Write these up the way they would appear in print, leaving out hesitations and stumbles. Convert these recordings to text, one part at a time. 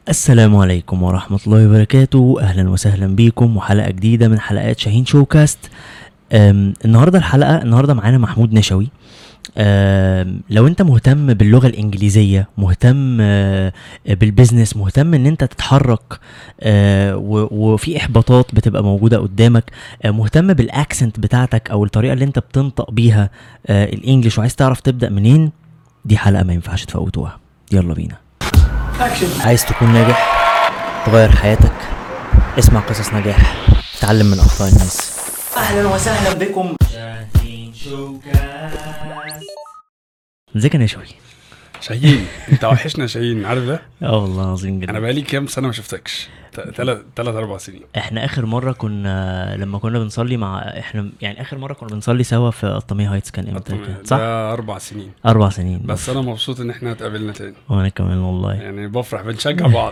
السلام عليكم ورحمة الله وبركاته. أهلا وسهلا بيكم وحلقة جديدة من حلقات شاهين شوكاست. النهاردة معانا محمود نشوي. لو انت مهتم باللغة الانجليزية، مهتم بالبزنس، مهتم ان انت تتحرك، وفي احباطات بتبقى موجودة قدامك، مهتم بالاكسنت بتاعتك او الطريقة اللي انت بتنطق بيها الانجليش، وعايز تعرف تبدأ منين، دي حلقة ما ينفعش تفوتوها. يلا بينا. عايز تكون ناجح، تغير حياتك، اسمع قصص نجاح، تعلم من اخطاء الناس. اهلا وسهلا بكم شاهين شوكاست. ازيك يا نشوي؟ شاهين انت وحشنا شاهين، عارف ده؟ والله العظيم جدا. انا بقالي كام سنه ما شفتكش، 3-4 سنين. احنا اخر مره كنا لما كنا بنصلي يعني اخر مره كنا بنصلي سوا في الطميه هايتس، كان امتى؟ صح، ده 4 سنين. 4 سنين بس انا مبسوط ان احنا اتقابلنا تاني. وانا كمان والله، يعني بفرح، بنشجع بعض.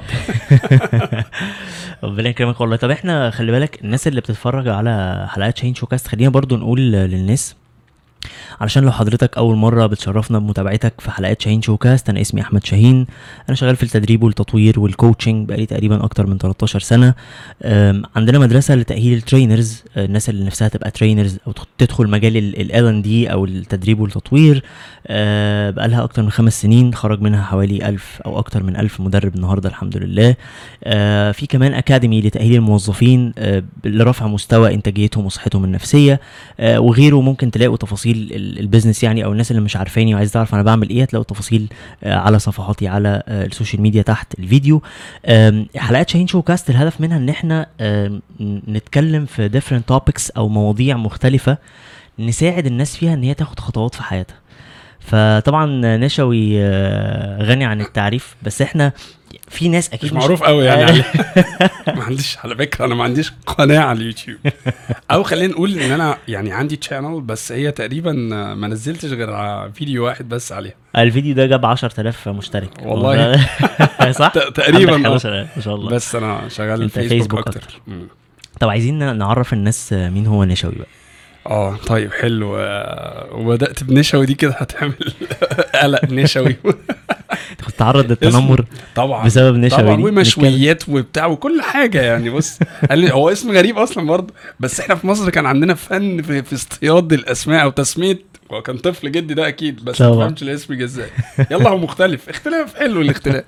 ربنا يكرمك والله. طب احنا خلي بالك، الناس اللي بتتفرج على حلقات شاهين شوكاست، خلينا برضو نقول للناس، علشان لو حضرتك اول مره بتشرفنا بمتابعتك في حلقات شاهين شوكاست. انا اسمي احمد شاهين، انا شغال في التدريب والتطوير والكوتشنج بقالي تقريبا اكتر من 13 سنه. عندنا مدرسه لتاهيل الترينرز، الناس اللي نفسها تبقى ترينرز او تدخل مجال ال&D او التدريب والتطوير. بقالها اكتر من 5 سنين، خرج منها حوالي 1000 او اكتر من 1000 مدرب النهارده الحمد لله. في كمان اكاديمي لتاهيل الموظفين لرفع مستوى انتاجيتهم وصحتهم النفسيه، وغيره. ممكن تلاقوا تفاصيل البيزنس يعني، او الناس اللي مش عارفاني وعايز تعرف انا بعمل ايه، تلاقوا تفاصيل على صفحاتي على السوشيال ميديا تحت الفيديو. حلقات شاهين شوكاست الهدف منها ان احنا نتكلم في different topics او مواضيع مختلفة، نساعد الناس فيها ان هي تاخد خطوات في حياتها. فطبعا نشوي غني عن التعريف، بس احنا في ناس اكيد مش معروف قوي يعني. ما عنديش، على فكره انا ما عنديش قناه على اليوتيوب، او خلينا نقول ان انا يعني عندي تشانل، بس هي تقريبا ما نزلتش غير فيديو واحد بس عليها. الفيديو ده جاب 10,000 مشترك والله. صح تقريبا ما شاء الله. بس انا شغال في فيسبوك اكتر. طب عايزين نعرف الناس مين هو نشوي بقى. طيب حلو. وبدأت بنشوي دي كده هتعمل قلق نشوي. كنت تعرض للتنمر طبعا بسبب نشوي طبعا، دي، ومشويات وبتاع وكل حاجه يعني. بص، قال لي هو اسم غريب اصلا برضه، بس احنا في مصر كان عندنا فن في اصطياد الاسماء او تسميه. وكان طفل جدي ده اكيد، بس ما فهمش الاسم ازاي. يلا هو مختلف، اختلاف حلو الاختلاف.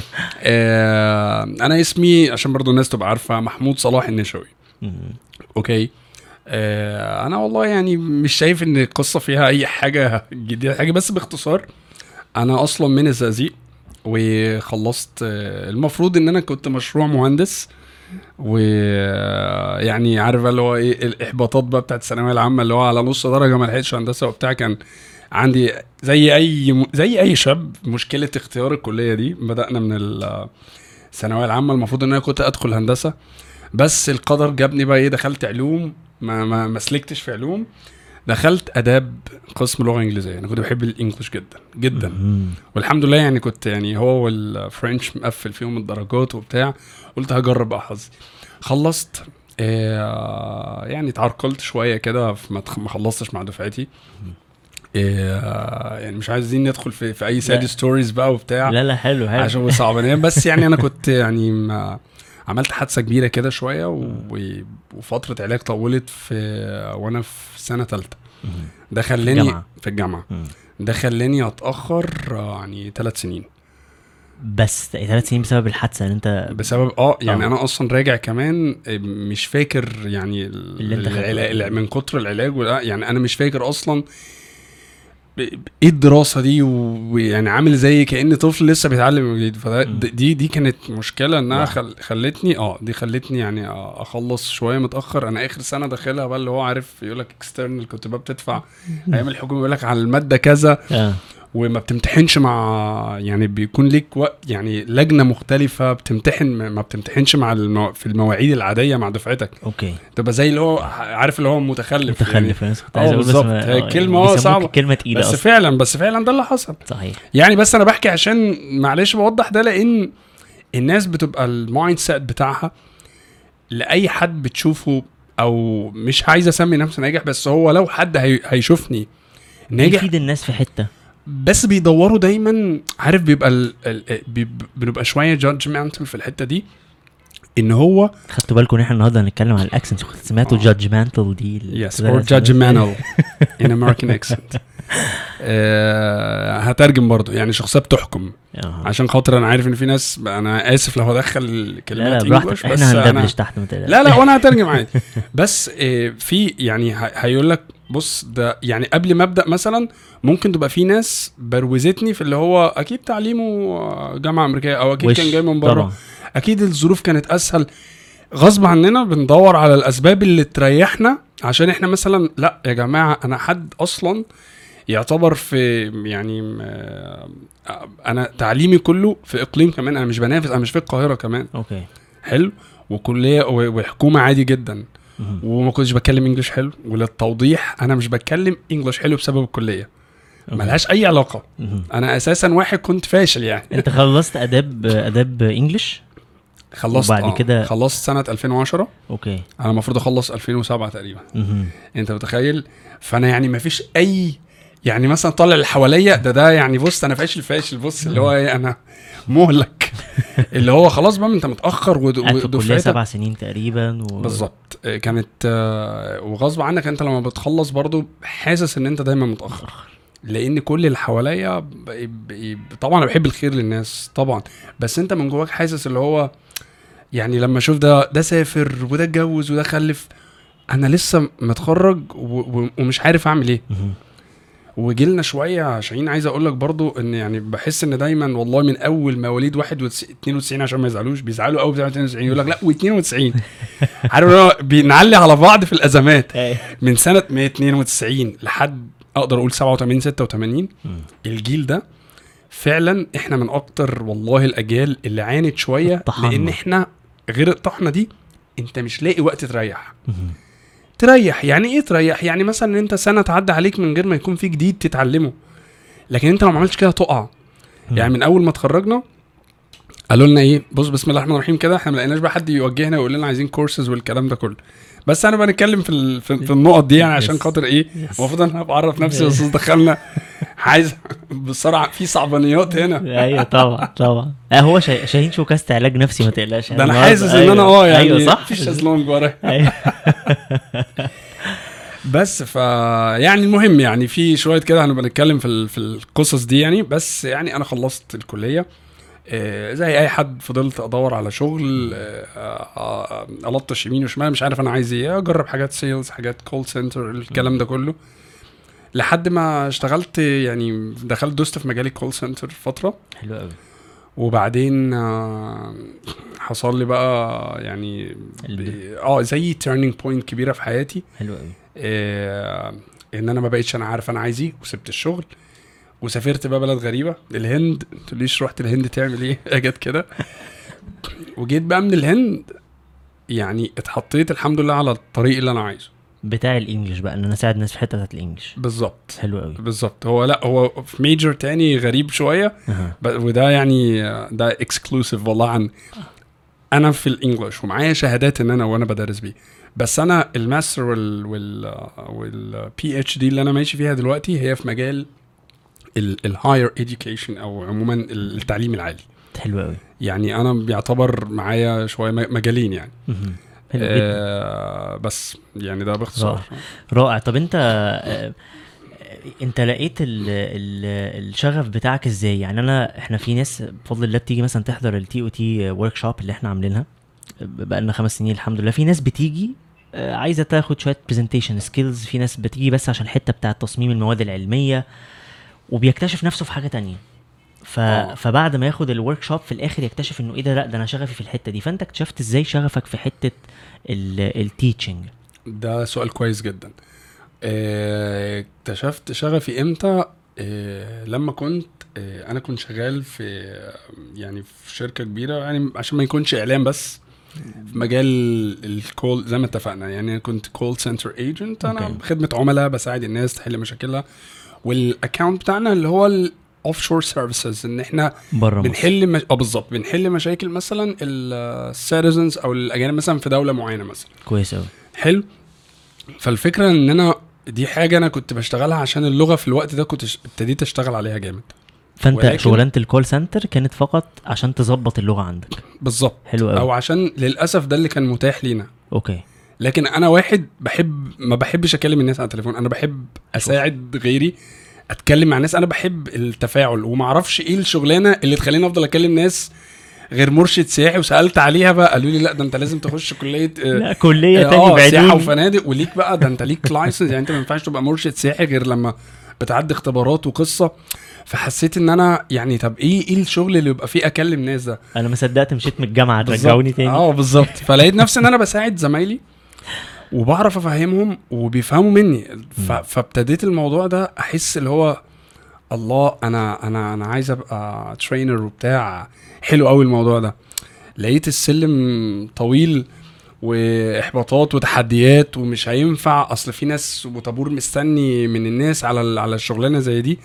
انا اسمي عشان برضه الناس تبقى عارفه، محمود صلاح النشوي. اوكي. انا والله يعني مش شايف ان القصه فيها اي حاجه جديده، حاجه بس باختصار. انا اصلا من الزقازيق، وخلصت المفروض ان انا كنت مشروع مهندس، ويعني عارف اللي هو ايه الاحباطات بقى بتاعت الثانويه العامه، اللي هو على نص درجه ما لحقتش هندسه وبتاع. كان عندي زي اي شاب مشكله اختيار الكليه دي. بدانا من الثانويه العامه، المفروض ان انا كنت ادخل هندسه، بس القدر جابني بقى ايه، دخلت علوم، ما سلكتش في علوم، دخلت اداب قسم لغه انجليزيه. انا كنت بحب الانجليش جدا جدا، والحمد لله يعني كنت يعني هو والفرنش مقفل فيهم الدرجات وبتاع. قلت هجرب بقى حظي. خلصت يعني اتعرقلت شويه كده، ما خلصتش مع دفعتي. يعني مش عايزين ندخل في اي ساد ستوريز بقى وبتاع. لا حلو عشان صعبانيه، بس يعني انا كنت يعني عملت حادثه كبيره كده شويه، وفتره علاج طولت وانا في سنه ثالثه. ده خلاني في الجامعه. ده خلاني اتاخر يعني 3 سنين. بس 3 سنين بسبب الحادثه اللي انت بسبب يعني انا اصلا راجع كمان مش فاكر يعني من كتر العلاج يعني انا مش فاكر اصلا ايه الدراسه دي، ويعني عامل زي كأن طفل لسه بيتعلم من جديد. فدي كانت مشكله انها خلتني دي خلتني يعني اخلص شويه متاخر. انا اخر سنه داخلها بقى، اللي هو عارف يقول لك اكسترنال، كنت بقى بتدفع ايام الحكومه يقول لك على الماده كذا، وما بتمتحنش مع يعني بيكون ليك وقت يعني لجنه مختلفه بتمتحن، ما بتمتحنش مع في المواعيد العاديه مع دفعتك. اوكي، تبقى زي اللي هو عارف اللي هو متخلف يعني. بالظبط، كلمه صعبه، كلمه تقيله بس فعلا ده اللي حصل. صحيح يعني. بس انا بحكي عشان معلش بوضح ده، لان الناس بتبقى المايند سيت بتاعها لاي حد بتشوفه، او مش عايز اسمي نفسي ناجح، بس هو لو حد هيشوفني ناجح يفيد الناس في حته بس بيدوروا دايما، عارف بيبقى بنبقى شويه judgmental في الحته دي، ان هو خدتوا بالكم ان احنا النهارده هنتكلم عن الاكسنت، سمعتوا judgmental دي yes or judgmental in American accent. هترجم برضو يعني شخصيه بتحكم، عشان خاطر انا عارف ان في ناس، انا اسف لو هدخل كلمات انجلش، بس احنا هندبلش تحت لا وانا هترجم عادي. بس في يعني هيقول لك بص ده يعني قبل ما ابدا مثلا ممكن تبقى في ناس بروزتني في اللي هو اكيد تعليمه جامعه امريكيه او اكيد كان جاي من بره، اكيد الظروف كانت اسهل. غصب عننا بندور على الاسباب اللي تريحنا، عشان احنا مثلا لا يا جماعه انا حد اصلا يعتبر في يعني انا تعليمي كله في اقليم كمان، انا مش بنافس، انا مش في القاهره كمان. اوكي حلو، وكليه وحكومه عادي جدا، وما كنتش بتكلم انجليش حلو. وللتوضيح انا مش بتكلم انجليش حلو بسبب الكليه، ملهاش اي علاقه. انا اساسا واحد كنت فاشل يعني. انت خلصت اداب انجليش؟ خلصت وبعد كده خلصت سنه 2010. اوكي انا المفروض اخلص 2007 تقريبا. انت متخيل؟ فانا يعني ما فيش اي يعني مثلا طالع اللي حواليا ده يعني بص انا فاشل بص اللي هو ايه، انا مهلك اللي هو خلاص بقى انت متاخر ودفعتك 7 سنين تقريبا بالظبط كانت وغصب عنك انت لما بتخلص برضو حاسس ان انت دايما متاخر، لان كل اللي حواليا طبعا انا بحب الخير للناس طبعا، بس انت من جواك حاسس اللي هو يعني لما اشوف ده سافر وده اتجوز وده خلف، انا لسه متخرج ومش عارف اعمل ايه. وجيلنا شويه عشان عايز اقول لك برضو ان يعني بحس ان دايما والله من اول مواليد 92 عشان ما يزعلوش، بيزعلوا قوي بتاع 92 يقول لك لا و92 عارف بنعلي على بعض في الازمات. من سنه 192 لحد اقدر اقول 87 86 الجيل ده فعلا احنا من اكتر والله الاجيال اللي عانت شويه، لان احنا غير الطحنه دي انت مش لاقي وقت تريح. يعني ايه تريح؟ يعني مثلا ان انت سنه تعدي عليك من غير ما يكون في جديد تتعلمه، لكن انت لو ما عملتش كده تقع. يعني من اول ما اتخرجنا قالوا لنا ايه، بص بسم الله الرحمن الرحيم كده، احنا ما لقيناش بقى حد يوجهنا ويقول لنا عايزين كورسز والكلام ده كله، بس انا بنتكلم في النقط دي يعني عشان خاطر ايه المفروض انا بعرف نفسي، بس دخلنا عايز بسرعه في صعبانيات هنا. ايوه طبعا هو شاهين شوكاست علاج نفسي ما تقلقش. ده انا حاسس ان انا يعني أيوة صح؟ في شازلونج ورايا. بس يعني المهم يعني في شويه كده هنبقى نتكلم في القصص دي يعني. بس يعني انا خلصت الكليه زي اي حد، فضلت ادور على شغل، الطش يمين وشمال مش عارف انا عايز ايه، اجرب حاجات سيلز، حاجات كول سنتر، الكلام ده كله، لحد ما اشتغلت يعني دخلت دوست في مجال الكول سنتر فتره. حلو قوي. وبعدين حصل لي بقى يعني زي تيرنينج بوينت كبيره في حياتي. حلو قوي. ان انا ما بقيتش انا عارف انا عايز ايه، وسبت الشغل وسافرت بقى بلد غريبه، الهند. تقوليش رحت الهند تعمل ايه؟ اجت كده وجيت بقى من الهند يعني اتحطيت الحمد لله على الطريق اللي انا عايزه بتاع الانجليش بقى، ان انا اساعد الناس في حته بتاعت الانجليش. بالظبط. حلو قوي. بالظبط. هو في ميجر تاني غريب شويه وده يعني ده اكسكلوسيف والله عن انا في الانجليش ومعايا شهادات ان انا وانا بدرس بيه، بس انا الماستر والبي اتش دي اللي انا ماشي فيها دلوقتي هي في مجال الهاير اديوكيشن او عموما التعليم العالي. حلو قوي. يعني انا بيعتبر معايا شويه مجالين يعني. حلو جدا. بس يعني ده باختصار. رائع. طب انت لقيت الشغف بتاعك ازاي؟ يعني احنا في ناس بفضل الله بتيجي مثلا تحضر التي او تي ورك شوب اللي احنا عاملينها بقالنا 5 سنين الحمد لله. في ناس بتيجي عايزه تاخد شويه برزنتيشن سكيلز، في ناس بتيجي بس عشان الحته بتاعه تصميم المواد العلميه، وبيكتشف نفسه في حاجه تانية. فبعد ما ياخد الورك شوب في الاخر يكتشف انه ايه ده، لا ده انا شغفي في الحته دي. فانت اكتشفت ازاي شغفك في حته التيتشنج؟ ده سؤال كويس جدا. اكتشفت شغفي امتى؟ لما كنت انا كنت شغال في يعني في شركه كبيره، يعني عشان ما يكونش اعلام بس في مجال الكول زي ما اتفقنا. يعني كنت كول سنتر ايجنت، انا خدمه عملاء بساعد الناس تحل مشاكلها، والاكونت بتاعنا اللي هو الاوف شور سيرفيسز، ان احنا بنحل بالظبط بنحل مشاكل مثلا السيتيزنز او الاجانب مثلا في دوله معينه مثلا. كويس قوي. حلو. فالفكره ان انا دي حاجه انا كنت بشتغلها عشان اللغه في الوقت ده كنت ابتديت اشتغل عليها جامد. فانت ولكن- شغلانه الكول سنتر كانت فقط عشان تظبط اللغه عندك. بالظبط. حلو قوي. او عشان للاسف ده اللي كان متاح لينا. اوكي. لكن انا واحد ما بحبش اكلم الناس على التليفون، انا بحب اساعد غيري اتكلم مع الناس، انا بحب التفاعل. وما اعرفش ايه الشغلانه اللي تخليني افضل اكلم ناس غير مرشد سياحي. وسالت عليها بقى قالوا لي لا ده انت لازم تخش كليه لا كليه تاني سياحه بعدين. وفنادق، وليك بقى ده انت ليك لايسنس، يعني انت ما ينفعش تبقى مرشد سياحي غير لما بتعدي اختبارات وقصه. فحسيت ان انا يعني طب ايه الشغل اللي يبقى فيه اكلم ناس ده؟ انا ما صدقت مشيت من الجامعه رجعوني تاني. بالظبط. فلقيت نفسي ان انا بساعد زمايلي وبعرف افهمهم وبيفهموا مني. فابتديت الموضوع ده احس اللي هو الله انا عايز ابقى ترينر وبتاع. حلو قوي الموضوع ده. لقيت السلم طويل واحباطات وتحديات ومش هينفع، اصل في ناس وطابور مستني من الناس على الشغلانه زي دي.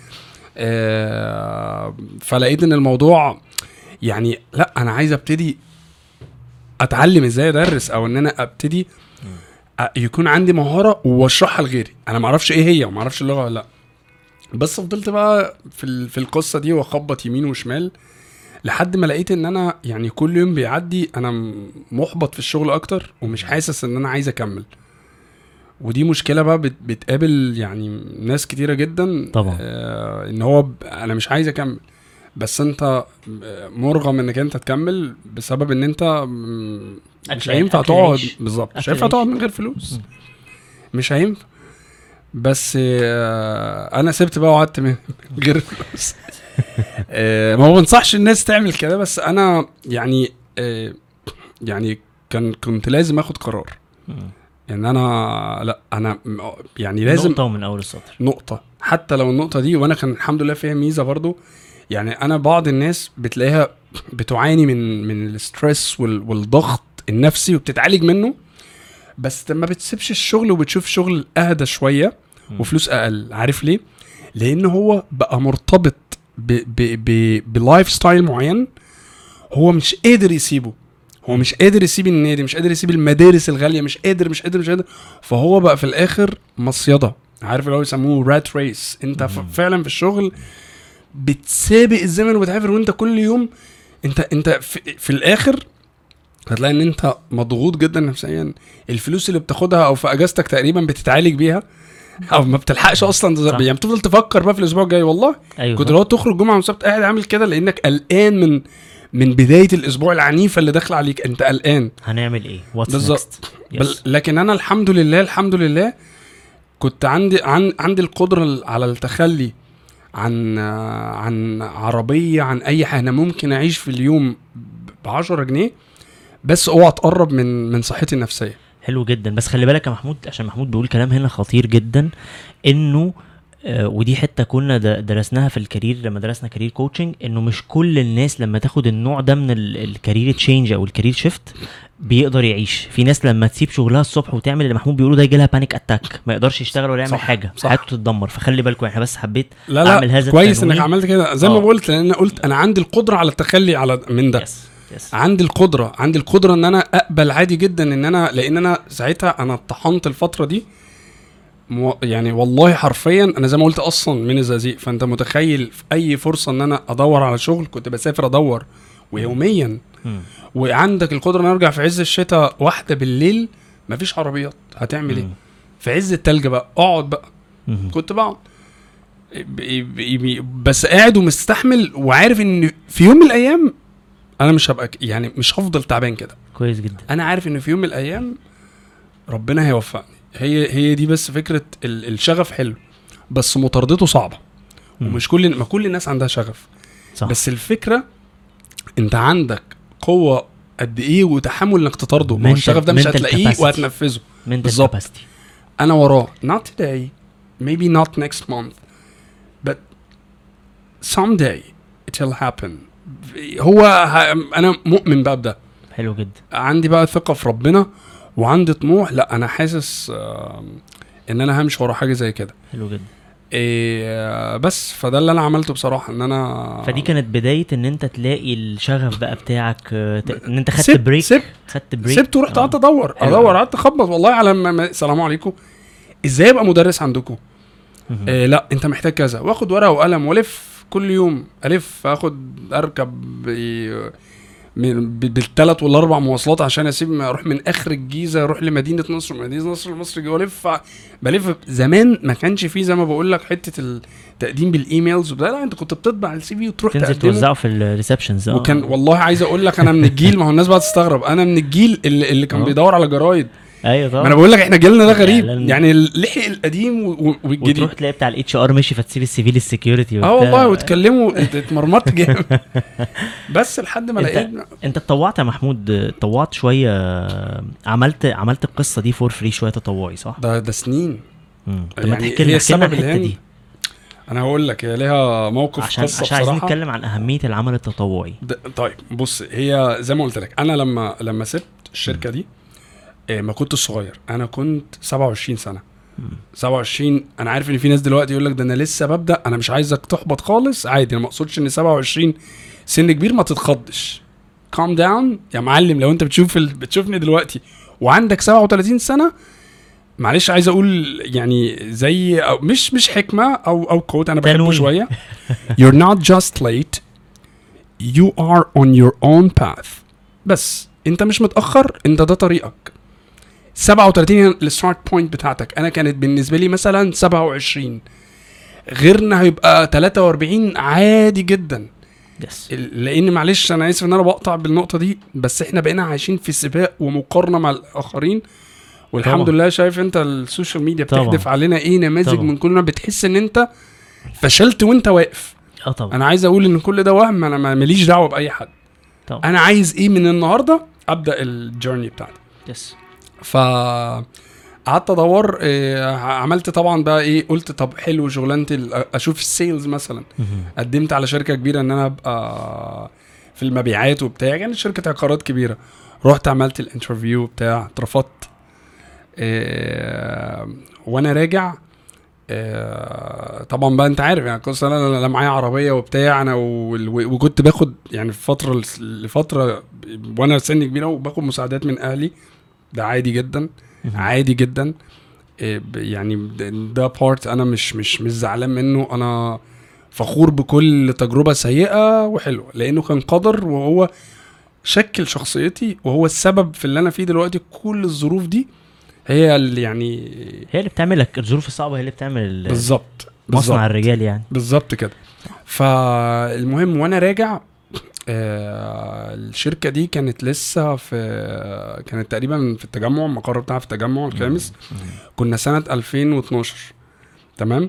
فلقيت ان الموضوع يعني لا انا عايز ابتدي اتعلم ازاي ادرس، او ان انا ابتدي يكون عندي مهاره واشرحها لغيري. انا ما اعرفش ايه هي وما اعرفش اللغه ولا لا، بس فضلت بقى في القصه دي واخبط يمين وشمال لحد ما لقيت ان انا يعني كل يوم بيعدي انا محبط في الشغل اكتر ومش حاسس ان انا عايز اكمل. ودي مشكله بقى بتقابل يعني ناس كتيره جدا طبعا. ان هو انا مش عايز اكمل، بس انت مرغم انك انت تكمل بسبب ان انت مش هينفع تقعد. بالظبط مش هينفع تقعد من غير فلوس. مش هينفع. بس انا سبت بقى وقعدت من غير فلوس. ما هو بنصحش الناس تعمل كده، بس انا يعني يعني كنت لازم اخد قرار ان انا لا انا يعني لازم نقطه من اول السطر، نقطه. حتى لو النقطه دي وانا كان الحمد لله فيها ميزه برضو. يعني انا بعض الناس بتلاقيها بتعاني من الاسترس والضغط النفسي وبتتعالج منه، بس ما بتسيبش الشغل وبتشوف شغل اهدى شويه وفلوس اقل. عارف ليه؟ لان هو بقى مرتبط بلايف ستايل معين هو مش قادر يسيبه. هو مش قادر يسيب النادي، مش قادر يسيب المدارس الغاليه، مش قادر. فهو بقى في الاخر مصيده. عارف اللي هو يسموه رات ريس. انت فعلا في الشغل بتسابق الزمن وبتعافر، وانت كل يوم انت في الاخر هتلاقي ان انت مضغوط جدا نفسيا. الفلوس اللي بتاخدها او في اجازتك تقريبا بتتعالج بيها او ما بتلحقش اصلا. يعني بتفضل تفكر بقى في الاسبوع الجاي. والله أيوة. كنت لو تخرج جمعه وسبت قاعد عامل كده لانك قلقان من بدايه الاسبوع العنيفه اللي داخله عليك. انت قلقان هنعمل ايه بالظبط. لكن انا الحمد لله كنت عندي القدره على التخلي عن عربيه، عن اي حاجه. انا ممكن اعيش في اليوم ب10 جنيه بس اوعى تقرب من صحتي النفسيه. حلو جدا. بس خلي بالك يا محمود، عشان محمود بيقول كلام هنا خطير جدا، انه ودي حته كنا درسناها في الكارير لما درسنا كارير كوتشنج، انه مش كل الناس لما تاخد النوع ده من الكارير تشينج او الكارير شيفت بيقدر يعيش. في ناس لما تسيب شغلها الصبح وتعمل اللي محمود بيقوله ده يجي لها بانيك اتاك، ما يقدرش يشتغل ولا يعمل حاجه، حياته تتدمر. فخلي بالكم احنا بس حبيت اعمل هذا كويس انك عملت كده زي ما قلت، لان انا قلت انا عندي القدره على التخلي على من ده. عندي القدره ان انا اقبل عادي جدا ان انا، لان انا ساعتها انا اتطحنت الفتره دي يعني والله حرفيا. انا زي ما قلت اصلا من الزقازيق، فانت متخيل في اي فرصه ان انا ادور على شغل كنت بسافر ادور ويوميا. وعندك القدره ان ارجع في عز الشتاء 1 بالليل مفيش عربيات، هتعمل ايه؟ في عز التلج بقى اقعد بقى. كنت بقعد بس قاعد ومستحمل وعارف ان في يوم من الايام انا مش هبقى يعني مش هفضل تعبان كده. كويس جدا. انا عارف ان في يوم من الايام ربنا هيوفقني. هي دي بس فكره الشغف حلو بس مطاردته صعبه. ومش ما كل الناس عندها شغف. صح. بس الفكره انت عندك قوه قد ايه وتحمل انك تطارده. ما الشغف ده مش هتلاقيه وهتنفذه. بالظبط. انا وراه not today maybe not next month but someday it will happen. انا مؤمن بقى بده. حلو جدا. عندي بقى ثقه في ربنا وعندي طموح. لا انا حاسس ان انا همشي ورا حاجه زي كده. حلو جدا. بس فده اللي انا عملته بصراحه. ان انا فدي كانت بدايه ان انت تلاقي الشغف بقى بتاعك، ان انت خدت بريك. سبت ورحت قعدت ادور قعدت اخبط والله على السلام عليكم ازاي ابقى مدرس عندكم؟ لا انت محتاج كذا، واخد ورقه وقلم والف كل يوم، الف اخد اركب بالثلاث والاربع مواصلات عشان اسيب اروح من اخر الجيزه اروح لمدينه نصر، مدينه نصر لمصر، بلف. زمان ما كانش فيه زي ما بقول لك حته التقديم بالايميلز وبدا، لا انت كنت بتطبع السي في وتروح تنزل تقدمه توزعه في الريسبشنز. وكان والله عايز اقول لك انا من الجيل، ما هو الناس بقى تستغرب، انا من الجيل اللي كان بيدور على جرايد. ايوه طبعا. ما انا بقول لك احنا جيلنا ده غريب يعني، اللحق القديم والجديد. وتروح تلاقي بتاع الاتش ار ماشي فتسيب السي في للسكيورتي والله وتكلموا اتمرمطت جامد بس لحد ما لقيت. انت اتطوعت يا محمود، اتطوعت شويه، عملت القصه دي فور فري شويه تطوعي صح؟ ده سنين. يعني هي السبب الحته دي. انا هقول لك هي ليها موقف عشان قصه عشان بصراحه. عايزين نتكلم عن اهميه العمل التطوعي. طيب بص، هي زي ما قلت لك انا لما سبت الشركه دي ما كنت صغير، انا كنت 27 سنه. 27. انا عارف ان في ناس دلوقتي يقول لك ده انا لسه ببدا، انا مش عايزك تحبط خالص، عادي، انا ما اقصدش ان 27 سن كبير، ما تتخضش، calm down يا معلم. لو انت بتشوفني دلوقتي وعندك 37 سنه، معلش عايز اقول يعني زي أو مش حكمه او كوت انا بحبه شويه you're not just late, you are on your own path. بس انت مش متاخر، انت ده طريقك. 37 الستارت بوينت بتاعتك، انا كانت بالنسبه لي مثلا 27، غيرنا هيبقى 43 عادي جدا. لان معلش انا اسف ان انا بقطع بالنقطه دي، بس احنا بقينا عايشين في سباق ومقارنه مع الاخرين، والحمد لله شايف انت السوشيال ميديا بتحدف علينا ايه نماذج من كلنا، بتحس ان انت فشلت وانت واقف. طبعا. انا عايز اقول ان كل ده وهم، انا ماليش دعوه باي حد. طبعا. انا عايز ايه من النهارده ابدا الجيرني بتاعتي. قعدت ادور، عملت طبعا بقى ايه، قلت طب حلو شغلانتي اشوف السيلز مثلا. قدمت على شركه كبيره ان انا ابقى في المبيعات وبتاع، كانت شركه عقارات كبيره. رحت عملت الانترفيو بتاع، اترفضت. وانا راجع طبعا بقى انت عارف يعني قصه، انا لا معايا عربيه وبتاع، انا وكنت باخد يعني في لفتره وانا سن كبيره وباخد مساعدات من اهلي، ده عادي جدا. عادي جدا يعني، ده بارت انا مش زعلان منه، انا فخور بكل تجربه سيئه وحلوه، لانه كان قدر وهو شكل شخصيتي، وهو السبب في اللي انا فيه دلوقتي. كل الظروف دي هي اللي يعني هي اللي بتعملك، الظروف الصعبه هي اللي بتعمل بالظبط مصنع الرجال يعني. بالظبط كده. فالمهم وانا راجع الشركه دي كانت لسه كانت تقريبا في التجمع، المقر بتاعها في التجمع الخامس. كنا سنه 2012 تمام.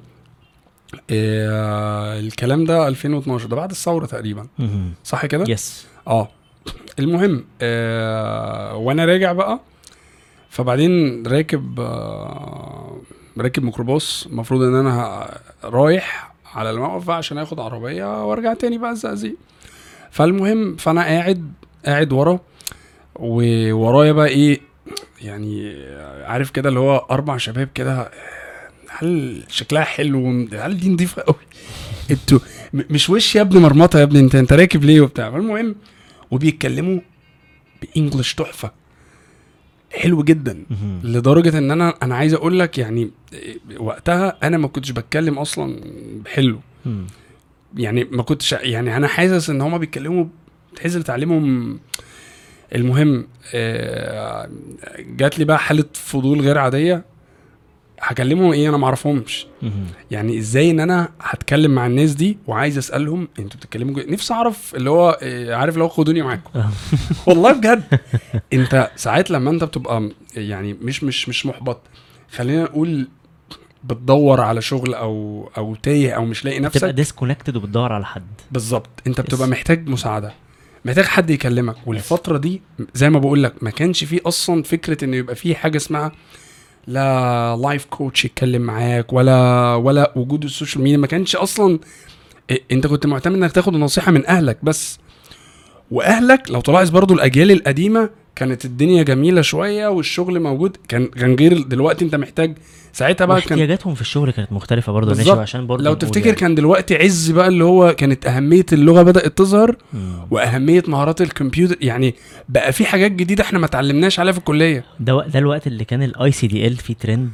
الكلام ده 2012، ده بعد الثوره تقريبا صح كده؟ يس. المهم وانا راجع بقى، فبعدين راكب ميكروباص، المفروض ان انا رايح على الموقف عشان اخد عربيه وارجع تاني بقى الزقازيق. فالمهم فانا قاعد ورا، وورايا بقى ايه يعني، عارف كده اللي هو 4 شباب كده، هل شكلها حلو، هل دي نضيفه قوي، انتوا مش وش يا ابني مرمطه يا ابني، انت راكب ليه وبتاع. فالمهم وبيتكلموا بانجلش تحفه، حلو جدا، لدرجه ان انا عايز اقول لك يعني وقتها انا ما كنتش بتكلم اصلا حلو يعني، ما كنتش يعني، انا حاسس ان هما بيتكلموا تحس تعليمهم. المهم جات لي بقى حاله فضول غير عاديه، هكلمهم ايه انا ما اعرفهمش يعني، ازاي ان انا هتكلم مع الناس دي وعايز اسالهم انتوا بتتكلموا نفسي اعرف اللي هو عارف لو خدوني معاكم والله بجد. انت ساعات لما انت بتبقى يعني مش محبط، خلينا نقول بتدور على شغل او تايه او مش لاقي نفسك، تبقى ديسكونكتد وبتدور على حد بالظبط، انت بتبقى محتاج مساعده، محتاج حد يكلمك. والفتره دي زي ما بقول لك ما كانش فيه اصلا فكره انه يبقى فيه حاجه اسمها لا لايف كوتش يتكلم معاك، ولا وجود السوشيال ميديا ما كانش اصلا. انت كنت معتمد انك تاخد النصيحه من اهلك بس، واهلك لو تلاحظ برضو الاجيال القديمه كانت الدنيا جميله شويه والشغل موجود، كان غير دلوقتي. انت محتاج ساعتها بقى احتياجاتهم في الشغل كانت مختلفه برضو عشان برضو لو تفتكر يعني. كان دلوقتي عز بقى اللي هو كانت اهميه اللغه بدات تظهر واهميه مهارات الكمبيوتر، يعني بقى في حاجات جديده احنا ما اتعلمناش عليها في الكليه. ده الوقت اللي كان الاي سي دي ال في ترند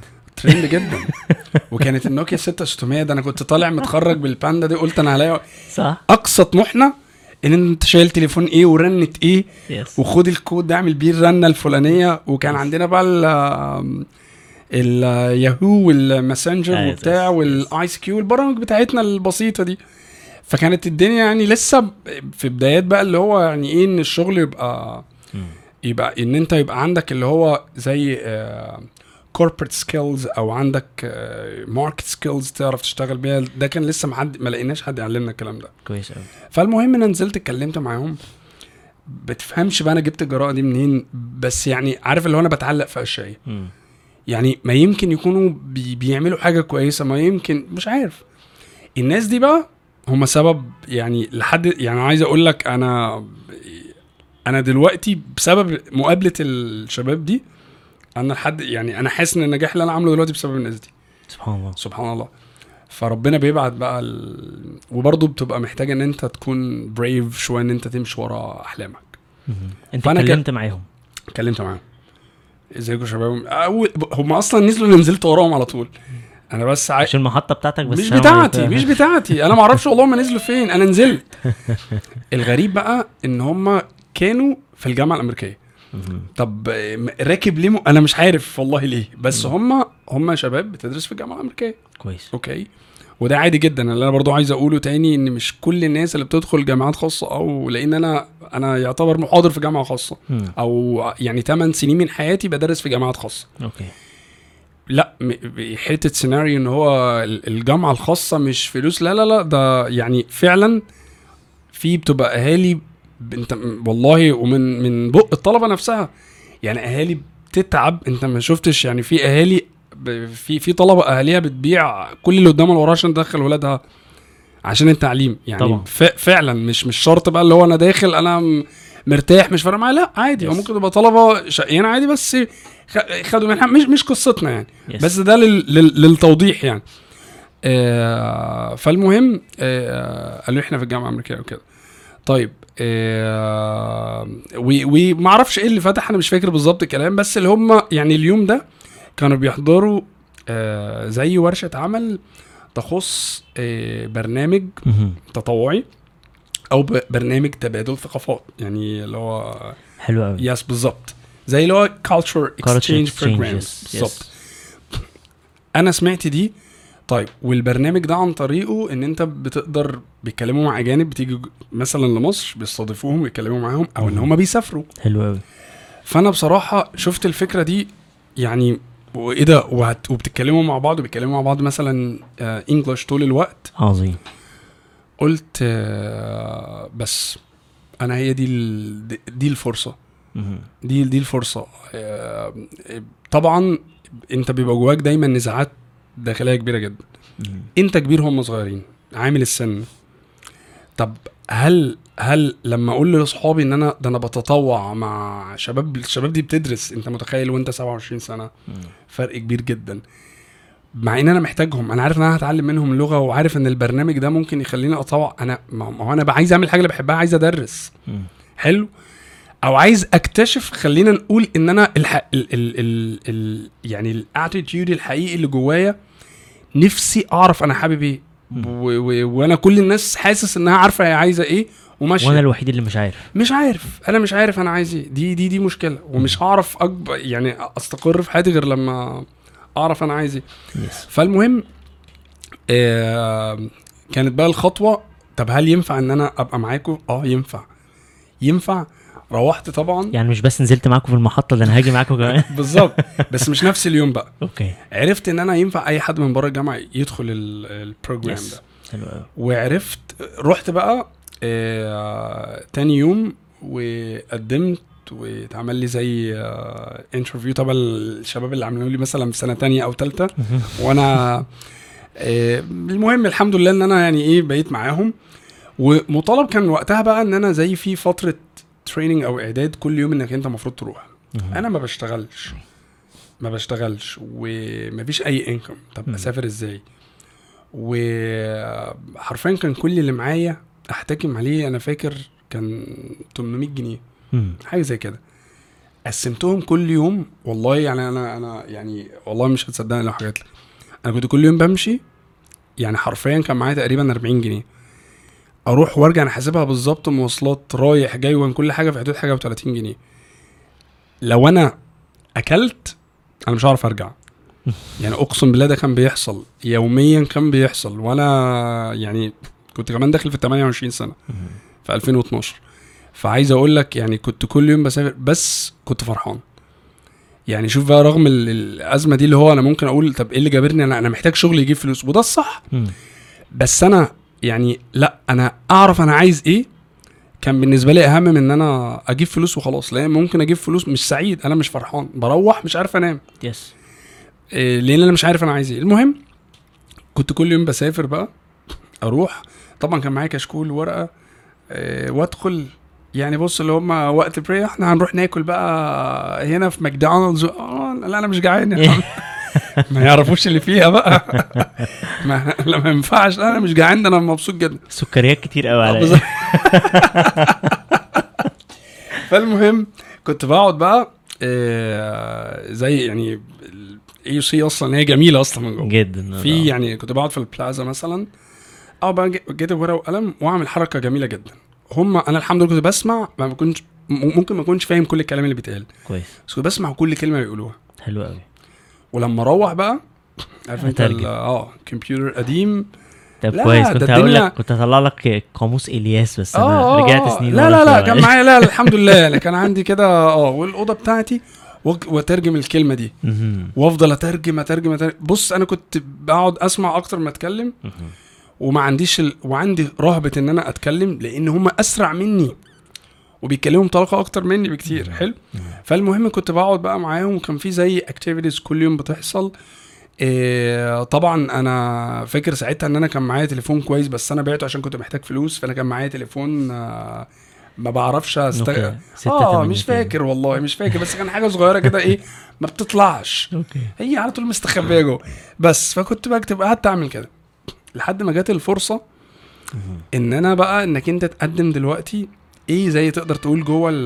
ترند جدا. وكانت النوكيا 6600 ده انا كنت طالع متخرج بالباندا دي، قلت انا هلاقي صح. اقصى طموحنا ان انت شايل تليفون ايه ورنت ايه يس. وخد الكود ده اعمل بيه الرنه الفلانيه. وكان عندنا بقى الياهو والماسنجر وبتاع والاي سي كيو البرامج بتاعتنا البسيطه دي. فكانت الدنيا يعني لسه في بدايات بقى اللي هو يعني ايه ان الشغل يبقى ان انت يبقى عندك اللي هو زي corporate skills او عندك market skills تعرف تشتغل بيها. ده كان لسه ما لقيناش حد يعلمنا الكلام ده. كويس قوي. فالمهم انا نزلت اتكلمت معاهم. بتفهمش بقى انا جبت الجراءه دي منين، بس يعني عارف اللي هو انا بتعلق في اشياء. يعني ما يمكن يكونوا بيعملوا حاجه كويسه، ما يمكن مش عارف. الناس دي بقى هم سبب يعني لحد يعني عايز اقول لك انا دلوقتي بسبب مقابله الشباب دي انا لحد يعني انا حاسس ان النجاح اللي انا عامله دلوقتي بسبب الناس دي. سبحان الله سبحان الله. فربنا بيبعت بقى وبرضه بتبقى محتاج ان انت تكون بريف شويه ان انت تمشي ورا احلامك. انت اتكلمت معاهم؟ اتكلمت معاهم. ازيكم يا شباب؟ هم اصلا نزلوا اللي نزلت وراهم على طول. انا بس مش المحطه بتاعتك بس مش بتاعتي انا ما اعرفش والله ما نزلوا فين. انا نزلت. الغريب بقى ان هم كانوا في الجامعه الامريكيه. طب راكب ليه انا مش عارف والله ليه، بس هم شباب بتدرس في الجامعه الامريكيه. كويس. اوكي. وده عادي جدا. اللي انا برضو عايز اقوله تاني ان مش كل الناس اللي بتدخل جامعات خاصه او لان انا يعتبر محاضر في جامعه خاصه او يعني 8 سنين من حياتي بدرس في جامعات خاصه. اوكي. لا حته سيناريو ان هو الجامعه الخاصه مش فلوس، لا ده يعني فعلا في بتبقى اهالي انت والله ومن بق الطلبه نفسها يعني اهالي بتتعب. انت ما شفتش يعني في اهالي في طلبه اهاليها بتبيع كل اللي قدامها وراه عشان تدخل ولادها عشان التعليم يعني. فعلا مش شرط بقى اللي هو انا داخل انا مرتاح مش فارق معايا، لا عادي. او ممكن تبقى طلبه شقيان عادي بس خدوا منها مش قصتنا يعني. بس ده للتوضيح يعني. فالمهم قالوا احنا في الجامعه الامريكيه وكده. طيب وما اعرفش ايه اللي فتح، انا مش فاكر بالظبط الكلام، بس اللي هم يعني اليوم ده كانوا بيحضروا زي ورشه عمل تخص برنامج تطوعي او برنامج تبادل ثقافات يعني اللي هو حلو قوي. يس بالظبط زي اللي هو culture exchange programs بالظبط. انا سمعت دي. طيب والبرنامج ده عن طريقه ان انت بتقدر بيتكلموا مع اجانب بتيجي مثلا لمصر بيستضيفوهم ويتكلموا معاهم او ان هم بيسافروا. حلو قوي. فانا بصراحه شفت الفكره دي يعني وايه ده وبتتكلموا مع بعض وبيتكلموا مع بعض مثلا انجلش طول الوقت. عظيم. قلت بس انا هي دي الفرصه. دي الفرصه. طبعا انت بيبقى جواك دايما نزاعات داخليه كبيره جدا. انت كبير هم صغيرين عامل السن. طب هل لما اقول لاصحابي ان انا بتطوع مع الشباب دي بتدرس، انت متخيل وانت 27 سنه فرق كبير جدا. مع ان انا محتاجهم، انا عارف ان انا هتعلم منهم اللغه وعارف ان البرنامج ده ممكن يخليني اطوع. انا ما هو انا عايز اعمل حاجه اللي بحبها، عايز ادرس حلو او عايز اكتشف. خلينا نقول ان انا يعني الاتيتيود الحقيقي اللي جوايا نفسي اعرف انا حابب ايه. وانا كل الناس حاسس انها عارفه هي عايزه ايه وماشيه، وانا الوحيد اللي مش عارف. انا مش عارف انا عايز ايه. دي مشكله. ومش هعرف يعني استقر في حياتي غير لما اعرف انا عايز ايه. فالمهم كانت بقى الخطوه طب هل ينفع ان انا ابقى معاكم؟ ينفع. روحت طبعا يعني مش بس نزلت معاكم في المحطه ده انا هاجي معاكم كمان. بالظبط. بس مش نفس اليوم بقى. اوكي. عرفت ان انا ينفع اي حد من بره الجامعه يدخل البروجرام ده. حلو قوي. وعرفت رحت بقى تاني يوم وقدمت واتعمل لي زي انترفيو. طبعا الشباب اللي عملوا لي مثلا في سنه تانية او ثالثه وانا المهم الحمد لله ان انا يعني ايه بقيت معاهم. ومطالب كان وقتها بقى ان انا زي في فتره تريننج او اعداد كل يوم انك انت المفروض تروح. انا ما بشتغلش ومفيش اي انكم. طب اسافر ازاي؟ وحرفيا كان كل اللي معايا احتكم عليه انا فاكر كان 800 جنيه حاجه زي كده. قسمتهم كل يوم. والله يعني انا يعني والله مش هتصدقني لو حاجات لك. انا كنت كل يوم بمشي، يعني حرفيا كان معايا تقريبا 40 جنيه اروح وارجع. انا حاسبها بالظبط، مواصلات رايح جاي وان كل حاجه في حدود حاجه و30 جنيه. لو انا اكلت انا مش هعرف ارجع. يعني اقسم بالله ده كان بيحصل يوميا، كان بيحصل. وانا يعني كنت كمان داخل في 28 سنه في 2012. فعايز اقول لك يعني كنت كل يوم بسافر، بس كنت فرحان. يعني شوف بقى، رغم الازمه دي اللي هو انا ممكن اقول طب ايه اللي جابرني، انا محتاج شغل يجيب فلوس، وده الصح. بس انا يعني لا، انا اعرف انا عايز ايه. كان بالنسبه لي اهم من ان انا اجيب فلوس وخلاص. لان ممكن اجيب فلوس مش سعيد، انا مش فرحان، بروح مش عارف انام. يس. لان انا مش عارف انا عايز ايه. المهم كنت كل يوم بسافر بقى، اروح. طبعا كان معايا كشكول وورقه، وادخل. يعني بص اللي هم وقت بري احنا هنروح ناكل بقى هنا في ماكدونالدز. لا انا مش جعان يا عم. ما يعرفوش اللي فيها بقى. ما ينفعش. لا انا مش جعان، ده انا مبسوط جدا. سكريات كتير قوي عليا. بالظبط. فالمهم كنت بقعد بقى زي يعني اي سي اصلا هي جميله اصلا من جوه جدا. في يعني كنت بقعد في البلازا مثلا، او بقى جيت ورقه وقلم واعمل حركه جميله جدا. انا الحمد لله كنت بسمع، ما كنتش ممكن ما كنتش فاهم كل الكلام اللي بيتقال، كويس، بس كنت بسمع كل كلمه بيقولوها. حلو قوي. ولما اروح بقى عارف انت كمبيوتر قديم. طب لا كويس، ده كنت هقول لك كنت هطلع لك قاموس الياس، بس انا رجعت سنين لا ورا لا لا شوية. كان معايا. لا الحمد لله يعني كان عندي كده والاوضه بتاعتي واترجم الكلمه دي وافضل اترجم. بص انا كنت بقعد اسمع اكتر ما اتكلم، وما عنديش وعندي رهبه ان انا اتكلم لان هم اسرع مني وبيتكلموا بطلاقه اكتر مني بكتير. حلو. فالمهم كنت بقعد بقى معاهم، وكان في زي اكتيفيتيز كل يوم بتحصل. طبعا انا فاكر ساعتها ان انا كان معايا تليفون كويس، بس انا بعته عشان كنت محتاج فلوس. فانا كان معايا تليفون ما بعرفش مش فاكر والله مش فاكر، بس كان حاجه صغيره كده ايه ما بتطلعش. هي على طول مستخبيه جوه. بس فكنت بكتب، قعدت اعمل كده لحد ما جات الفرصه ان انا بقى انك انت تقدم دلوقتي ايه، زي تقدر تقول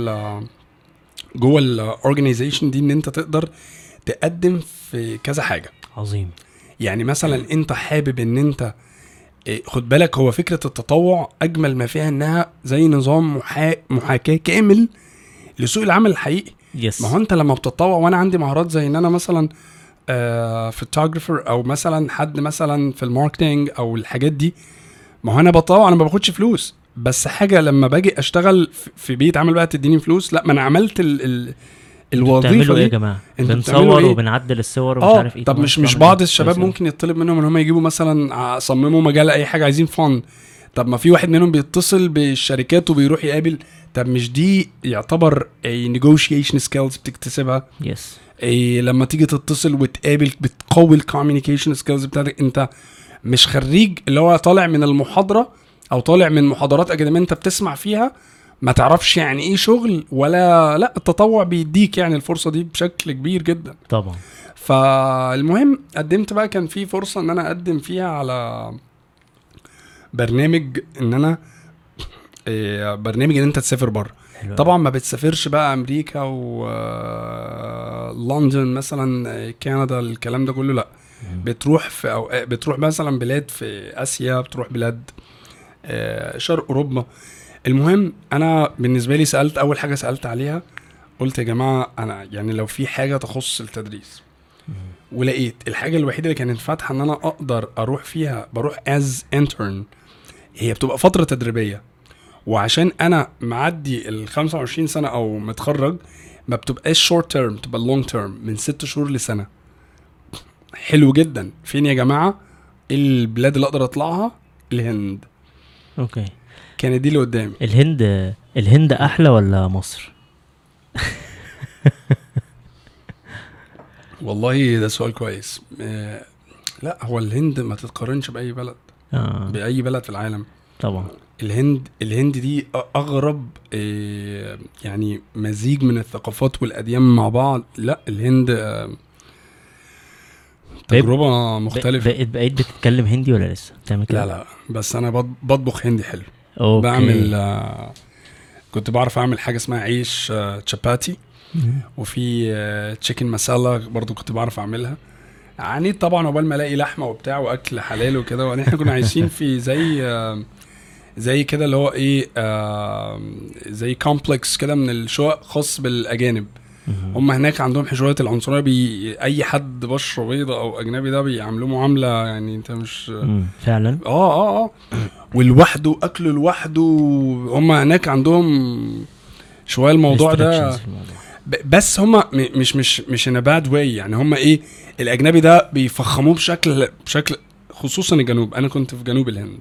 جوه الاورجانيزيشن دي، ان انت تقدر تقدم في كذا حاجه. عظيم. يعني مثلا انت حابب ان انت خد بالك، هو فكره التطوع اجمل ما فيها انها زي نظام محاكاه كامل لسوق العمل الحقيقي. يس. ما هو انت لما بتتطوع، وانا عندي مهارات زي ان انا مثلا فوتوغرافر، او مثلا حد مثلا في الماركتينج او الحاجات دي، ما هو انا بتطوع، انا ما باخدش فلوس. بس حاجه لما باجي اشتغل في بيت عمل بقى تديني فلوس، لا ما انا عملت الوظيفه دي. ايه يا جماعه؟ بنصور وبنعدل الصور ومش عارف ايه. طب مش بعض الشباب ممكن يطلب منهم ان هم يجيبوا مثلا صمموا مجال اي حاجه عايزين فن. طب ما في واحد منهم بيتصل بالشركات وبيروح يقابل. طب مش دي يعتبر negotiation skills بتكتسبها؟ يس. لما تيجي تتصل وتقابل بتقوي الكوميونيكيشن سكيلز بتاعتك. انت مش خريج اللي هو طالع من المحاضره او طالع من محاضرات اكاديميه انت بتسمع فيها ما تعرفش يعني ايه شغل ولا لا. التطوع بيديك يعني الفرصه دي بشكل كبير جدا طبعا. فالمهم قدمت بقى، كان في فرصه ان انا اقدم فيها على برنامج ان انا برنامج ان انت تسافر بره. طبعا ما بتسافرش بقى امريكا ولندن مثلا كندا الكلام ده كله، لا. بتروح في بتروح مثلا بلاد في اسيا، بتروح بلاد شرق اوروبا. المهم انا بالنسبه لي سالت، اول حاجه سالت عليها قلت يا جماعه انا يعني لو في حاجه تخص التدريس، ولقيت الحاجه الوحيده اللي كانت فاتحه ان انا اقدر اروح فيها، بروح از انترن. هي بتبقى فتره تدريبيه، وعشان انا معدي ال 25 سنه او متخرج، ما بتبقاش شورت تيرم، بتبقى لونج تيرم من 6 شهور لسنه. حلو جدا. فين يا جماعه البلاد اللي اقدر اطلعها؟ الهند. اوكي. كانت دي اللي قدامي. الهند احلى ولا مصر؟ والله ده سؤال كويس. لا هو الهند ما تتقارنش باي بلد. باي بلد في العالم طبعا. الهند دي اغرب يعني مزيج من الثقافات والاديان مع بعض. لا الهند تجربه مختلفه. بقيت بتتكلم هندي ولا لسه بتعمل كده؟ لا بس انا بطبخ هندي حلو. أوكي. بعمل كنت بعرف اعمل حاجه اسمها عيش تشاباتي، وفي تشيكن مسالا برضو كنت بعرف اعملها. يعني طبعا عقبال ما الاقي لحمه وبتاع واكل حلال وكده، واحنا كنا عايشين في زي كده اللي هو ايه زي كومبلكس كده من الشقق خاص بالاجانب. هم هناك عندهم شويه العنصريه، اي حد بشره بيضاء او اجنبي ده بيعاملوه معامله يعني انت مش فعلا. ولوحده اكله لوحده. هم هناك عندهم شويه الموضوع ده، بس هم مش in a bad way. يعني هم ايه الاجنبي ده بيفخموه بشكل خصوصا الجنوب. انا كنت في جنوب الهند،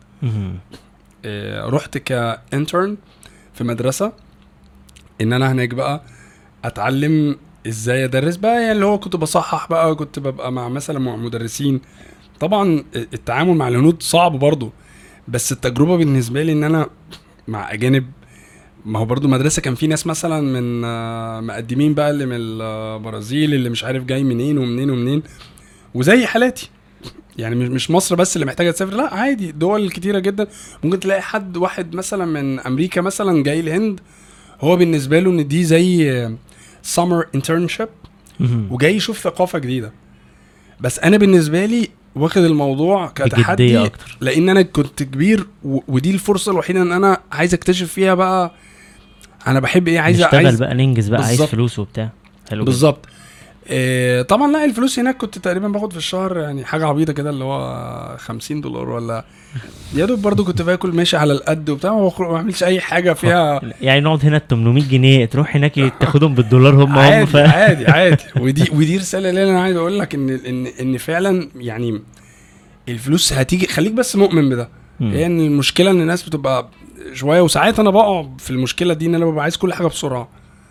رحت كانترن في مدرسه ان انا هناك بقى اتعلم ازاي ادرس بقى. يعني اللي هو كنت بصحح بقى، كنت ببقى مع مثلا مع مدرسين. طبعا التعامل مع الهنود صعب برضو، بس التجربه بالنسبه لي ان انا مع اجانب. ما هو برضو مدرسه كان في ناس مثلا من مقدمين بقى اللي من البرازيل، اللي مش عارف جاي منين ومنين ومنين، وزي حالاتي. يعني مش مصر بس اللي محتاجه تسافر، لا عادي دول كتيره جدا. ممكن تلاقي واحد مثلا من امريكا مثلا جاي الهند، هو بالنسبه له ان دي زي summer internship وجاي يشوف ثقافه جديده. بس انا بالنسبه لي واخد الموضوع كتحدي، لان انا كنت كبير ودي الفرصه الوحيده ان انا عايز اكتشف فيها بقى انا بحب ايه. عايز بقى ننجز بقى، عايز فلوس وبتاع. حلو بالظبط. طبعا لا الفلوس هناك كنت تقريبا باخد في الشهر يعني حاجه عبيطه كده اللي هو $50 ولا يا دوب. برضو كنت باكل ماشي على القد وبتاع، ما بعملش اي حاجه فيها. يعني نقعد هنا 800 جنيه تروح هناك تاخدهم بالدولار هم عادي عادي. ودي رساله اللي انا عايز اقول لك ان فعلا يعني الفلوس هتيجي، خليك بس مؤمن بده. يعني المشكله ان الناس بتبقى شويه، وساعات انا بقع في المشكله دي ان انا ببقى عايز كل حاجه بسرعه.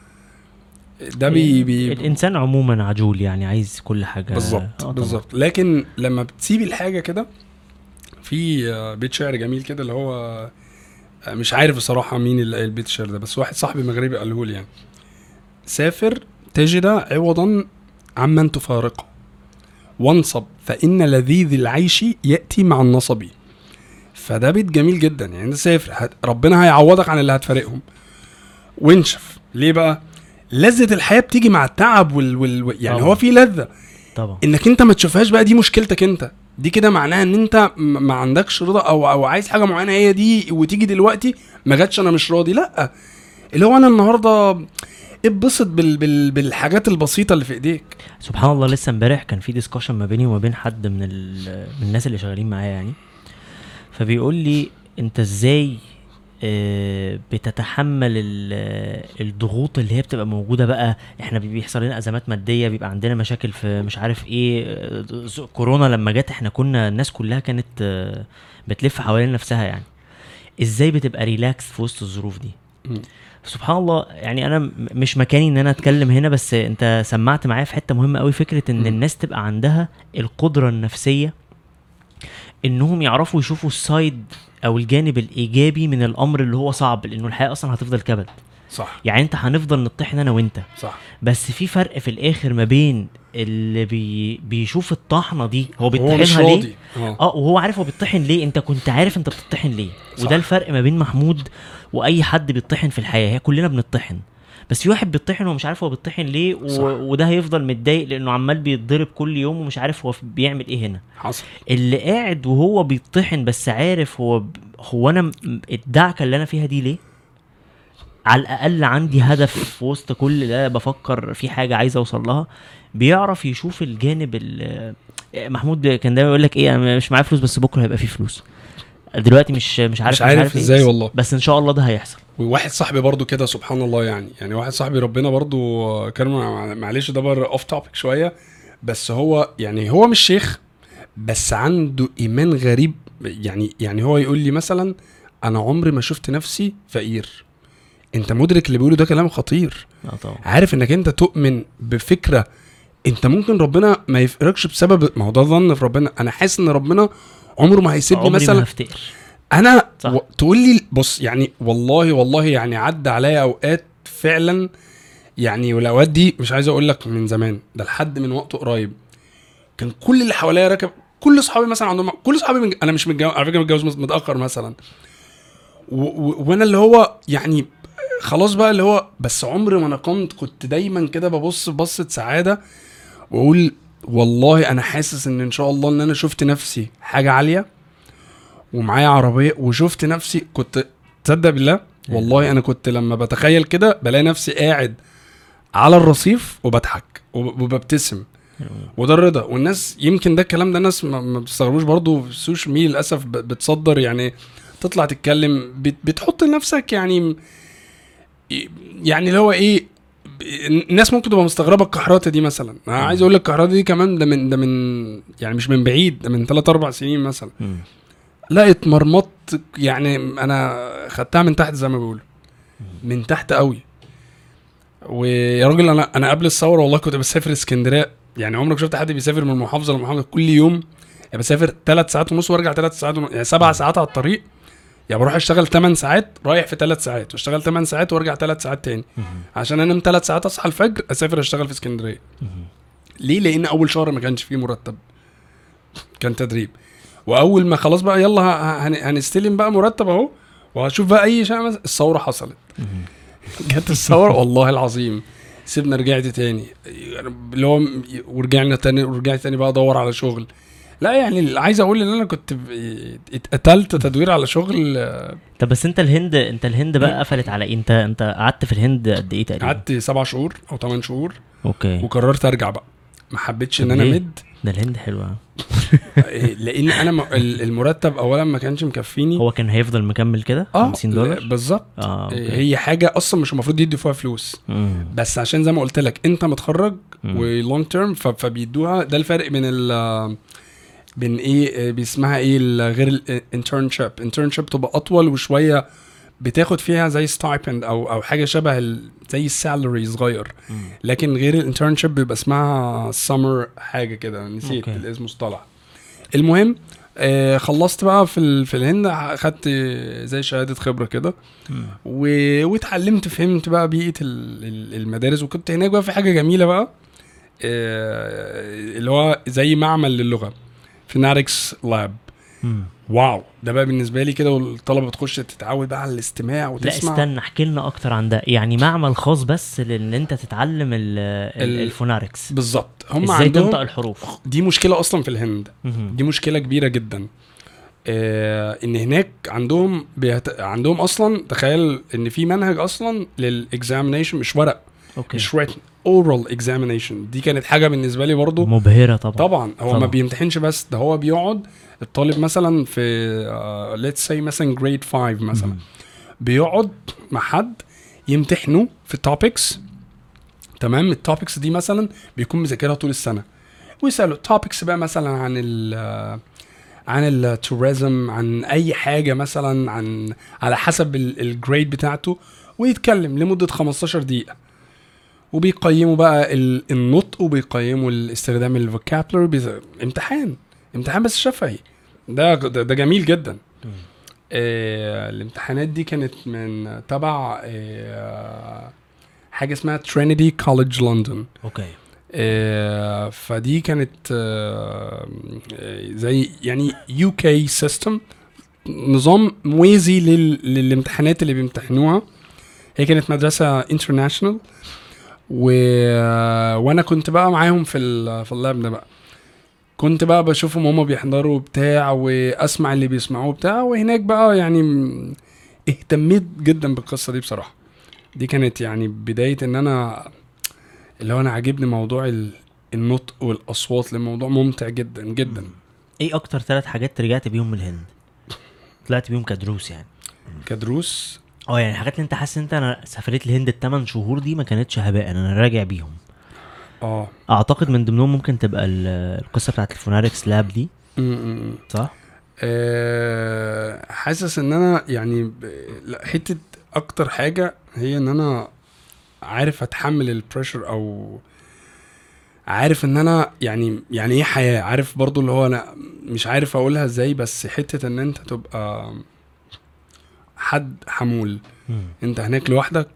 ده الانسان عموما عجول، يعني عايز كل حاجه بالظبط. لكن لما بتسيب الحاجه كده، في بيت شعر جميل كده اللي هو مش عارف بصراحه مين البيت الشعر ده، بس واحد صاحبي مغربي قاله لي يعني: سافر تجد عوضا عمن تفارقه، وانصب فإن لذيذ العيش يأتي مع النصب. فده بيت جميل جدا. يعني انت سافر ربنا هيعوضك عن اللي هتفارقهم. وانشف ليه بقى؟ لذة الحياة بتيجي مع التعب يعني طبعا. هو في لذة طبعا انك انت ما تشوفهاش بقى، دي مشكلتك انت. دي كده معناها ان انت ما عندكش رضا او عايز حاجة معينة هي دي، وتيجي دلوقتي ما جاتش انا مش راضي. لا، اللي هو انا النهاردة اتبسط بالحاجات البسيطة اللي في ايديك. سبحان الله. لسه امبارح كان في ديسكشن ما بيني وما بين حد من الناس اللي شغالين معايا يعني، فبيقول لي انت ازاي بتتحمل الضغوط اللي هي بتبقى موجودة بقى. احنا بيحصل لنا ازمات مادية، بيبقى عندنا مشاكل في مش عارف ايه. كورونا لما جت احنا كنا الناس كلها كانت بتلف حوالين نفسها. يعني ازاي بتبقى ريلاكس في وسط الظروف دي؟ سبحان الله. يعني انا مش مكاني ان انا اتكلم هنا، بس انت سمعت معايا في حتة مهمة قوي، فكرة ان الناس تبقى عندها القدرة النفسية انهم يعرفوا يشوفوا السايد او الجانب الايجابي من الامر اللي هو صعب، لانه الحياة اصلا هتفضل كبد. صح. يعني انت هنفضل نطحن انا وانت، صح، بس في فرق في الاخر ما بين اللي بيشوف الطحنة دي هو بيطحنها ليه وهو عارف هو بيطحن ليه. انت كنت عارف انت بتطحن ليه. صح. وده الفرق ما بين محمود واي حد بيطحن في الحياة. هي كلنا بنطحن، بس في واحد بيطحن ومش عارف هو بيطحن ليه وده هيفضل متضايق لانه عمال بيتضرب كل يوم ومش عارف هو بيعمل ايه هنا. حصل. اللي قاعد وهو بيطحن بس عارف هو انا الدعكة اللي انا فيها دي ليه، على الاقل عندي هدف في وسط كل ده، بفكر في حاجة عايز اوصل لها. بيعرف يشوف الجانب. محمود كان دايما يقول لك ايه، انا مش معايا فلوس بس بكره هيبقى فيه فلوس. دلوقتي مش عارف ازاي إيه، والله، بس ان شاء الله ده هيحصل. وواحد صاحبي برضو كده سبحان الله. يعني واحد صاحبي ربنا برضو كان معلش ده بره اوف توبيك شويه، بس هو يعني هو مش شيخ بس عنده ايمان غريب. يعني هو يقول لي مثلا انا عمري ما شفت نفسي فقير. انت مدرك اللي بيقوله ده كلام خطير. طبعا. عارف انك انت تؤمن بفكره انت ممكن ربنا ما يفرقش بسبب، ما هو ده ظن في ربنا. انا حاسس ان ربنا عمره ما هيسيبني مثلا. انا تقول لي بص، يعني والله يعني عدى عليا اوقات فعلا يعني، والاوقات دي مش عايز اقول لك من زمان، ده لحد من وقت قريب كان كل اللي حواليا راكب، كل اصحابي مثلا عندهم، كل اصحابي انا مش متجوز على فكره، متجوز متاخر مثلا، وانا اللي هو يعني خلاص بقى اللي هو بس عمري ما نقمت، كنت دايما كده ببص بصة سعادة واقول والله انا حاسس ان شاء الله ان انا شفت نفسي حاجة عالية ومعايا عربية، وشفت نفسي كنت تصدق بالله والله انا كنت لما بتخيل كده بلاقي نفسي قاعد على الرصيف وبضحك وببتسم، وده الرضا. والناس يمكن ده الكلام ده الناس ما بتستغربوش برضو في السوشيال ميديا للاسف، بتصدر يعني تطلع تتكلم بتحط لنفسك يعني اللي هو ايه، الناس ممكن تبقى مستغربه الكحرته دي مثلا. انا عايز اقول لك الكحرته دي كمان ده من يعني مش من بعيد، ده من 3-4 سنين مثلا. لا اتمرمطت يعني، انا خدتها من تحت زي ما بيقولوا، من تحت قوي. ويا راجل انا قبل الثوره والله كنت بسافر اسكندريه، يعني عمرك شفت حد بيسافر من محافظه لمحافظه كل يوم؟ يعني بسافر 3 ساعات ونص وارجع 3 ساعات ونص، يعني 7 ساعات على الطريق. يعني بروح اشتغل 8 ساعات رايح في 3 ساعات، واشتغل 8 ساعات وارجع 3 ساعات تاني، عشان انام 3 ساعات اصحى الفجر اسافر اشتغل في اسكندريه. ليه؟ لان اول شهر ما كانش فيه مرتب، كان تدريب. واول ما خلاص بقى يلا هنستلم بقى مرتب اهو وهشوف بقى اي شيء، الثوره حصلت. جت الثوره والله العظيم سيبنا رجعت تاني اللي هو، ورجعت تاني بقى ادور على شغل. لا يعني عايز اقول ان انا كنت اتقتلت تدوير على شغل. طب بس انت الهند بقى قفلت على ايه؟ انت قعدت في الهند قد ايه تقريبا؟ قعدت 7 شهور او 8 شهور. اوكي. وقررت ارجع بقى، ما حبيتش ان انا مد. ده الهند حلوه. لان انا المرتب اولا ما كانش مكفيني. هو كان هيفضل مكمل كده $50 بالظبط. هي حاجه اصلا مش المفروض يدوا فيها فلوس. بس عشان زي ما قلت لك انت متخرج ولونج تيرم، فبيدوها. ده الفرق بين ايه بيسمها ايه غير الانترنشيب تبقى اطول وشويه، بتاخد فيها زي ستايبند او حاجه شبه زي السالري صغير. لكن غير الانترنشيب بيبقى اسمها سمر حاجه كده، نسيت الاسم مصطلح. المهم خلصت بقى في الهند، خدت زي شهاده خبره كده واتعلمت، فهمت بقى بيئه المدارس. وكنت هناك بقى في حاجه جميله بقى، اللي هو زي معمل للغه، فيناركس لاب. واو، ده بقى بالنسبه لي كده، والطلبه بتخش تتعود بقى على الاستماع وتسمع. لا استنى احكي لنا اكتر عن ده. يعني معمل خاص بس لان انت تتعلم الفوناركس بالظبط. هم ازاي عندهم تنطق الحروف. دي مشكله اصلا في الهند. دي مشكله كبيره جدا. ان هناك عندهم اصلا، تخيل ان في منهج اصلا للاكزامينيشن، مش ورق. أوكي. مش written، oral examination. دي كانت حاجه بالنسبه لي برضو مبهره طبعا. هو ما بيمتحنش بس، ده هو بيقعد الطالب مثلا في let's say مثلا grade 5 مثلا، بيقعد مع حد يمتحنه في topics. تمام. التوبكس دي مثلا بيكون مذاكرها طول السنه، ويسالوا topics بقى مثلا عن التوريزم، عن اي حاجه مثلا، على حسب الجريد بتاعته، ويتكلم لمده 15 دقيقه. وبيقيموا بقى النطق، وبيقيموا الاستخدام الفوكابلري. امتحان بس شفهي. ده جميل جدا. الامتحانات دي كانت من تبع حاجه اسمها ترينيتي كوليدج لندن. اوكي. فدي كانت زي يعني UK سيستم، نظام موازي للامتحانات اللي بيمتحنوها. هي كانت مدرسه انترناشونال، وانا كنت بقى معاهم في اللاب ده بقى. كنت بقى بشوفهم هما بيحضروا بتاع، واسمع اللي بيسمعوه بتاع. وهناك بقى يعني اهتميت جدا بالقصه دي بصراحه. دي كانت يعني بدايه ان انا اللي هو انا عاجبني موضوع النطق والاصوات، للموضوع ممتع جدا جدا. ايه اكتر 3 حاجات رجعت بيهم من الهند، طلعت بيهم كدروس يعني؟ كدروس يعني حاجات اللي انت حاسس انت انا سافرت الهند ال8 شهور دي ما كانتش هباء، انا راجع بيهم. اعتقد من ضمنهم ممكن تبقى القصه بتاعت الفوناركس لاب دي. صح. حاسس ان انا يعني حته اكتر حاجه هي ان انا عارف اتحمل البريشر، او عارف ان انا يعني ايه حياه. عارف برضو اللي هو انا مش عارف اقولها ازاي، بس حته ان انت تبقى حد حمول. انت هناك لوحدك،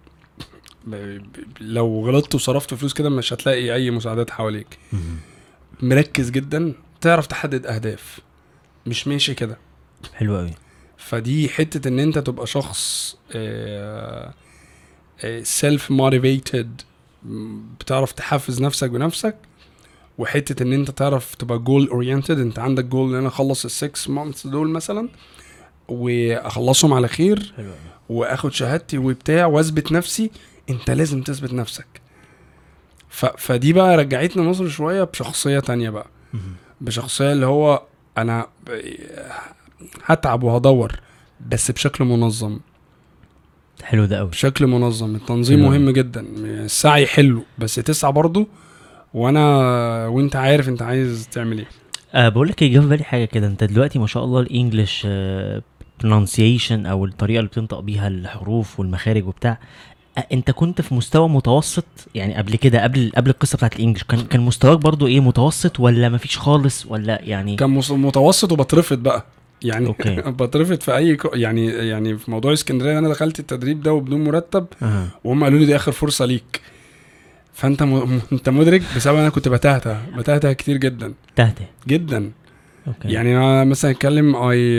لو غلطت وصرفت فلوس كده مش هتلاقي اي مساعدات حواليك. مركز جدا، تعرف تحدد اهداف، مش ماشي كده. حلو قوي. فدي حته ان انت تبقى شخص سيلف موتيفيتد، بتعرف تحفز نفسك بنفسك، وحته ان انت تعرف تبقى جول اورينتد. انت عندك جول ان انا اخلص ال6 مانثs دول مثلا واخلصهم على خير واخد شهادتي وبتاع واثبت نفسي. انت لازم تثبت نفسك. فدي بقى رجعتني مصر شويه بشخصيه تانية بقى، بشخصيه اللي هو انا هتعب وهدور بس بشكل منظم. حلو ده قوي. بشكل منظم. التنظيم مهم جدا. السعي حلو بس تسعى برضو وانت عارف انت عايز تعمل ايه. بقول لك جه في بالي حاجه كده. انت دلوقتي ما شاء الله الانجليش pronunciation او الطريقه اللي بتنطق بيها الحروف والمخارج وبتاع، انت كنت في مستوى متوسط يعني قبل كده، قبل القصه بتاعت الانجليش كان مستواك برضو ايه، متوسط ولا مفيش خالص ولا يعني؟ كان متوسط وبترفض بقى يعني. أوكي. بترفض في اي يعني في موضوع اسكندريه انا دخلت التدريب ده وبدون مرتب وهم قالوا لي دي اخر فرصه ليك. فانت انت مدرك بسبب انا كنت بتهته كتير جدا جدا. أوكي. يعني انا مثلا اتكلم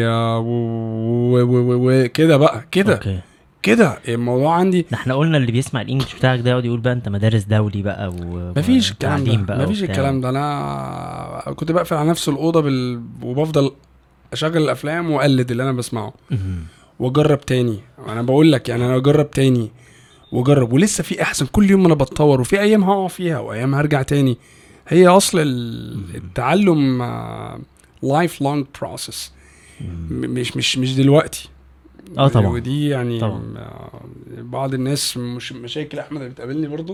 كده بقى كده الموضوع عندي. احنا قلنا اللي بيسمع الانجليش بتاعك ده يقعد يقول بقى انت مدارس دولي بقى مفيش الكلام ده. انا كنت بقفل على نفس الاوضه وبفضل اشغل الافلام واقلد اللي انا بسمعه واجرب تاني. انا بقول لك يعني انا اجرب تاني واجرب ولسه في احسن. كل يوم انا بتطور وفي ايام هقع فيها وايام هرجع تاني. هي اصل التعلم لايف لونج بروسيس، مش دلوقتي. طبعا. ودي يعني طبعا. بعض الناس مش مشاكل احمد اللي بتقابلني برضو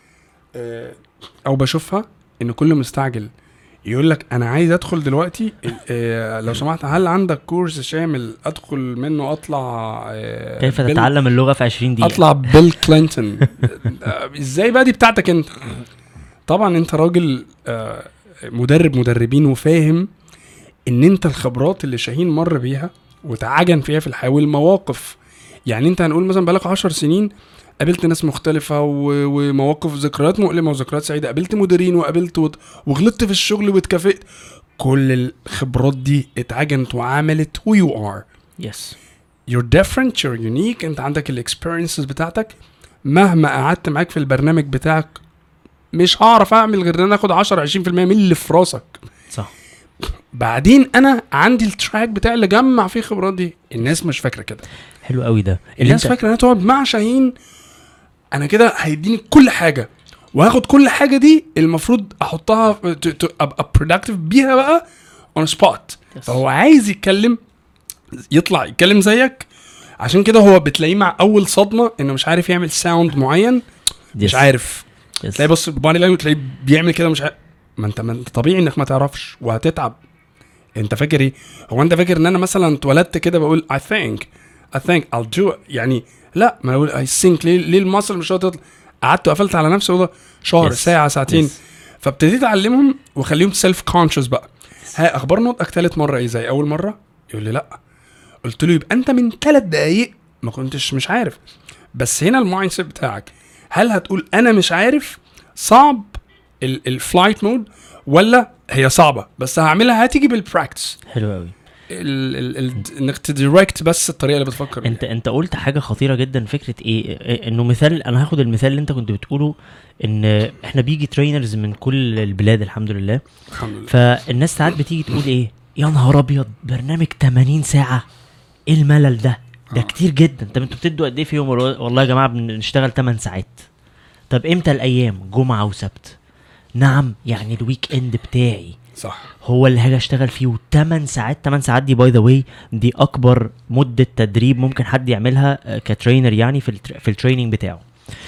او بشوفها ان كل مستعجل يقول لك انا عايز ادخل دلوقتي. لو سمحت هل عندك كورس شامل ادخل منه اطلع كيف تتعلم اللغه في 20 دقيقه، اطلع بيل كلينتون؟ ازاي بقى دي بتاعتك انت؟ طبعا انت راجل مدربين وفاهم ان انت الخبرات اللي شاهين مر بيها وتعجن فيها في الحياه والمواقف. يعني انت هنقول مثلا بقالك 10 سنين قابلت ناس مختلفة ومواقف ذكريات مؤلمة وذكريات سعيدة، قابلت مديرين وقابلت وغلطت في الشغل واتكافئت. كل الخبرات دي اتعجنت وعملت who you are. yes you're different, you're unique. انت عندك الاكسبيرينسز بتاعتك. مهما قعدت معاك في البرنامج بتاعك مش هعرف اعمل غير ان انا اخد 10-20% من اللي في راسك. صح. بعدين انا عندي التراك بتاعي اللي جمع فيه خبرات دي. الناس مش فاكرة كده. حلو قوي ده. الناس فاكرة انا تقعد مع شاهين انا كده هيديني كل حاجة وهاخد كل حاجة دي المفروض احطها ابقى productive بيها بقى on spot. فهو عايز يطلع يتكلم زيك. عشان كده هو بتلاقيه مع اول صدمة انه مش عارف يعمل ساوند معين. مش عارف. تلاقي بص باني لانه تلاقيه بيعمل كده مش عارف. ما انت طبيعي انك ما تعرفش وهتتعب. انت فاكر ايه؟ هو انت فاكر ان انا مثلا اتولدت كده بقول I think I'll do it يعني؟ لا. ما اقول I think ليه المصر مش هتطلع. قعدت وقفلت على نفسي وده شهر ساعة ساعتين. فابتديت اعلمهم وخليهم سيلف كونشس بقى. ها اخبار نطقك ثالث مرة ايه زي اول مرة؟ يقول لي لا. قلت له يبقى انت من 3 دقايق ما كنتش مش عارف. بس هنا المايند سيت بتاعك هل هتقول انا مش عارف صعب الفلايت مود ولا هي صعبة بس هعملها هتيجي بالبراكتس. حلو قوي. انك تديركت بس الطريقه اللي بتفكر بيها. انت قلت حاجه خطيره جدا. فكره ايه انه مثال، انا هاخد المثال اللي انت كنت بتقوله ان احنا بيجي ترينرز من كل البلاد الحمد لله. فالناس ساعات بتيجي تقول ايه يا نهار ابيض برنامج 80 ساعه ايه الملل ده كتير جدا. طب انتوا بتدوا قد ايه في يوم؟ والله يا جماعه بنشتغل 8 ساعات. طب امتى الايام؟ جمعه وسبت. نعم يعني الويك اند بتاعي صح هو اللي هاجي اشتغل فيه 8 ساعات. 8 ساعات دي باي ذا واي دي اكبر مده تدريب ممكن حد يعملها كترينر يعني في التريننج بتاعه.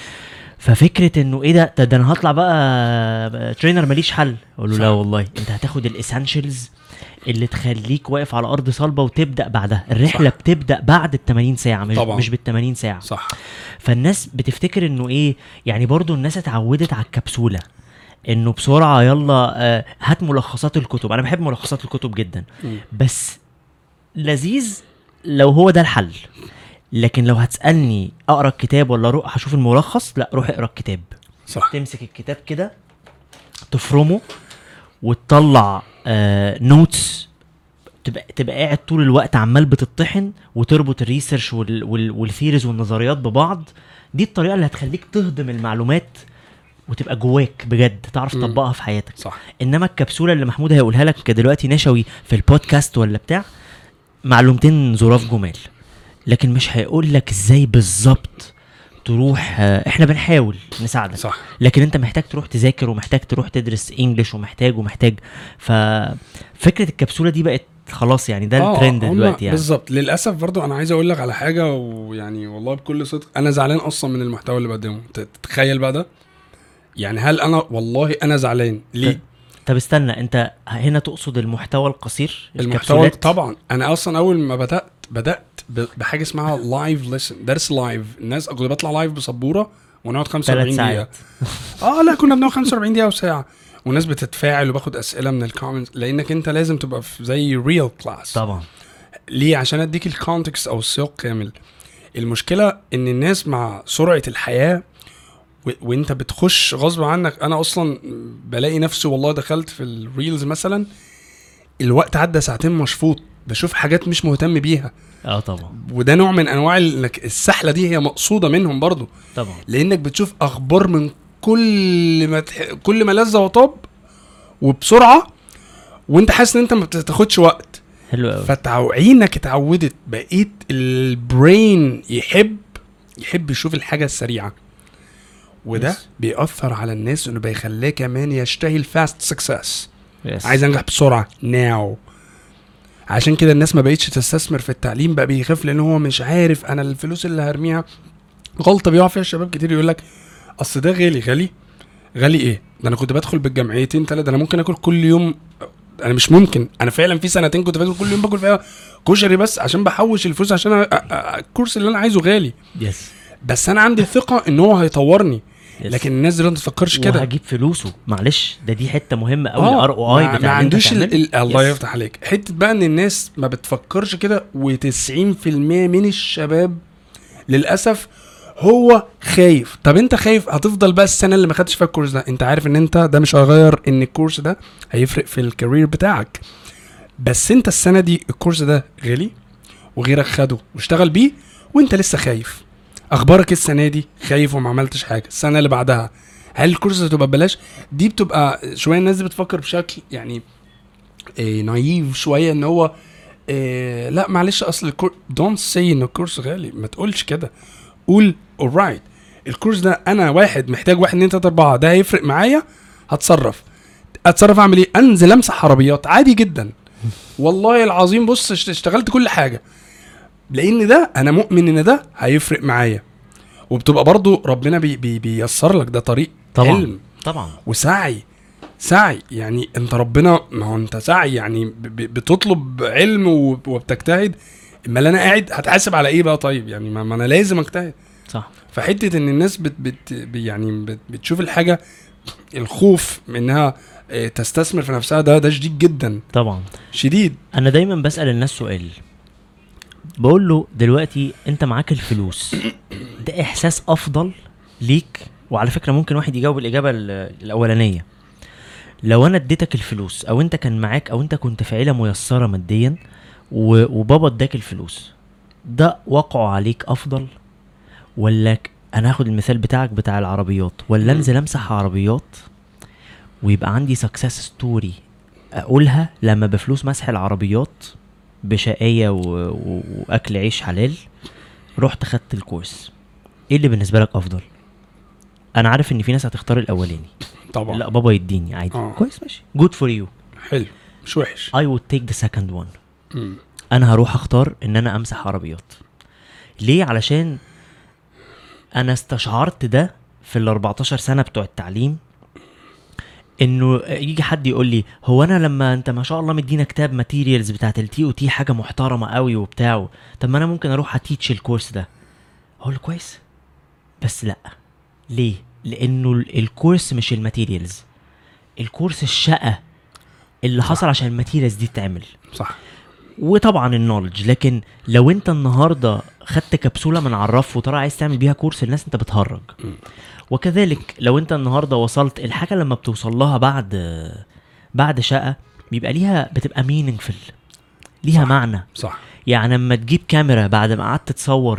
ففكره انه ايه ده انا هطلع بقى ترينر ماليش حل. اقول له لا والله انت هتاخد الاسنشلز اللي تخليك واقف على ارض صلبه وتبدا بعدها. الرحله صح. بتبدا بعد ال80 ساعه مش بال80 ساعه. صح. فالناس بتفتكر انه ايه يعني. برضو الناس اتعودت على الكبسوله انه بسرعه يلا هات ملخصات الكتب. انا بحب ملخصات الكتب جدا بس لذيذ لو هو ده الحل. لكن لو هتسالني اقرا الكتاب ولا اروح اشوف الملخص، لا روح اقرا الكتاب. صح. تمسك الكتاب كده تفرمه وتطلع نوتس تبقى قاعد طول الوقت عمال بتطحن وتربط الريسيرش والثيريز والنظريات ببعض. دي الطريقه اللي هتخليك تهضم المعلومات وتبقى جواك بجد تعرف تطبقها في حياتك. صح. انما الكبسوله اللي محمود هيقولها لك دلوقتي نشوي في البودكاست ولا بتاع معلومتين ظراف جمال، لكن مش هيقول لك ازاي بالظبط تروح. احنا بنحاول نساعدك صح. لكن انت محتاج تروح تذاكر ومحتاج تروح تدرس انجليش ومحتاج. ففكره الكبسوله دي بقت خلاص يعني ده الترند دلوقتي يعني. بالظبط. للاسف برضو انا عايز اقول لك على حاجه، ويعني والله بكل صدق انا زعلان اصلا من المحتوى اللي بقدمه. تتخيل بقى ده يعني؟ هل انا والله انا زعلان ليه؟ طب استنى، انت هنا تقصد المحتوى القصير؟ المحتوى طبعا. انا اصلا اول ما بدات بحاجه اسمها لايف ليسن، درس لايف. الناس كنت بطلع لايف بسبوره ونقعد 45 دقيقه. لا كنا بنقعد 45 دقيقه وساعه، والناس بتتفاعل وباخد اسئله من الكومنتس، لانك انت لازم تبقى في زي ريل كلاس. طبعا. ليه؟ عشان اديك الكونتكست او السياق كامل. المشكله ان الناس مع سرعه الحياه وانت بتخش غصب عنك. انا اصلا بلاقي نفسي والله دخلت في الريلز مثلا الوقت عدى ساعتين مشفوط، بشوف حاجات مش مهتم بيها. طبعا. وده نوع من انواع السحله دي، هي مقصوده منهم برضو طبعا، لانك بتشوف اخبار من كل ما لذة وطاب وبسرعه، وانت حاسس ان انت ما بتاخدش وقت. حلو قوي. فتعوينك اتعودت، بقيت البرين يحب يشوف الحاجه السريعه، وده بيأثر على الناس انه بيخليه كمان يشتهي الفاست سكسس. عايز انجح بسرعه ناو. عشان كده الناس ما بقيتش تستثمر في التعليم، بقى بيخاف لان هو مش عارف انا الفلوس اللي هرميها. غلطه بيقع فيها الشباب كتير، يقول لك اصل ده غالي ايه ده؟ انا كنت بدخل بالجمعيتين 3، انا ممكن اكل كل يوم. انا مش ممكن، انا فعلا في سنتين كنت باكل كل يوم، باكل فيها كشري بس عشان بحوش الفلوس عشان الكورس اللي انا عايزه غالي. بس انا عندي ثقه ان هو هيطورني. لكن الناس دي ما تفكرش كده، وهجيب فلوسه. معلش دي حته مهمه قوي. الROI ما عندوش الله يفتح عليك. حته بقى ان الناس ما بتفكرش كده، و90% من الشباب للاسف هو خايف. طب انت خايف هتفضل بقى السنه اللي ما خدتش فيها الكورس ده، انت عارف ان انت ده مش هيغير، ان الكورس ده هيفرق في الكارير بتاعك، بس انت السنه دي الكورس ده غالي وغيرك خده واشتغل بيه وانت لسه خايف. اخبارك السنه دي خايف وما عملتش حاجه، السنه اللي بعدها هل الكورس هتبقى ببلاش؟ دي بتبقى شويه الناس دي بتفكر بشكل يعني نايف شويه، ان هو لا معلش اصل الكورس. دونت سي ان الكورس غالي، ما تقولش كده. قول alright الكورس ده انا واحد محتاج 1 2 3 4 ده هيفرق معايا، هتصرف اعمل ايه؟ انزل امسح عربيات عادي جدا والله العظيم. بص اشتغلت كل حاجه لان ده انا مؤمن ان ده هيفرق معايا، وبتبقى برضو ربنا بييسر لك ده طريق طبعا. علم طبعا وسعي يعني انت ربنا، ما هو انت سعي يعني بتطلب علم وبتجتهد. اما انا قاعد هتحاسب على ايه بقى؟ طيب يعني ما انا لازم اجتهد. صح. فحته ان الناس بتشوف الحاجه الخوف منها تستثمر في نفسها، ده شديد جدا. طبعا شديد. انا دايما بسأل الناس سؤال، بقول له دلوقتي انت معاك الفلوس، ده احساس افضل ليك؟ وعلى فكرة ممكن واحد يجاوب الاجابة الاولانية. لو انا اديتك الفلوس، او انت كان معاك، او انت كنت في عيلة ميسرة ماديا وبابا اداك الفلوس، ده وقعه عليك افضل؟ ولا انا هاخد المثال بتاعك بتاع العربيات، ولا انزل امسح عربيات ويبقى عندي سكسس ستوري اقولها لما بفلوس مسح العربيات بشقاية واكل عيش حلال رحت خدت الكورس؟ ايه اللي بالنسبة لك افضل؟ انا عارف ان في ناس هتختار الاولاني طبعا، لا بابا يديني عادي. كويس ماشي، good for you، حلو مش وحش. I would take the second one. انا هروح اختار ان انا امسح عربيات. ليه؟ علشان انا استشعرت ده في ال14 سنة بتوع التعليم، انه يجي حد يقول لي هو انا لما انت ما شاء الله مدينا كتاب ماتيريالز بتاعت الTOT حاجة محترمة قوي وبتاعه، طب ما انا ممكن اروح اتيتش الكورس ده. اقول له كويس، بس لا. ليه؟ لانه الكورس مش الماتيريالز، الكورس الشقة اللي حصل عشان الماتيريالز دي تعمل. صح. وطبعا النولج. لكن لو انت النهاردة خدت كبسولة من عرف وترى عايز تعمل بيها كورس الناس، انت بتهرج. وكذلك لو انت النهاردة وصلت الحاجة لما بتوصل لها بعد شقة بيبقى ليها، بتبقى meaningful. ليها صح. معنى. صح. يعني لما تجيب كاميرا بعد ما قعدت تصور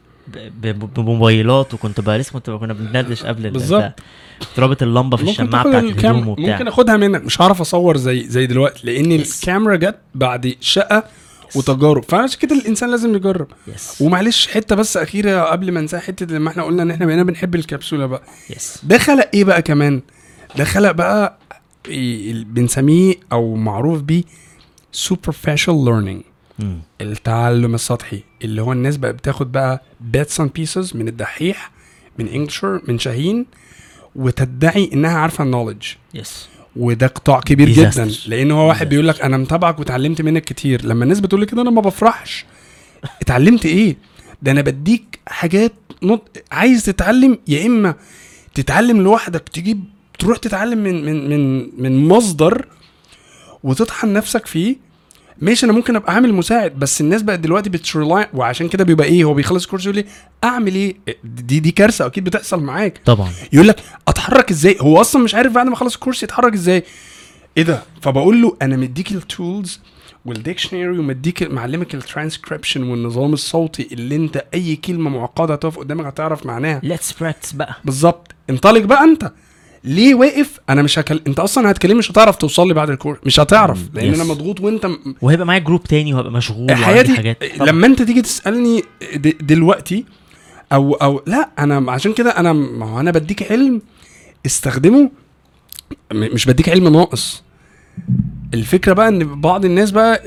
بموبايلات، وكنت بقى لسه كنا بندردش قبل بالظبط. ترابط اللمبه في الشماعه بتاعت الهدوم وبتاع. ممكن اخدها منك، مش هعرف اصور زي دلوقتي لان الكاميرا جت بعد شقه وتجارب. فعشان كده الانسان لازم يجرب. ومعلش حته بس اخيره قبل ما انسى، حته لما احنا قلنا ان احنا بقينا بنحب الكبسوله بقى، ده خلق ايه بقى كمان؟ ده خلق بقى بنسميه او معروف بيه superficial learning، التعلم السطحي، اللي هو الناس بقى بتاخد بقى bits and pieces من الدحيح، من انجلشر، من شاهين، وتدعي انها عارفه النوليدج. وده قطاع كبير جدا، لان هو واحد بيقول لك انا متابعك وتعلمت منك كتير. لما الناس بتقول لي كده انا ما بفرحش. اتعلمت ايه؟ ده انا بديك حاجات عايز تتعلم، يا اما تتعلم لوحدك، تروح تتعلم من مصدر وتطحن نفسك فيه. ماشي، انا ممكن ابقى عامل مساعد، بس الناس بقت دلوقتي بتريلاي، وعشان كده بيبقى ايه، هو بيخلص الكورس يقول لي اعمل ايه. دي كارثه اكيد بتحصل معاك طبعا. يقول لك اتحرك ازاي، هو اصلا مش عارف بعد ما خلص الكورس يتحرك ازاي. ايه ده؟ فبقول له انا مديك التولز والديكشنري، ومديك معلمك الترانسكريبشن والنظام الصوتي اللي انت اي كلمه معقده هتقف قدامك هتعرف معناها. ليتس براكتس بقى. بالظبط. انطلق بقى انت. ليه واقف؟ انا مش انت اصلا هتكلم مش هتعرف توصل لي بعد الكورس، مش هتعرف لان انا مضغوط، وانت وهيبقى معايا جروب تاني وهبقى مشغول وعندي حاجات. لما انت تيجي تسالني دلوقتي او لا، انا عشان كده انا ما هو انا بديك علم استخدمه، مش بديك علم ناقص. الفكره بقى ان بعض الناس بقى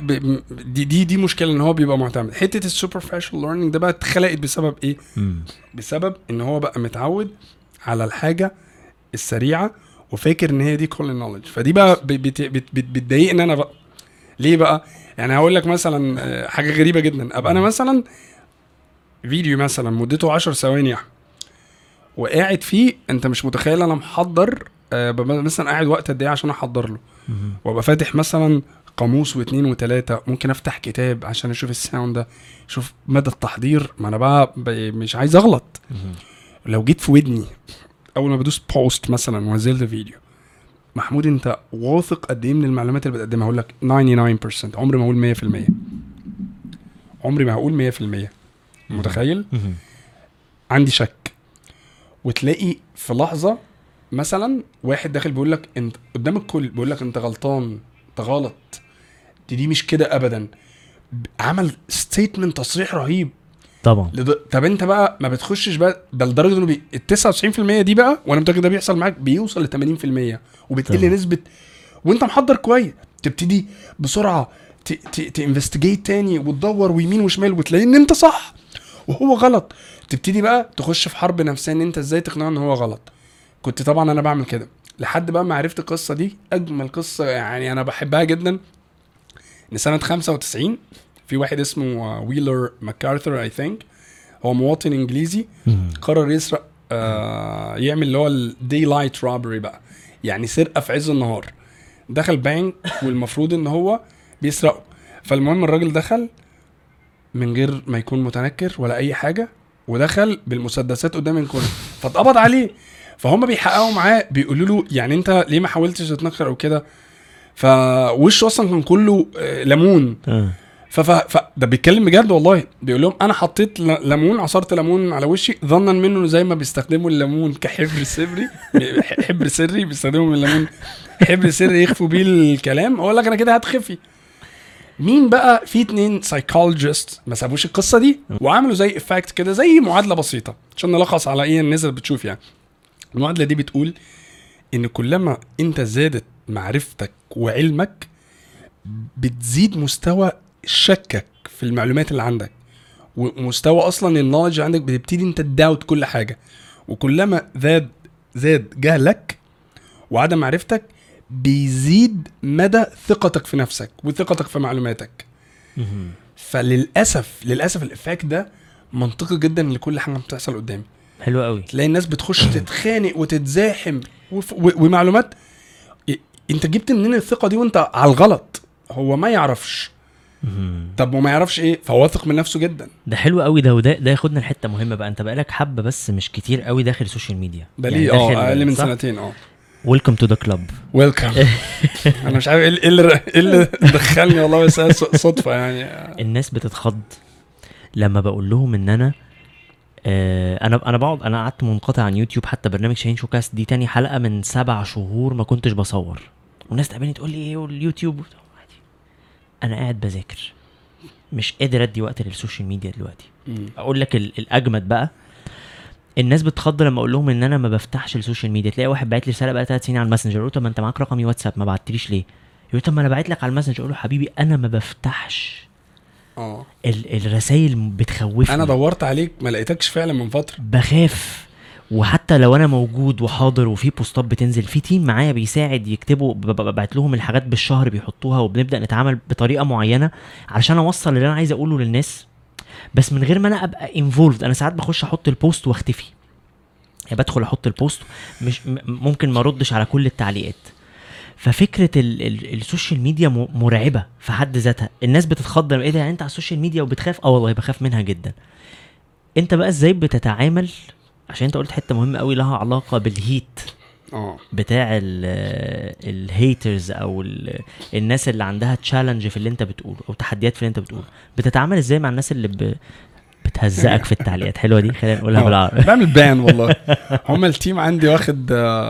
دي مشكله، ان هو بيبقى معتمد حته السوبرفيشال ليرنينج ده بقى اتخلقت بسبب ايه؟ بسبب ان هو بقى متعود على الحاجه السريعه وفاكر ان هي دي كل النوليدج. فدي بقى بتضايقني انا بقى. ليه بقى؟ يعني هقول لك مثلا حاجه غريبه جدا. ابقى انا مثلا فيديو مثلا مدته 10 ثواني وقاعد فيه، انت مش متخيل انا محضر مثلا قاعد وقت قد ايه عشان احضر له، وابقى فاتح مثلا قاموس واثنين وثلاثه، ممكن افتح كتاب عشان اشوف الساوند ده، شوف مدى التحضير. ما انا بقى مش عايز اغلط. لو جيت في ودني اول ما بدوس بوست مثلا ونزلت فيديو، محمود انت واثق قد ايه من المعلومات اللي بتقدمها؟ اقول لك 99%. عمري ما اقول 100%. عمري ما هقول 100%. متخيل؟ عندي شك. وتلاقي في لحظه مثلا واحد داخل بيقول لك انت قدام الكل، بيقول لك انت غلطان، انت غلط، دي مش كده ابدا. عمل ستيتمنت، تصريح رهيب طبعا. طب انت بقى ما بتخشش بقى ده لدرجه انه ال 99% دي بقى، وانا متاكد ده بيحصل معاك، بيوصل ل 80% وبتقل نسبه. وانت محضر كويس تبتدي بسرعه تانفستيجيت تاني وتدور ويمين وشمال وتلاقي ان انت صح وهو غلط. تبتدي بقى تخش في حرب نفسيه ان انت ازاي تقنعه ان هو غلط. كنت طبعا انا بعمل كده لحد بقى ما عرفت القصه دي. اجمل قصه يعني انا بحبها جدا، ان سنه 95 في واحد اسمه ويلر ماكارثر اي ثينك، هو مواطن انجليزي قرر يسرق يعمل اللي هو الدي لايت رابري بقى، يعني سرقه في عز النهار. دخل بانك والمفروض ان هو بيسرقه. فالمهم الراجل دخل من غير ما يكون متنكر ولا اي حاجه، ودخل بالمسدسات قدام الكل، فاتقبض عليه. فهم بيحققوا معاه بيقولوا له يعني انت ليه ما حاولتش تتنكر او كده؟ فوشه اصلا كان كله ليمون. ده بيتكلم بجد والله. بيقول لهم انا حطيت ليمون، عصرت ليمون على وشي ظنا منه زي ما بيستخدموا الليمون كحبر سري حبر سري بيستخدموا من الليمون حبر سري يخفوا بيه الكلام. اقول لك انا كده هتخفي. مين بقى؟ في 2 سايكولوجيست ما سابوش القصه دي وعملوا زي افكت كده، زي معادله بسيطه عشان نلخص على ايه الناس اللي بتشوف. يعني المعادله دي بتقول ان كلما انت زادت معرفتك وعلمك بتزيد مستوى شكك في المعلومات اللي عندك، ومستوى اصلا النولج عندك بتبتدي انت تداوت كل حاجه. وكلما زاد جهلك وعدم معرفتك بيزيد مدى ثقتك في نفسك وثقتك في معلوماتك. فللاسف الافكت ده منطقي جدا لكل حاجه بتحصل قدامي. حلو قوي. تلاقي الناس بتخش تتخانق وتتزاحم ومعلومات. انت جبت منين الثقه دي وانت على الغلط؟ هو ما يعرفش. طب وما يعرفش ايه؟ فهو واثق من نفسه جدا. ده حلو قوي ده. وده ياخدنا لحته مهمه بقى. انت بقالك حبه بس مش كتير قوي داخل السوشيال ميديا. ده ليه؟ اقل من 2 سنين. ويلكم تو ذا كلاب. ويلكم. انا مش عارف ايه اللي دخلني والله، بس صدفه يعني. الناس بتتخض لما بقول لهم ان انا انا قعدت منقطع عن يوتيوب، حتى برنامج شاهين شوكاست دي تاني حلقه من 7 شهور ما كنتش بصور، والناس تقابلني تقول لي ايه واليوتيوب. انا قاعد بذاكر، مش قادر ادي وقت للسوشيال ميديا دلوقتي. اقول لك الاجمد بقى، الناس بتخض لما اقول لهم ان انا ما بفتحش السوشيال ميديا. تلاقي واحد باعت لي رساله بقى 3 سنين على الماسنجر، اقول له طب ما انت معاك رقمي واتساب ما بعتليش ليه؟ يقول طب ما انا باعت لك على الماسنجر. اقول له حبيبي انا ما بفتحش. الرسائل بتخوفني. انا دورت عليك ما لقيتكش فعلا من فتره، بخاف. وحتى لو انا موجود وحاضر وفي بوستات بتنزل، في تيم معايا بيساعد يكتبوا، ببعت لهم الحاجات بالشهر بيحطوها، وبنبدا نتعامل بطريقه معينه علشان اوصل اللي انا عايز اقوله للناس، بس من غير ما انا ابقى انفولد. انا ساعات بخش احط البوست واختفي، يعني بدخل احط البوست مش ممكن ما ردش على كل التعليقات. ففكره السوشيال ميديا مرعبه في حد ذاتها. الناس بتتخض ايه ده يعني انت على السوشيال ميديا وبتخاف؟ والله بخاف منها جدا. انت بقى ازاي بتتعامل؟ عشان انت قلت حته مهمه قوي لها علاقه بالهيت بتاع الهيترز او الناس اللي عندها تشالنج في اللي انت بتقوله او تحديات في اللي انت بتقوله. بتتعامل ازاي مع الناس اللي بتهزقك في التعليقات؟ حلوه دي، خلينا نقولها بالعربي. بعمل بان والله. هم التيم عندي واخد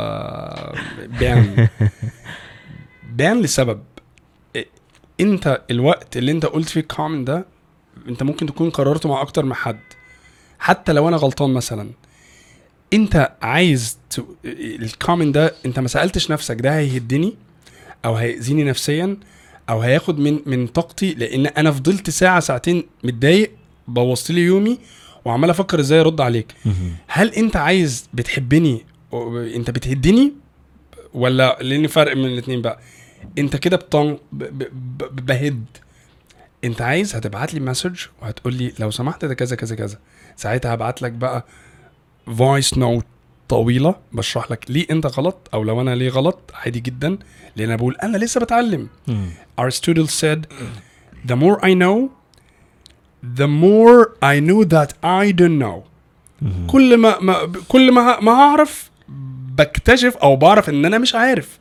بان لسبب. انت الوقت اللي انت قلت فيه كومنت ده انت ممكن تكون قررته مع اكتر من حد، حتى لو انا غلطان مثلا. انت عايز الكومنت ده انت ما سألتش نفسك ده هيهدني او هيأذيني نفسيا او هياخد من طاقتي، لان انا فضلت ساعة ساعتين متضايق بوظت لي يومي وعمال افكر ازاي ارد عليك. هل انت عايز بتحبني انت بتهدني، ولا لان فرق من الاثنين بقى؟ انت كده بهد. انت عايز هتبعت لي مسج وهتقول لي لو سمحت ده كذا كذا كذا، ساعتها هبعت لك بقى فويس نوت طويله بشرح لك ليه انت غلط، او لو انا ليه غلط عادي جدا، لان انا بقول انا لسه بتعلم. Aristotle said the more I know the more I know that I don't know. كل ما هعرف بكتشف او بعرف ان انا مش عارف.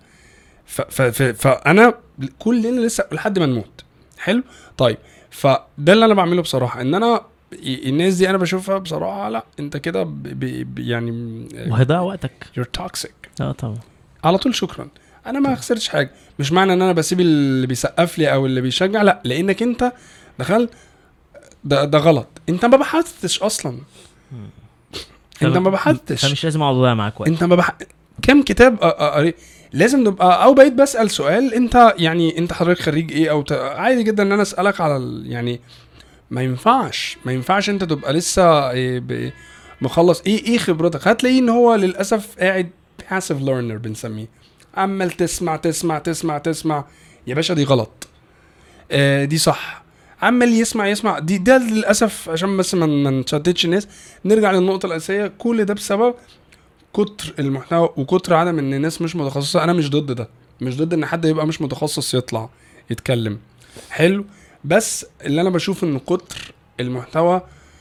فانا كلنا لسه لحد ما نموت. حلو. طيب فده اللي انا بعمله بصراحه، ان انا الناس دي انا بشوفها بصراحه لا انت كده يعني وهيضيع وقتك. you're toxic. طبعا على طول شكرا. انا ما خسرتش حاجه. مش معنى ان انا بسيب اللي بيسقف لي او اللي بيشجع، لا، لانك انت دخل ده غلط. انت ما بحثتش اصلا. انت ما بحثتش، فمش لازم اقعد اضيع معاك وقت. انت ما كم كتاب لازم نبقى او بقيت بسأل سؤال انت يعني انت حضرتك خريج ايه او عادي جدا ان انا اسالك على يعني ما ينفعش انت تبقى لسه مخلص ايه خبرتك. هتلاقيه ان هو للاسف قاعد passive learner بنسميه، عمال تسمع يا باشا دي غلط، دي صح، عمال يسمع دي ده للاسف. عشان بس ما نشتتش الناس، نرجع للنقطه الاساسيه. كل ده بسبب كتر المحتوى وكتر عدم ان الناس مش متخصصه. انا مش ضد ده، مش ضد ان حد يبقى مش متخصص يطلع يتكلم، حلو. بس اللي انا بشوف ان كتر المحتوى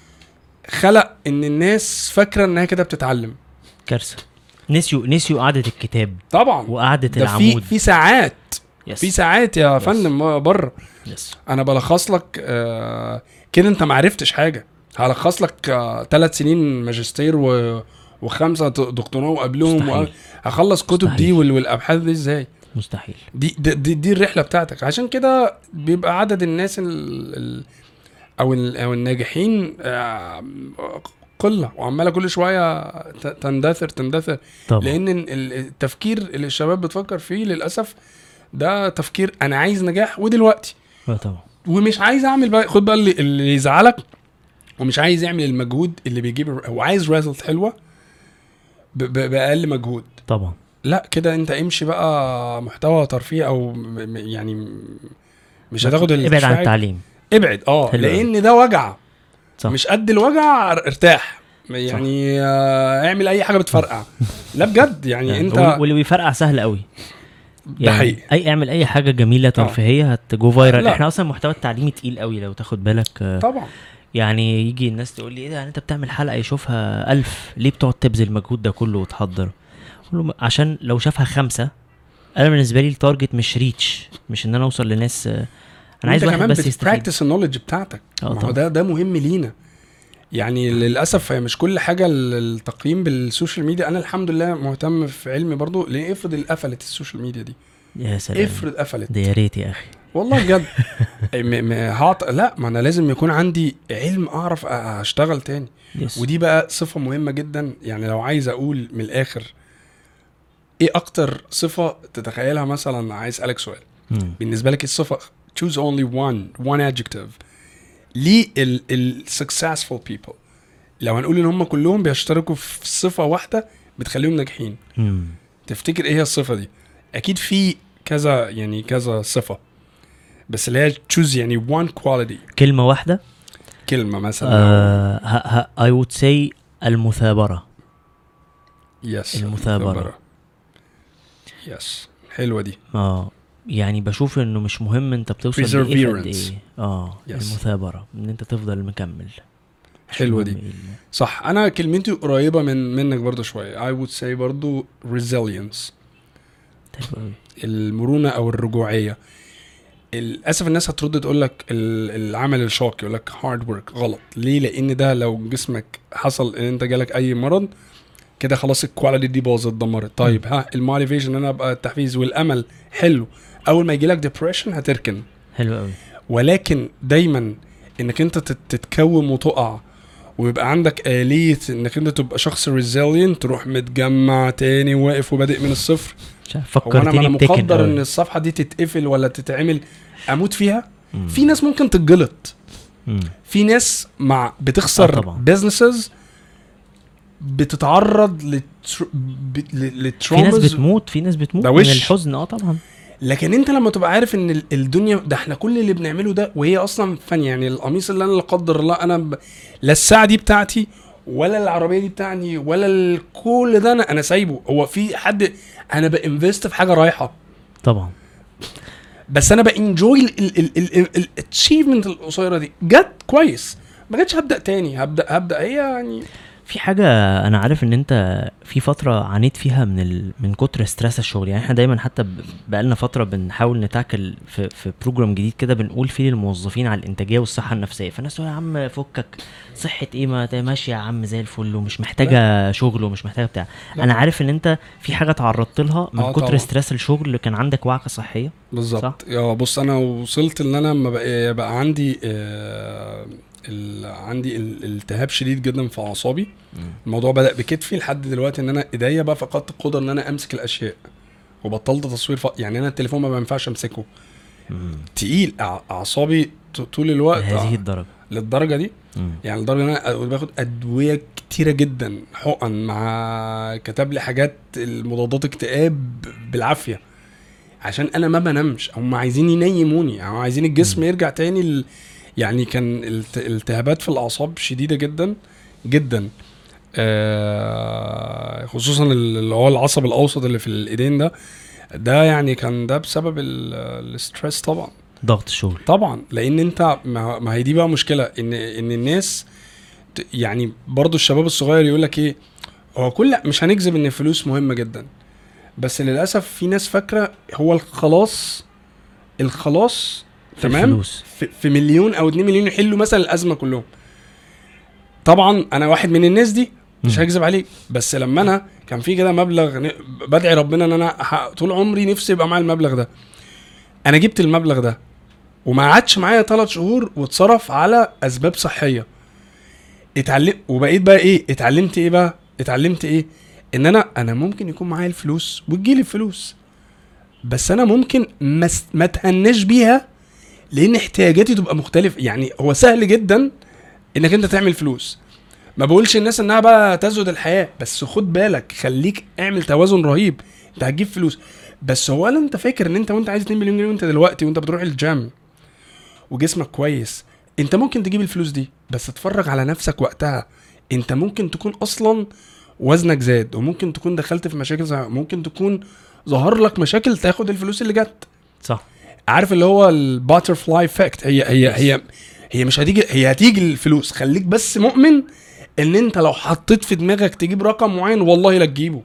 خلق ان الناس فاكره انها كده بتتعلم. كارثه. نسيوا قعده الكتاب طبعا وقعده العمود. في ساعات في ساعات يا فندم بره. انا بلخص لك كده انت ما عرفتش حاجه. هلخص لك 3 سنين ماجستير و5 دكتوراه وقبلهم، هخلص كتب دي والابحاث دي ازاي؟ مستحيل. دي الرحله بتاعتك. عشان كده بيبقى عدد الناس او الناجحين قله، وعماله كل شويه تندثر طبعا. لان التفكير اللي الشباب بتفكر فيه للاسف ده تفكير انا عايز نجاح ودلوقتي طبعا، ومش عايز اعمل بقى. خد بقى اللي يزعلك، ومش عايز يعمل المجهود اللي بيجيب، هو عايز ريزلت حلوه باقل مجهود. طبعا لا كده انت امشي بقى محتوى ترفيه او يعني مش هتاخد ابعد عن التعليم، ابعد. لان ده وجع. صح. مش قد الوجع ارتاح يعني. اعمل اي حاجه بتفرقع. لا بجد يعني انت واللي بيفرقع سهل قوي يعني. اعمل اي حاجه جميله ترفيهيه هتجو فايرال. احنا اصلا المحتوى التعليمي تقيل قوي لو تاخد بالك. طبعا يعني يجي الناس تقول لي ايه ده انت بتعمل حلقه يشوفها 1000 ليه بتقعد تبذل المجهود ده كله وتحضر؟ عشان لو شافها 5. انا بالنسبه لي التارجت مش ريتش، مش ان انا اوصل لناس، انا عايز واحد بس يستفيد. براكتس النولج بتاعتك. ما هو ده مهم لينا يعني. للاسف هي مش كل حاجه التقييم بالسوشيال ميديا. انا الحمد لله مهتم في علمي برضو. ليه افرض قفلت السوشيال ميديا دي؟ يا سلام، افرض قفلت، ده يا ريت يا اخي والله بجد. لا، ما انا لازم يكون عندي علم اعرف اشتغل تاني. ودي بقى صفه مهمه جدا. يعني لو عايز اقول من الاخر ايه اكتر صفه تتخيلها، مثلا عايز اسالك سؤال. بالنسبه لك الصفه choose only one adjective ليه ال successful people، لو هنقول ان هم كلهم بيشتركوا في صفه واحده بتخليهم ناجحين، تفتكر ايه هي الصفه دي؟ اكيد في كذا يعني كذا صفه، بس اللي هي choose يعني one quality. كلمه واحده، كلمه مثلا I would say المثابره. المثابره. يس، حلوه دي. يعني بشوف انه مش مهم انت بتوصل لايه. المثابره، ان انت تفضل مكمل. حلوه دي. صح. انا كلمتي قريبه منك برضو شويه. I would say برضو resilience، المرونه او الرجوعيه. للاسف الناس هترد تقول لك العمل الشاق، يقول لك hard work. غلط. ليه؟ لان ده لو جسمك حصل ان انت جالك اي مرض كده خلاص الكواليتي دي باظت، اتدمرت. طيب الموتيفيشن انا ابقى التحفيز والامل حلو، اول ما يجيلك ديبريشن هتركن. حلو قوي. ولكن دايما انك انت تتكوم وتقع ويبقى عندك آلية انك انت تبقى شخص ريزيلينت، تروح متجمع تاني واقف وبادئ من الصفر. فكرتني انا مقدر ان الصفحة دي تتقفل ولا تتعمل اموت فيها. في ناس ممكن تتجلط، في ناس بتخسر بيزنسز، بتتعرض للتروماز. في ناس بتموت من الحزن. طبعا. لكن انت لما تبقى عارف ان الدنيا ده احنا كل اللي بنعمله ده وهي اصلا فن. يعني القميص اللي انا لا قدر الله انا لا الساعه دي بتاعتي ولا العربيه دي بتاعتي ولا كل ده انا سايبه. هو في حد انا بانفست في حاجه رايحه طبعا، بس انا بانجوي الاتشيفمنت القصيره دي. جت كويس، ما جتش هبدا تاني. هبدا هي يعني. في حاجة أنا عارف إن أنت في فترة عانيت فيها من كتر ستريس الشغل. يعني إحنا دايما حتى بقالنا فترة بنحاول نتاكل في بروجرام جديد كده بنقول فيه للموظفين على الإنتاجية والصحة النفسية. فالناس تقول يا عم فكك، صحة إيه، ما ماشي يا عم زي الفل ومش محتاجة شغل ومش محتاجة بتاع. أنا عارف إن أنت في حاجة تعرضت لها من كتر ستريس الشغل اللي كان عندك وعكة صحية. بالظبط. يا بص، أنا وصلت إن أنا لما بقى عندي عندي التهاب شديد جدا في اعصابي. الموضوع بدأ بكتفي لحد دلوقتي ان انا ايديا بقى فقدت القدره ان انا امسك الاشياء، وبطلت تصوير يعني انا التليفون ما بينفعش امسكه. تقيل اعصابي طول الوقت هذه الدرجه، للدرجه دي. يعني لدرجه ان انا باخد ادويه كتيره جدا، حقن، مع كتب لي حاجات المضادات اكتئاب بالعافيه عشان انا ما بنامش. هم عايزين ينيموني او عايزين الجسم يرجع تاني يعني كان التهابات في الاعصاب شديده جدا جدا، خصوصا اللي هو العصب الاوسط اللي في الايدين ده يعني كان ده بسبب الستريس طبعا، ضغط الشغل طبعا. لان انت ما هي دي بقى مشكله ان الناس يعني برضو الشباب الصغير يقول لك ايه، هو مش هنكذب ان الفلوس مهمه جدا، بس للاسف في ناس فاكره هو الخلاص تمام في مليون او 2 مليون يحلوا مثلا الازمه كلهم. طبعا انا واحد من الناس دي، مش هكذب عليك. بس لما انا كان في كده مبلغ بدعي ربنا ان انا طول عمري نفسي يبقى معايا المبلغ ده، انا جبت المبلغ ده وما قعدش معايا 3 شهور واتصرف على اسباب صحيه. وبقيت بقى ايه، اتعلمت ايه ان انا ممكن يكون معايا الفلوس وتجيلي الفلوس، بس انا ممكن ما اتهنش بيها لان احتياجاتي تبقى مختلفه. يعني هو سهل جدا انك انت تعمل فلوس، ما بقولش الناس انها بقى تزود الحياه، بس خد بالك، خليك اعمل توازن رهيب. انت هتجيب فلوس، بس هو انت فاكر ان انت وانت عايز 2 مليون جنيه وانت دلوقتي وانت بتروح الجيم وجسمك كويس انت ممكن تجيب الفلوس دي؟ بس اتفرج على نفسك وقتها. انت ممكن تكون اصلا وزنك زاد، وممكن تكون دخلت في مشاكل، ممكن تكون ظهر لك مشاكل تاخد الفلوس اللي جت. صح. عارف اللي هو الباترفلاي افكت. هي مش هتيجي، هي هتيجي الفلوس. خليك بس مؤمن ان انت لو حطيت في دماغك تجيب رقم معين والله لا تجيبه.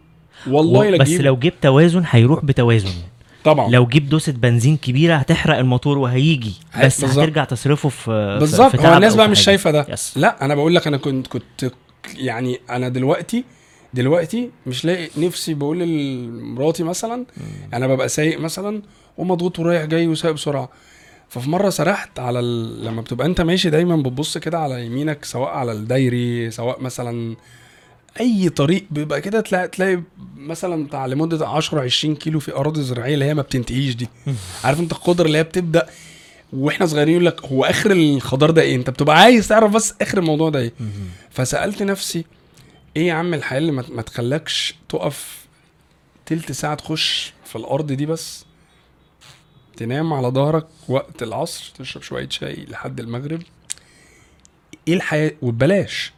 والله لا بس تجيبه. لو جبت توازن هيروح بتوازن. طبعا لو جيب دوسة بنزين كبيرة هتحرق الموتور وهيجي، بس بالظبط. هترجع تصرفه في بالظبط. في هو تعب الناس أو بقى في مش حاجة. شايفه ده. يس. لا انا بقول لك، انا كنت يعني انا دلوقتي مش لاقي نفسي بقول لمراتي مثلا، انا ببقى سايق مثلا ومضغوط ورايح جاي وسايق بسرعه، ففي مره سرحت على لما بتبقى انت ماشي دايما بتبص كده على يمينك، سواء على الدايري سواء مثلا اي طريق بيبقى كده، تلاقي مثلا بتاع لمده 10 20 كيلو في اراضي زراعيه اللي هي ما بتنتهيش دي. عارف انت القدر اللي هي بتبدا واحنا صغيرين يقول لك هو اخر الخضار ده ايه، انت بتبقى عايز تعرف بس اخر الموضوع ده ايه. فسالت نفسي ايه يا عم الحياه اللي ما تخلكش تقف تلت ساعه تخش في الارض دي، بس تنام على ظهرك وقت العصر تشرب شويه شاي لحد المغرب. ايه الحياه وببلاش.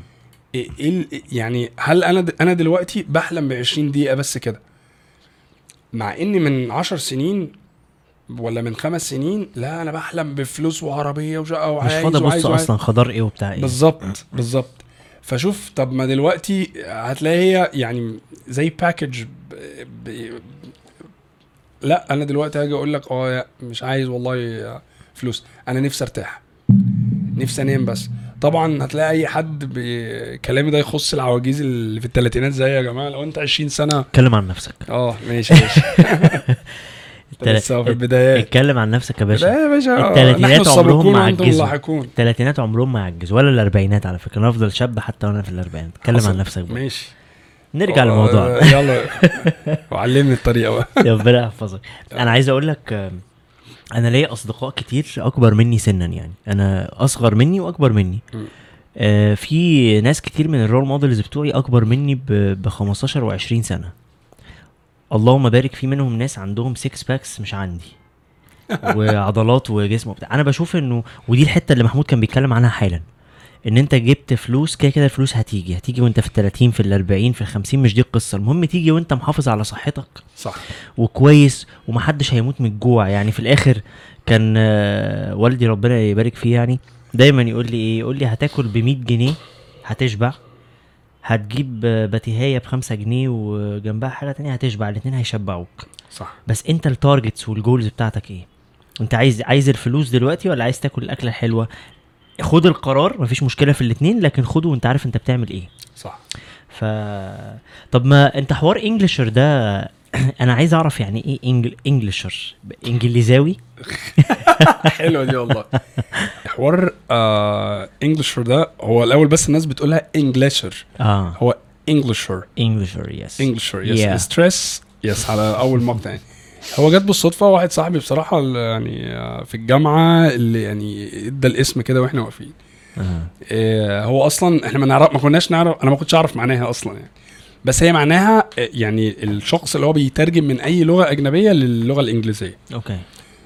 يعني هل انا دلوقتي بحلم ب20 دقيقه بس كده، مع اني من 10 سنين ولا من 5 سنين لا انا بحلم بفلوس وعربيه وشقه مش وعايز فاضي وعايز ابص وعايز. اصلا خضار ايه وبتاع ايه. بالظبط. فشوف طب ما دلوقتي هتلاقي هي يعني زي باكج لا انا دلوقتي هاجي اقول لك مش عايز والله فلوس، انا نفسي ارتاح، نفسي انام بس. طبعا هتلاقي اي حد بكلامي ده يخص العواجيز اللي في الثلاثينات زي يا جماعه لو انت 20 سنه اتكلم عن نفسك. ماشي لسه في البدايات. اتكلم عن نفسك يا باشا. يا باشا نحن التلاتينات عمرهم السابقون ما وانتم عجزوا. اللاحقون. التلاتينات عمرهم ما عجزوا ولا الاربعينات على فكره. انا افضل شاب حتى وانا في الاربعينات. اتكلم عن نفسك بقى. ماشي نرجع للموضوع. يلا وعلمني الطريقه بقى. يا ربنا يحفظك. انا عايز اقول لك انا ليا اصدقاء كتير اكبر مني سنا، يعني انا اصغر مني واكبر مني. في ناس كتير من الرول مودلز بتوعي اكبر مني ب 15 و20 سنه. اللهم بارك، في منهم ناس عندهم 6 باكس مش عندي وعضلات وجسم وبتاع. انا بشوف انه ودي الحته اللي محمود كان بيتكلم عنها حالا، ان انت جبت فلوس كده الفلوس هتيجي وانت في ال30 في ال40 في ال50، مش دي القصه. المهم تيجي وانت محافظ على صحتك صح وكويس ومحدش هيموت من الجوع. يعني في الاخر كان والدي ربنا يبارك فيه يعني دايما يقول لي هتاكل ب100 جنيه هتشبع، هتجيب باتيهايه ب5 جنيه وجنبها حاجه تانية هتشبع، الاتنين هيشبعوك. صح. بس انت التارجتس والجولز بتاعتك ايه؟ انت عايز الفلوس دلوقتي ولا عايز تاكل الاكله الحلوه؟ خد القرار، مفيش مشكله في الاتنين، لكن خده وانت عارف انت بتعمل ايه. صح. طب ما انت حوار انجليشر ده انا عايز اعرف يعني ايه انجليشر انجليزاوي. حلوه دي والله. حوار انجليشر ده هو الاول بس الناس بتقولها انجليشر. هو انجليشر يس انجليشر ستريس يس على اول مقطع يعني. هو جت بالصدفه، واحد صاحبي بصراحه يعني في الجامعه اللي يعني ادى الاسم كده واحنا واقفين. هو اصلا احنا ما كناش نعرف، انا ما كنتش اعرف معناها اصلا يعني، بس هي معناها يعني الشخص اللي هو بيترجم من اي لغه اجنبيه للغه الانجليزيه. اوكي.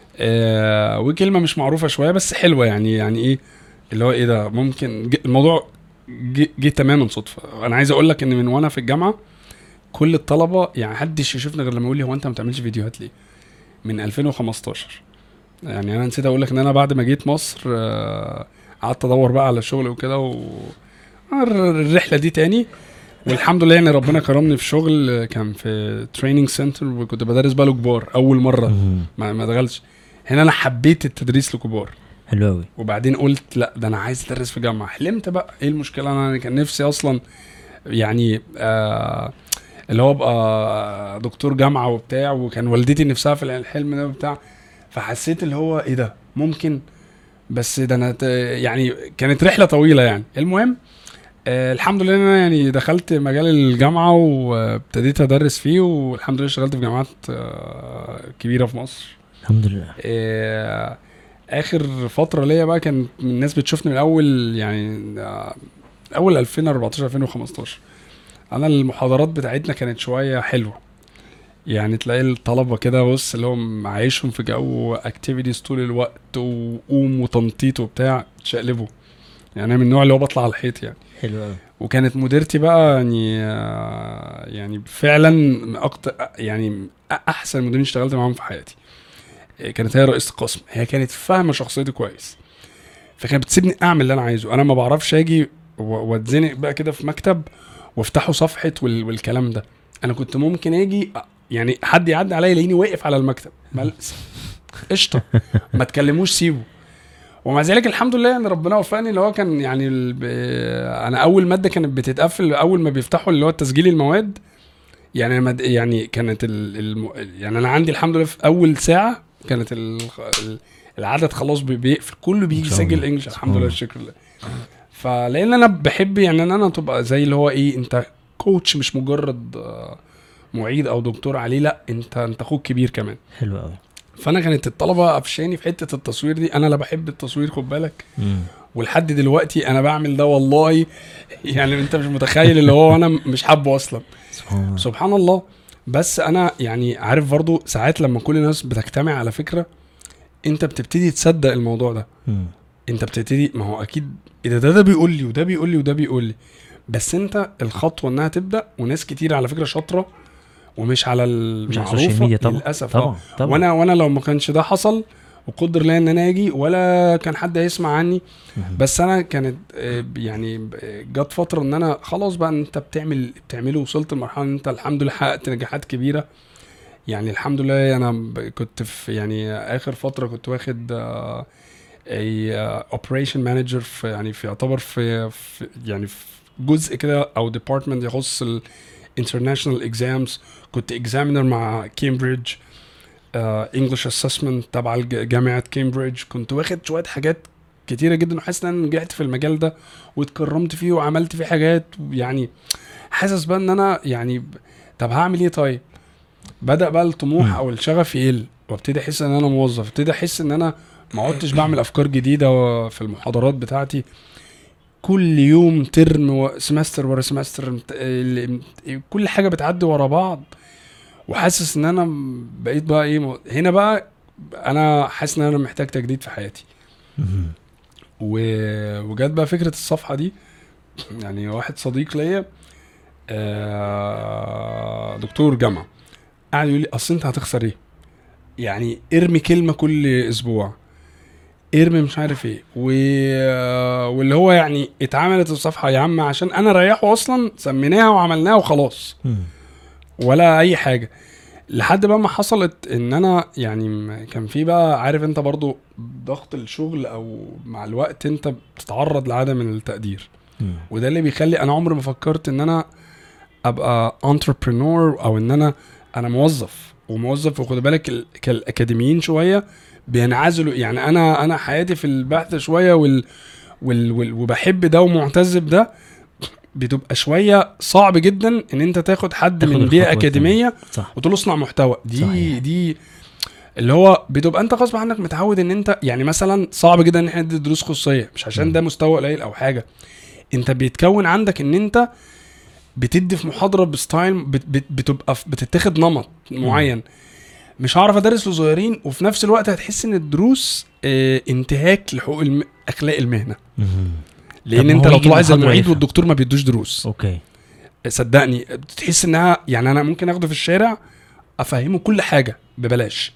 وكلمه مش معروفه شويه بس حلوه يعني ايه اللي هو ايه ده ممكن الموضوع جه تماما صدفه. انا عايز اقول لك ان من وانا في الجامعه كل الطلبه يعني حدش يشوفني غير لما يقول لي هو انت ما بتعملش فيديوهات ليه من 2015. يعني انا نسيت اقول لك ان انا بعد ما جيت مصر قعدت ادور بقى على شغل وكده الرحله دي تاني، والحمد لله يعني ربنا كرمني في شغل كان في تريننج سنتر وكنت بدرس بقى لكبار اول مره. ما دخلتش هنا، انا حبيت التدريس لكبار حلو قوي. وبعدين قلت لا ده انا عايز ادرس في جامعه. حلمت بقى ايه المشكله، انا كان نفسي اصلا يعني اللي هو ابقى دكتور جامعه وبتاع، وكان والدتي نفسها في الحلم ده وبتاع، فحسيت اللي هو ايه ده ممكن، بس ده انا يعني كانت رحله طويله يعني. المهم الحمد لله انا يعني دخلت مجال الجامعه وابتديت ادرس فيه، والحمد لله اشتغلت في جامعات كبيره في مصر الحمد لله. اخر فتره ليا بقى كان الناس بتشوفني من اول يعني اول 2014 2015. انا المحاضرات بتاعتنا كانت شويه حلوه يعني، تلاقي الطلبه كده بص اللي هم عايشهم في جو اكتيفيتيز طول الوقت وقوم وتنطيط وبتاع تشقلبوا يعني. انا من النوع اللي هو بطلع على الحيط يعني. حلو قوي. وكانت مديرتي بقى يعني فعلا اكتر يعني احسن مديرين اشتغلت معاهم في حياتي. كانت هي رئيسة القسم، هي كانت فاهمه شخصيتي كويس، فكانت بتسيبني اعمل اللي انا عايزه. انا ما بعرفش اجي واتزنق بقى كده في مكتب وافتحوا صفحه والكلام ده. انا كنت ممكن اجي يعني حد يعدي عليا يلاقيني واقف على المكتب قشطه ما تكلموش سيبه. ومع ذلك الحمد لله ان ربنا وفقني اللي هو كان يعني انا اول ماده كانت بتتقفل اول ما بيفتحوا اللي هو تسجيل المواد. يعني كانت يعني انا عندي الحمد لله في اول ساعه كانت العدد خلاص بيقفل كله بيجي يسجل انجلش الحمد لله الشكر لله. فلان انا بحب يعني ان انا تبقى زي اللي هو ايه انت كوتش مش مجرد معيد او دكتور عليه لا انت اخوك كبير كمان. حلو قوي. فانا كانت الطلبه قفشاني في حته التصوير دي. انا لا بحب التصوير خد بالك ولحد دلوقتي انا بعمل ده والله يعني انت مش متخيل اللي هو انا مش حابه اصلا سبحان الله. بس انا يعني عارف برضو ساعات لما كل الناس بتجتمع على فكره انت بتبتدي تصدق الموضوع ده. انت بتبتدي ما هو اكيد اذا ده بيقول لي وده بيقول لي وده بيقول لي بس انت الخطوه انها تبدا. وناس كتير على فكره شاطره ومش على المعروفه للاسف طبعا. وانا لو ما كانش ده حصل وقدر لي ان انا اجي ولا كان حد هيسمع عني. بس انا كانت يعني جت فتره ان انا خلاص بقى انت بتعمله وصلت لمرحله ان انت الحمد لله حققت نجاحات كبيره. يعني الحمد لله انا كنت في يعني اخر فتره كنت واخد اي اوبريشن مانجر في يعني في يعتبر في يعني في جزء كده او ديبارتمنت يخص الانترناشونال اكزامز. كنت اكزامينر مع كامبريدج انجلش اسسمنت تبع جامعه كامبريدج. كنت واخد شويه حاجات كتيره جدا وحاسس ان انا نجحت في المجال ده واتكرمت فيه وعملت فيه حاجات. يعني حاسس بقى ان انا يعني طب هعمل ايه طيب. بدأ بقى الطموح او الشغف يقل وابتدي احس ان انا موظف. ابتدي احس ان انا ما عدتش بعمل افكار جديده في المحاضرات بتاعتي. كل يوم ترم وسمستر ورا سمستر كل حاجه بتعدي ورا بعض. وحاسس ان انا بقيت بقى ايه هنا بقى انا حاسس ان انا محتاج تجديد في حياتي. وجات بقى فكره الصفحه دي. يعني واحد صديق ليا دكتور جامعه قاعد يقول لي اصل انت هتخسر ايه يعني ارمي كلمه كل اسبوع ارمي مش عارف ايه واللي هو يعني اتعملت الصفحه يا عم عشان انا ريحه اصلا سميناها وعملناها وخلاص ولا اي حاجه. لحد بقى ما حصلت ان انا يعني كان في بقى عارف انت برضو ضغط الشغل او مع الوقت انت بتتعرض لعدم التقدير. وده اللي بيخلي انا عمري ما فكرت ان انا ابقى انتربرينور او ان انا موظف. وخد بالك الاكاديميين شويه بينعزلوا. يعني انا حياتي في البحث شويه وبحب ده ومعتز بده. بتبقى شويه صعب جدا ان انت تاخد حد من بيئه اكاديميه وتقول له اصنع محتوى. دي اللي هو بتبقى انت غصب عنك متعود ان انت يعني مثلا صعب جدا ان احنا ندي دروس خصوصيه مش عشان ده مستوى قليل او حاجه. انت بيتكون عندك ان انت بتدي في محاضره بستايل بتبقى بتتاخد نمط معين. مش هعرف ادرس لصغيرين وفي نفس الوقت هتحس ان الدروس انتهاك لحقوق اخلاق المهنه. لان انت لو طلع زي المعيد والدكتور ما بيدوش دروس اوكي صدقني بتحس انها يعني انا ممكن اخده في الشارع افهمه كل حاجه ببلاش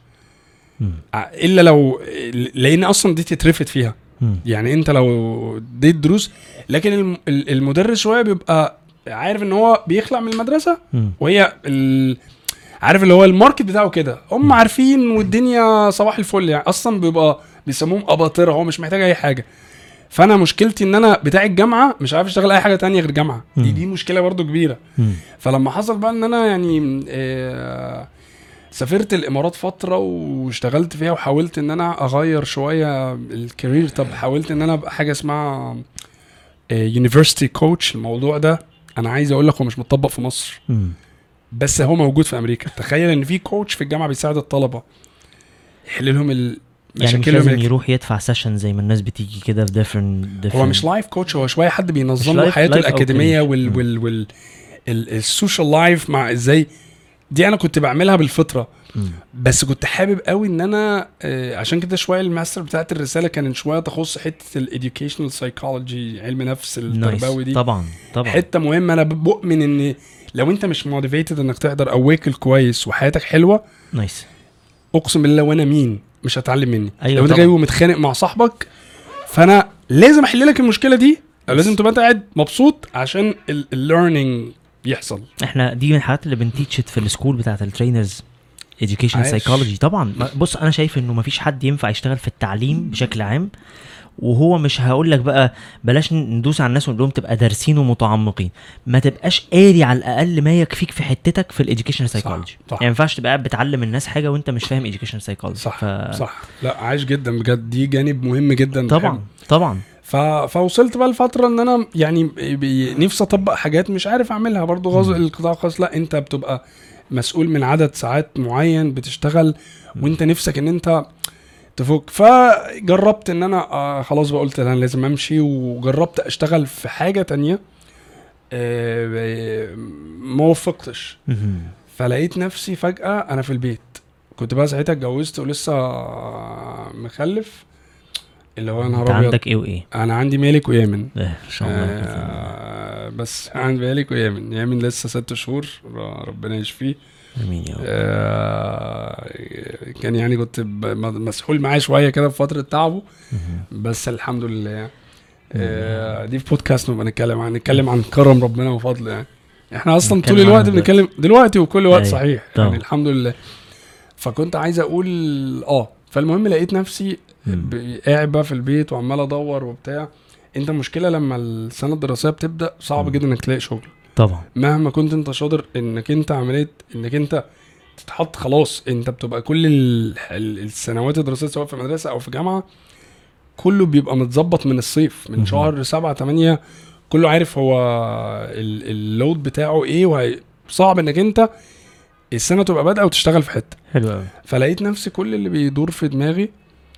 الا لو لان اصلا دي تترفد فيها. يعني انت لو ديت دروس لكن المدرس شويه بيبقى عارف ان هو بيخلع من المدرسه وهي عارف اللي هو الماركت بتاعه كده هم عارفين والدنيا صباح الفل. يعني اصلا بيبقى بيسموهم اباطره هو مش محتاج اي حاجه. فانا مشكلتي ان انا بتاع الجامعه مش عارف اشتغل اي حاجه تانية غير جامعه. دي مشكله برضو كبيره. فلما حصل بقى ان انا يعني سافرت الامارات فتره واشتغلت فيها وحاولت ان انا اغير شويه الكارير. طب حاولت ان انا ابقى حاجه اسمها يونيفرسيتي كوتش. الموضوع ده انا عايز اقول لك هو مش متطبق في مصر بس هو موجود في امريكا. تخيل ان في كوتش في الجامعه بيساعد الطلبه يحل لهم يعني مش لازم يروح يدفع سيشن زي ما الناس بتيجي كده في different هو مش لايف كوتش. هو شويه حد بينظم له حياته الاكاديميه السوشيال لايف مع ازاي. دي انا كنت بعملها بالفطره بس كنت حابب قوي ان انا عشان كده شويه الماستر بتاعت الرساله كان شويه تخص حته الاديوكيشنال سايكولوجي علم نفس التربوي دي. طبعا حته مهمه. انا بؤمن ان لو انت مش موتيفيتد انك تحضر او واكل كويس وحياتك حلوه اقسم بالله وانا مين مش هتعلم مني. لو انت جاي ومتخانق مع صاحبك فانا لازم احل لك المشكله دي او لازم تبقى قاعد مبسوط عشان الليرنينج بيحصل. احنا دي من الحاجات اللي بنتيتشت في السكول بتاعه الترينرز education عايش. psychology. طبعا بص انا شايف انه مفيش حد ينفع يشتغل في التعليم بشكل عام وهو مش هقول لك بقى بلاش ندوس على الناس ونقول لهم تبقى دارسين ومتعمقين، ما تبقاش قاري على الاقل ما يكفيك في حتتك في الeducation psychology. يعني ما ينفعش تبقى قاعد بتعلم الناس حاجه وانت مش فاهم education psychology. صح صح. لا عايش جدا بجد، دي جانب مهم جدا. طبعا طبعا. فوصلت بقى الفتره ان انا يعني نفسي اطبق حاجات مش عارف اعملها برضو غاز القطاع الخاص. لا انت بتبقى مسؤول من عدد ساعات معين بتشتغل وانت نفسك ان انت تفوق. فجربت ان انا خلاص بقى قلت انا لازم امشي، وجربت اشتغل في حاجه تانية ما وفقتش. فلقيت نفسي فجاه انا في البيت. كنت بقى ساعتها اتجوزت ولسه مخلف، اللي هو انا عندك ايه وايه؟ انا عندي مالك ويامن ان شاء الله. بس عندي مالك ويامن. يامن لسه 6 شهور ربنا يشفيه. امين يا رب. كان يعني كنت مسحول معاه شويه كده في فتره تعبه، بس الحمد لله. دي في بودكاست نبقى نتكلم عن كرم ربنا وفضله. يعني احنا اصلا طول الوقت بنتكلم دلوقتي وكل وقت صحيح يعني الحمد لله. فكنت عايز اقول فالمهم لقيت نفسي قاعد بقى في البيت وعمال ادور وبتاع. انت مشكله لما السنه الدراسيه بتبدا صعب جدا انك تلاقي شغل طبعا، مهما كنت انت شاطر. انك انت عمليه انك انت تتحط خلاص، انت بتبقى كل السنوات الدراسيه سواء في مدرسه او في جامعه كله بيبقى متظبط من الصيف، من شهر 7-8 كله عارف هو اللود بتاعه ايه، وصعب انك انت السنه تبقى بادئه وتشتغل في حته. حلو قوي. فلقيت نفسي كل اللي بيدور في دماغي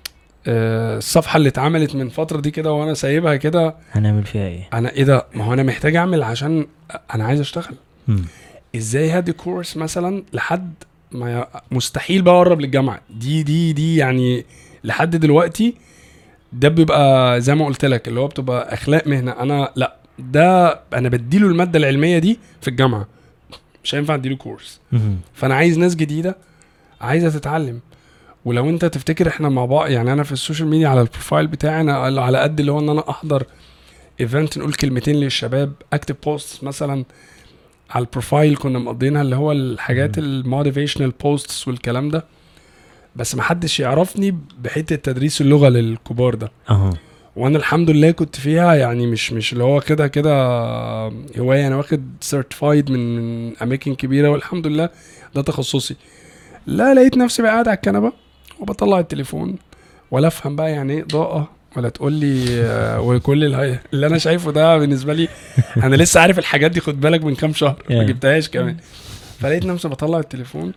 الصفحه اللي اتعملت من فتره دي كده وانا سايبها كده، هنعمل فيها ايه؟ انا ايه ده؟ ما هو انا محتاج اعمل عشان انا عايز اشتغل. ازاي هادي كورس مثلا لحد ما مستحيل بقى اقرب للجامعه دي يعني لحد دلوقتي. ده بيبقى زي ما قلت لك اللي هو بتبقى اخلاق مهنه. انا لا، ده انا بديله الماده العلميه دي في الجامعه، مش هينفع اديله كورس. فانا عايز ناس جديده عايزه تتعلم. ولو انت تفتكر احنا مع بعض يعني انا في السوشيال ميديا على البروفايل بتاعي انا على قد اللي هو ان انا احضر ايفنت نقول كلمتين للشباب، اكتب بوست مثلا على البروفايل كنا مقضينها اللي هو الحاجات الموتيفيشنال بوستس والكلام ده، بس ما حدش يعرفني بحته تدريس اللغه للكبار ده. وانا الحمد لله كنت فيها يعني مش اللي هو كده هوايه، انا واخد سيرتيفايد من اماكن كبيره والحمد لله ده تخصصي. لا لقيت نفسي بقى قاعد على الكنبه وبطلع التليفون ولا افهم بقى يعني ايه اضاءه ولا تقول لي وكل اللي انا شايفه ده بالنسبه لي انا لسه عارف الحاجات دي خد بالك من كام شهر ما جبتهاش كمان. فلقيت نفسي بطلع التليفون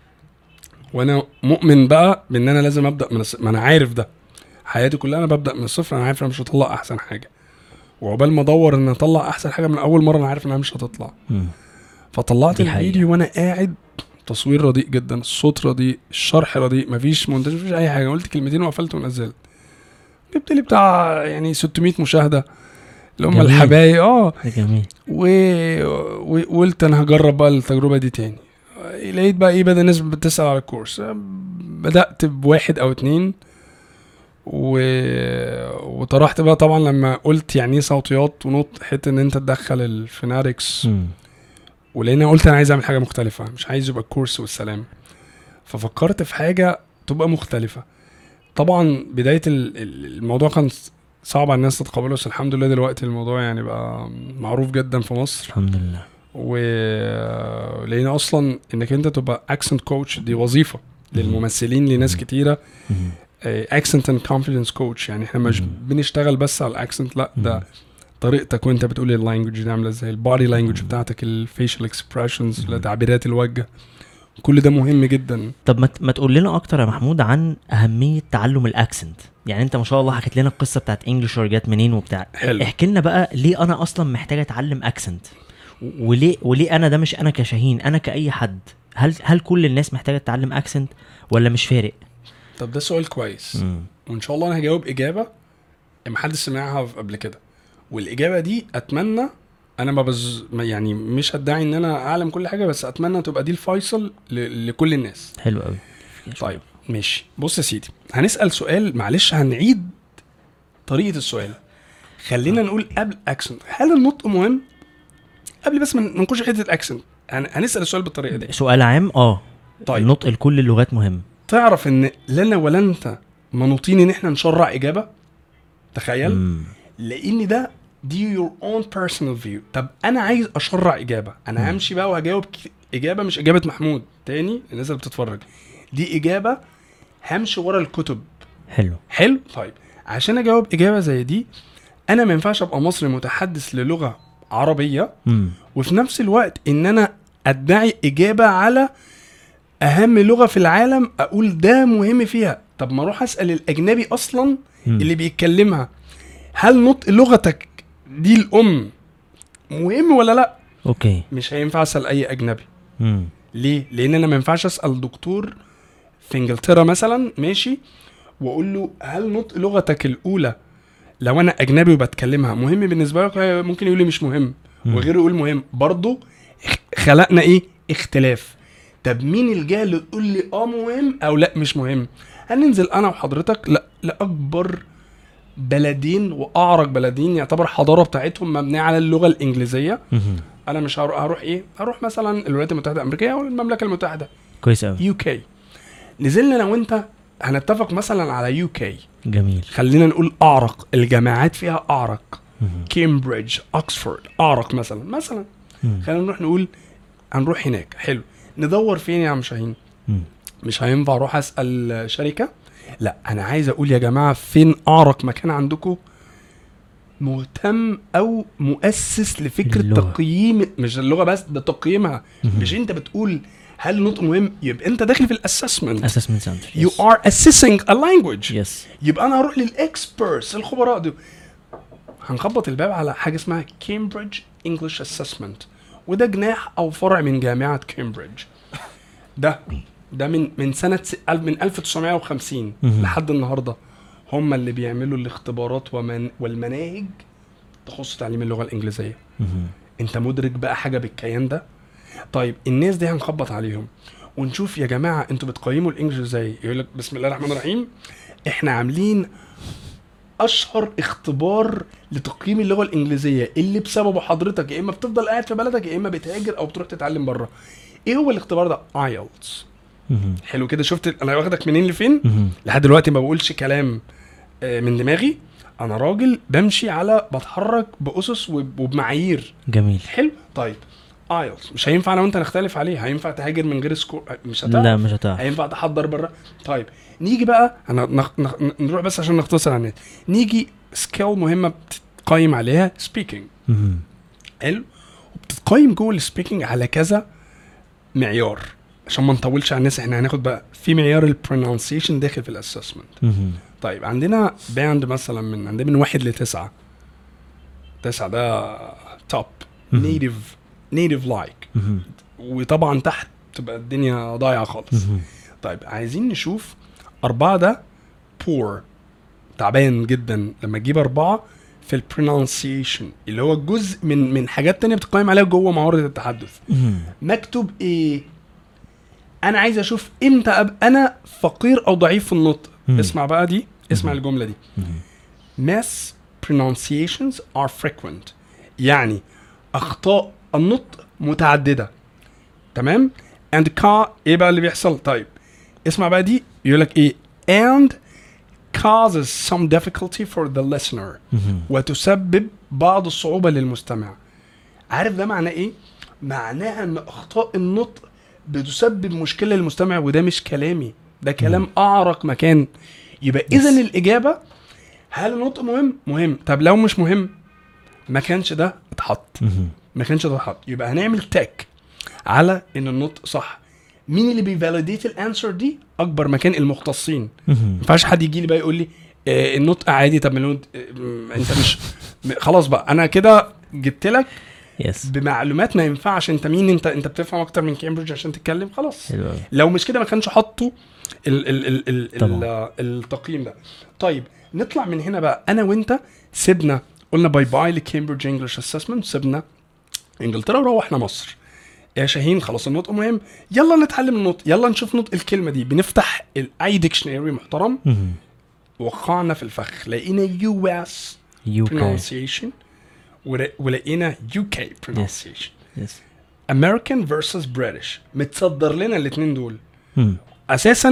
وانا مؤمن بقى بان انا لازم ابدا ما انا عارف ده حياتي كلها انا ببدا من الصفر. انا عارف انا مش هطلع احسن حاجه، وعقبال ما ادور ان اطلع احسن حاجه من اول مره انا عارف انها مش هتطلع. فطلعت الفيديو وانا قاعد، تصوير رديء جدا، الصوت رديء، الشرح رديء، مفيش مونتاج مفيش اي حاجه. قلت كلمتين وقفلت ونزلت. جبت لي بتاع يعني 600 مشاهده اللي هم الحبايب. جميل. وقلت انا هجرب بقى التجربه دي تاني. لقيت بقى ايه، بدأ الناس بتسأل على الكورس. بدأت ب1 أو 2 وطرحت بقى طبعا لما قلت يعني ايه صوتيات ونط حته ان انت تدخل الفيناريكس. ولقينا قلت انا عايز اعمل حاجه مختلفه، مش عايز يبقى الكورس والسلام. ففكرت في حاجه تبقى مختلفه. طبعا بدايه الموضوع كان صعب على الناس تتقبله، بس الحمد لله دلوقتي الموضوع يعني بقى معروف جدا في مصر الحمد لله. ولقينا اصلا انك انت تبقى اكسنت كوتش دي وظيفه للممثلين لناس كتيره. اكسنت اند كونفيدنس كوتش، يعني احنا مش بنشتغل بس على الاكسنت، لا ده طريقتك وانت بتقول اللانجوج دي عامله ازاي، البودي لانجوج بتاعتك، الفيشل اكسبريشنز، تعبيرات الوجه، كل ده مهم جدا. طب ما تقول لنا اكتر يا محمود عن اهميه تعلم الاكسنت. يعني انت ما شاء الله حكيت لنا القصه بتاعت انجلش جت منين وبتاع. احكي لنا بقى ليه انا اصلا محتاج اتعلم اكسنت، وليه انا ده مش انا كشاهين، انا كاي حد. هل كل الناس محتاجه تتعلم اكسنت ولا مش فارق؟ طب ده سؤال كويس وان شاء الله انا هجاوب اجابه ما حدش سمعها قبل كده. والاجابه دي اتمنى انا يعني مش هدعي ان انا اعلم كل حاجه، بس اتمنى تبقى دي الفيصل لكل الناس. حلو قوي. طيب ماشي، بص يا سيدي هنسال سؤال، معلش هنعيد طريقه السؤال. خلينا نقول قبل اكسنت، هل النطق مهم؟ قبل بس ما نخش حته الاكسنت هنسال السؤال بالطريقه دي. سؤال عام. طيب النطق لكل اللغات مهم. تعرف ان لنا ولا انت منوطين ان احنا نشرع اجابه؟ تخيل. لان ده دي your own personal view. طب انا عايز اشرع اجابه، انا همشي بقى وهجاوب اجابه مش اجابه محمود تاني الناس اللي بتتفرج، دي اجابه همشي ورا الكتب. حلو. طيب عشان اجاوب اجابه زي دي انا ما ينفعش ابقى مصري متحدث للغه عربيه وفي نفس الوقت ان انا ادعي اجابه على اهم لغه في العالم اقول ده مهم فيها. طب ما اروح اسال الاجنبي اصلا اللي بيتكلمها هل نطق لغتك دي الام مهم ولا لا؟ اوكي. مش هينفع اسال اي اجنبي. ليه؟ لان انا ما ينفعش اسال دكتور في انجلترا مثلا ماشي واقول له هل نطق لغتك الاولى لو انا اجنبي وبتكلمها مهم بالنسبه لك؟ ممكن يقول لي مش مهم وغيره يقول مهم. برضو خلقنا ايه؟ اختلاف. طب مين الجهه اللي تقول لي مهم او لا مش مهم؟ هننزل انا وحضرتك لاكبر بلدين واعرق بلدين يعتبر حضاره بتاعتهم مبنيه على اللغه الانجليزيه. انا مش هروح ايه؟ هروح مثلا الولايات المتحده الامريكيه او المملكه المتحده. كويس قوي. يو كي. نزلنا انا وانت هنتفق مثلا على يو كي. جميل. خلينا نقول اعرق الجامعات فيها اعرق. كامبريدج، اوكسفورد، اعرق مثلا خلينا نروح نقول هنروح هناك. حلو. ندور فين يا عم شاهين؟ مش هينفع اروح اسال شركه، لا انا عايز اقول يا جماعه فين اعرق مكان عندكم مهتم او مؤسس لفكره اللغة. تقييم مش اللغه بس ده تقييمها. مش انت بتقول هل النطق مهم يبقى انت داخل في الاسسمنت. you are assessing a language. يبقى انا هروح للاكسبرتس الخبراء دول هنخبط الباب على حاجه اسمها كامبريدج انجلش اسسمنت وده جناح او فرع من جامعه كامبريدج. ده من سنه من 1950 لحد النهارده هم اللي بيعملوا الاختبارات والمناهج تخص تعليم اللغه الانجليزيه. انت مدرك بقى حاجه بالكيان ده؟ طيب الناس دي هنخبط عليهم ونشوف يا جماعه انتوا بتقيموا الانجليزي ازاي؟ يقول لك بسم الله الرحمن الرحيم احنا عاملين اشهر اختبار لتقييم اللغه الانجليزيه اللي بسببه حضرتك يا اما بتفضل قاعد في بلدك يا اما بتهاجر او بتروح تتعلم بره. ايه هو الاختبار ده؟ ايلتس. حلو كده. شفت انا واخدك منين لفين؟ لحد دلوقتي ما بقولش كلام من دماغي، انا راجل بمشي على بتحرك باسس وبمعايير. جميل. حلو. طيب ايلتس مش هينفع لو انت نختلف عليه. هينفع تهاجر من غير سكور؟ مش هتعرف. لا مش هتعرف. هينفع تحضر بره؟ طيب نيجي بقى نروح بس عشان نختصر عن النت. نيجي سكيل مهمه بتقيم عليها speaking. حلو. وبتقيم جوه السبيكينج على كذا معيار عشان ما نطولش على الناس. احنا هناخد بقى في معيار البرونانسيشن داخل في الاسسمنت. طيب عندنا باند مثلا عندنا من 1 ل 9. 9 ده توب نيتيف لايك وطبعا تحت تبقى الدنيا ضايعه خالص. طيب عايزين نشوف 4 ده poor تعبان جدا. لما تجيب 4 في البرونانسيشن اللي هو جزء من حاجات تانية بتقيم عليها جوه مهارة التحدث مكتوب ايه؟ انا عايز اشوف امتى ابقى انا فقير او ضعيف في النطق. اسمع بقى دي، اسمع الجملة دي. mass pronunciations are frequent يعني اخطاء النطق متعددة. تمام. and ايه بقى اللي بيحصل؟ طيب اسمع بقى دي يقولك ايه؟ and causes some difficulty for the listener وتسبب بعض الصعوبة للمستمع. عارف ده معناه ايه؟ معناها ان اخطاء النطق بتسبب مشكلة للمستمع وده مش كلامي، ده كلام اعرق مكان. يبقى اذن الاجابة هل النطق مهم؟ طب لو مش مهم ما كانش ده اتحط. يبقى هنعمل تك على ان النطق صح. مين اللي بيفاليديت الانسر دي؟ اكبر مكان المختصين. ما ينفعش حد يجي لي بقى يقول لي النطق عادي. طب انت مش خلاص بقى انا كده جبت لك بمعلومات ما ينفعش. انت مين؟ انت بتفهم اكتر من كامبريدج عشان تتكلم. خلاص لو مش كده ما كانش حطوا التقييم ده. طيب نطلع من هنا بقى. انا وانت سيبنا قلنا باي باي لكامبريدج انجلش اسسمنت، سيبنا انجلترا وروحنا مصر. يا شاهين خلاص النطق مهم، يلا نتعلم النطق، يلا نشوف نطق الكلمة دي. بنفتح اي ديكشنري محترم وقعنا في الفخ لقينا US pronunciation ولقينا UK pronunciation. يس. American versus British متصدر لنا الاثنين دول. اساسا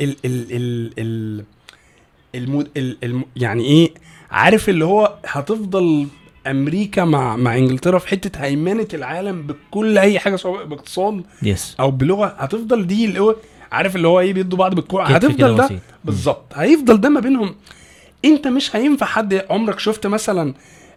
يعني ايه، عارف اللي هو هتفضل امريكا مع انجلترا في حته هيمنه العالم بكل اي حاجه، سواء باقتصاد او بلغه، هتفضل دي اللي هو عارف اللي هو ايه، بيدوا بعض بالكوع، هتفضل ده بالظبط، هيفضل ده ما بينهم. انت مش هينفع حد، عمرك شفت مثلا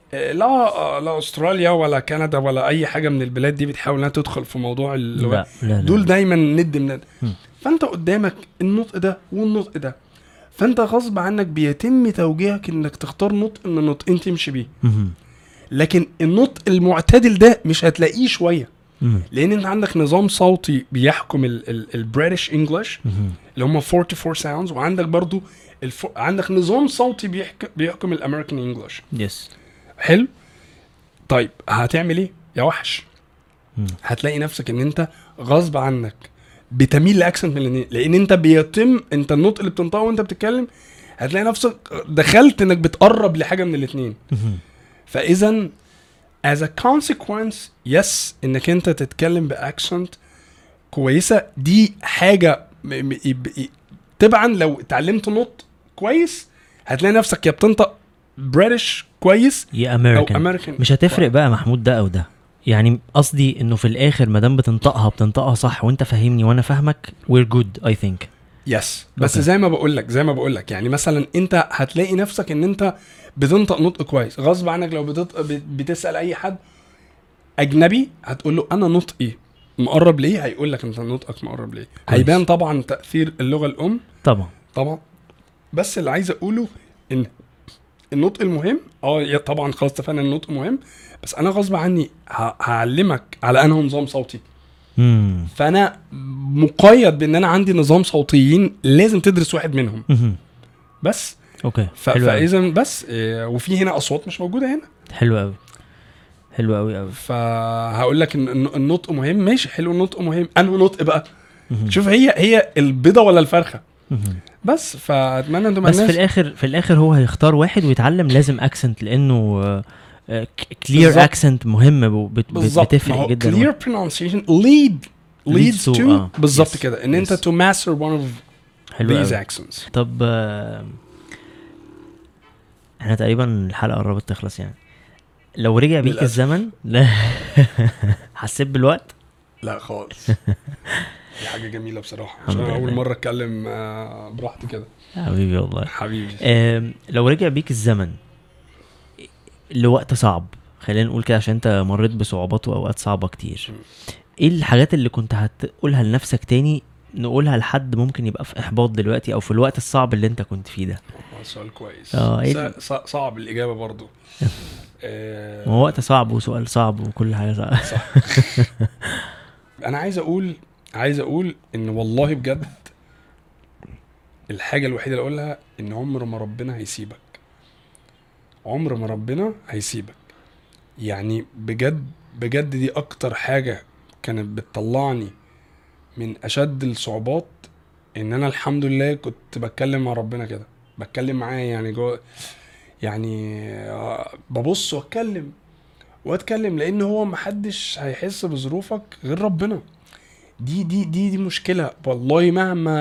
لا استراليا ولا كندا ولا اي حاجه من البلاد دي بتحاول انها تدخل في موضوع لا. دول دايما ند من ند. فانت قدامك النطق ده والنطق ده، فانت غصب عنك بيتم توجيهك انك تختار نطق من النطقين تمشي بيه. لكن النطق المعتدل ده مش هتلاقيه شويه، لان انت عندك نظام صوتي بيحكم البريتش انجلش اللي هم 44 ساوندز، وعندك برضو عندك نظام صوتي بيحكم الامريكان انجلش. يس. حلو. طيب هتعمل ايه يا وحش؟ هتلاقي نفسك ان انت غصب عنك بتميل لاكسنت من الاثنين، لان انت انت النطق اللي بتنطقه وانت بتتكلم هتلاقي نفسك دخلت انك بتقرب لحاجه من الاثنين. فاذا as a consequence yes انك انت تتكلم باكسنت كويسه، دي حاجه طبعا لو اتعلمت نطق كويس هتلاقي نفسك يا بتنطق بريتش كويس يا امريكان. مش هتفرق بقى محمود ده او ده، يعني قصدي انه في الاخر ما دام بتنطقها صح وانت فاهمني وانا فاهمك we're good I think. يس. بس زي ما بقول لك يعني مثلا انت هتلاقي نفسك ان انت بتنطق نطق كويس غصب عنك. لو بتسأل اي حد اجنبي هتقول له انا نطقي مقرب ليه، هيقول لك انت نطقك مقرب ليه. هيبان طبعا تأثير اللغة الام طبعا. بس اللي عايز اقوله ان النطق المهم طبعا خلاص اتفقنا النطق مهم، بس انا غصب عني هعلمك على انه نظام صوتي. فانا مقيد بان انا عندي نظام صوتيين لازم تدرس واحد منهم. بس اوكي. فاذا بس وفي هنا اصوات مش موجوده هنا. حلو قوي. فهقول لك ان النطق مهم. ماشي حلو، النطق مهم. انه نطق بقى شوف هي البيضه ولا الفرخه. بس فاتمنى انتم بس في الاخر هو هيختار واحد ويتعلم لازم اكسنت، لانه كلير اكسنت مهم بتفرق جدا. clear pronunciation leads to بالظبط كده ان انت to master one of these accents. طب احنا تقريبا الحلقه قربت تخلص يعني. لو رجع بيك الزمن لا حسيت بالوقت؟ لا خالص. دي حاجه جميله بصراحه، عشان اول مره اتكلم براحتي كده. حبيبي والله حبيبي. لو رجع بيك الزمن لوقت صعب، خلينا نقول كده عشان انت مريت بصعوبات واوقات صعبه كتير، ايه الحاجات اللي كنت هتقولها لنفسك تاني نقولها لحد ممكن يبقى في احباط دلوقتي او في الوقت الصعب اللي انت كنت فيه ده؟ سؤال كويس. صعب الاجابه برضو. هو وقت صعب وسؤال صعب وكل حاجه صح. انا عايز اقول ان والله بجد الحاجه الوحيده اللي اقولها ان عمر ما ربنا هيسيبك. يعني بجد دي اكتر حاجه كانت بتطلعني من اشد الصعوبات، ان انا الحمد لله كنت بتكلم مع ربنا كده، بتكلم معاه يعني يعني ببص واتكلم لان هو محدش هيحس بظروفك غير ربنا. دي مشكلة والله.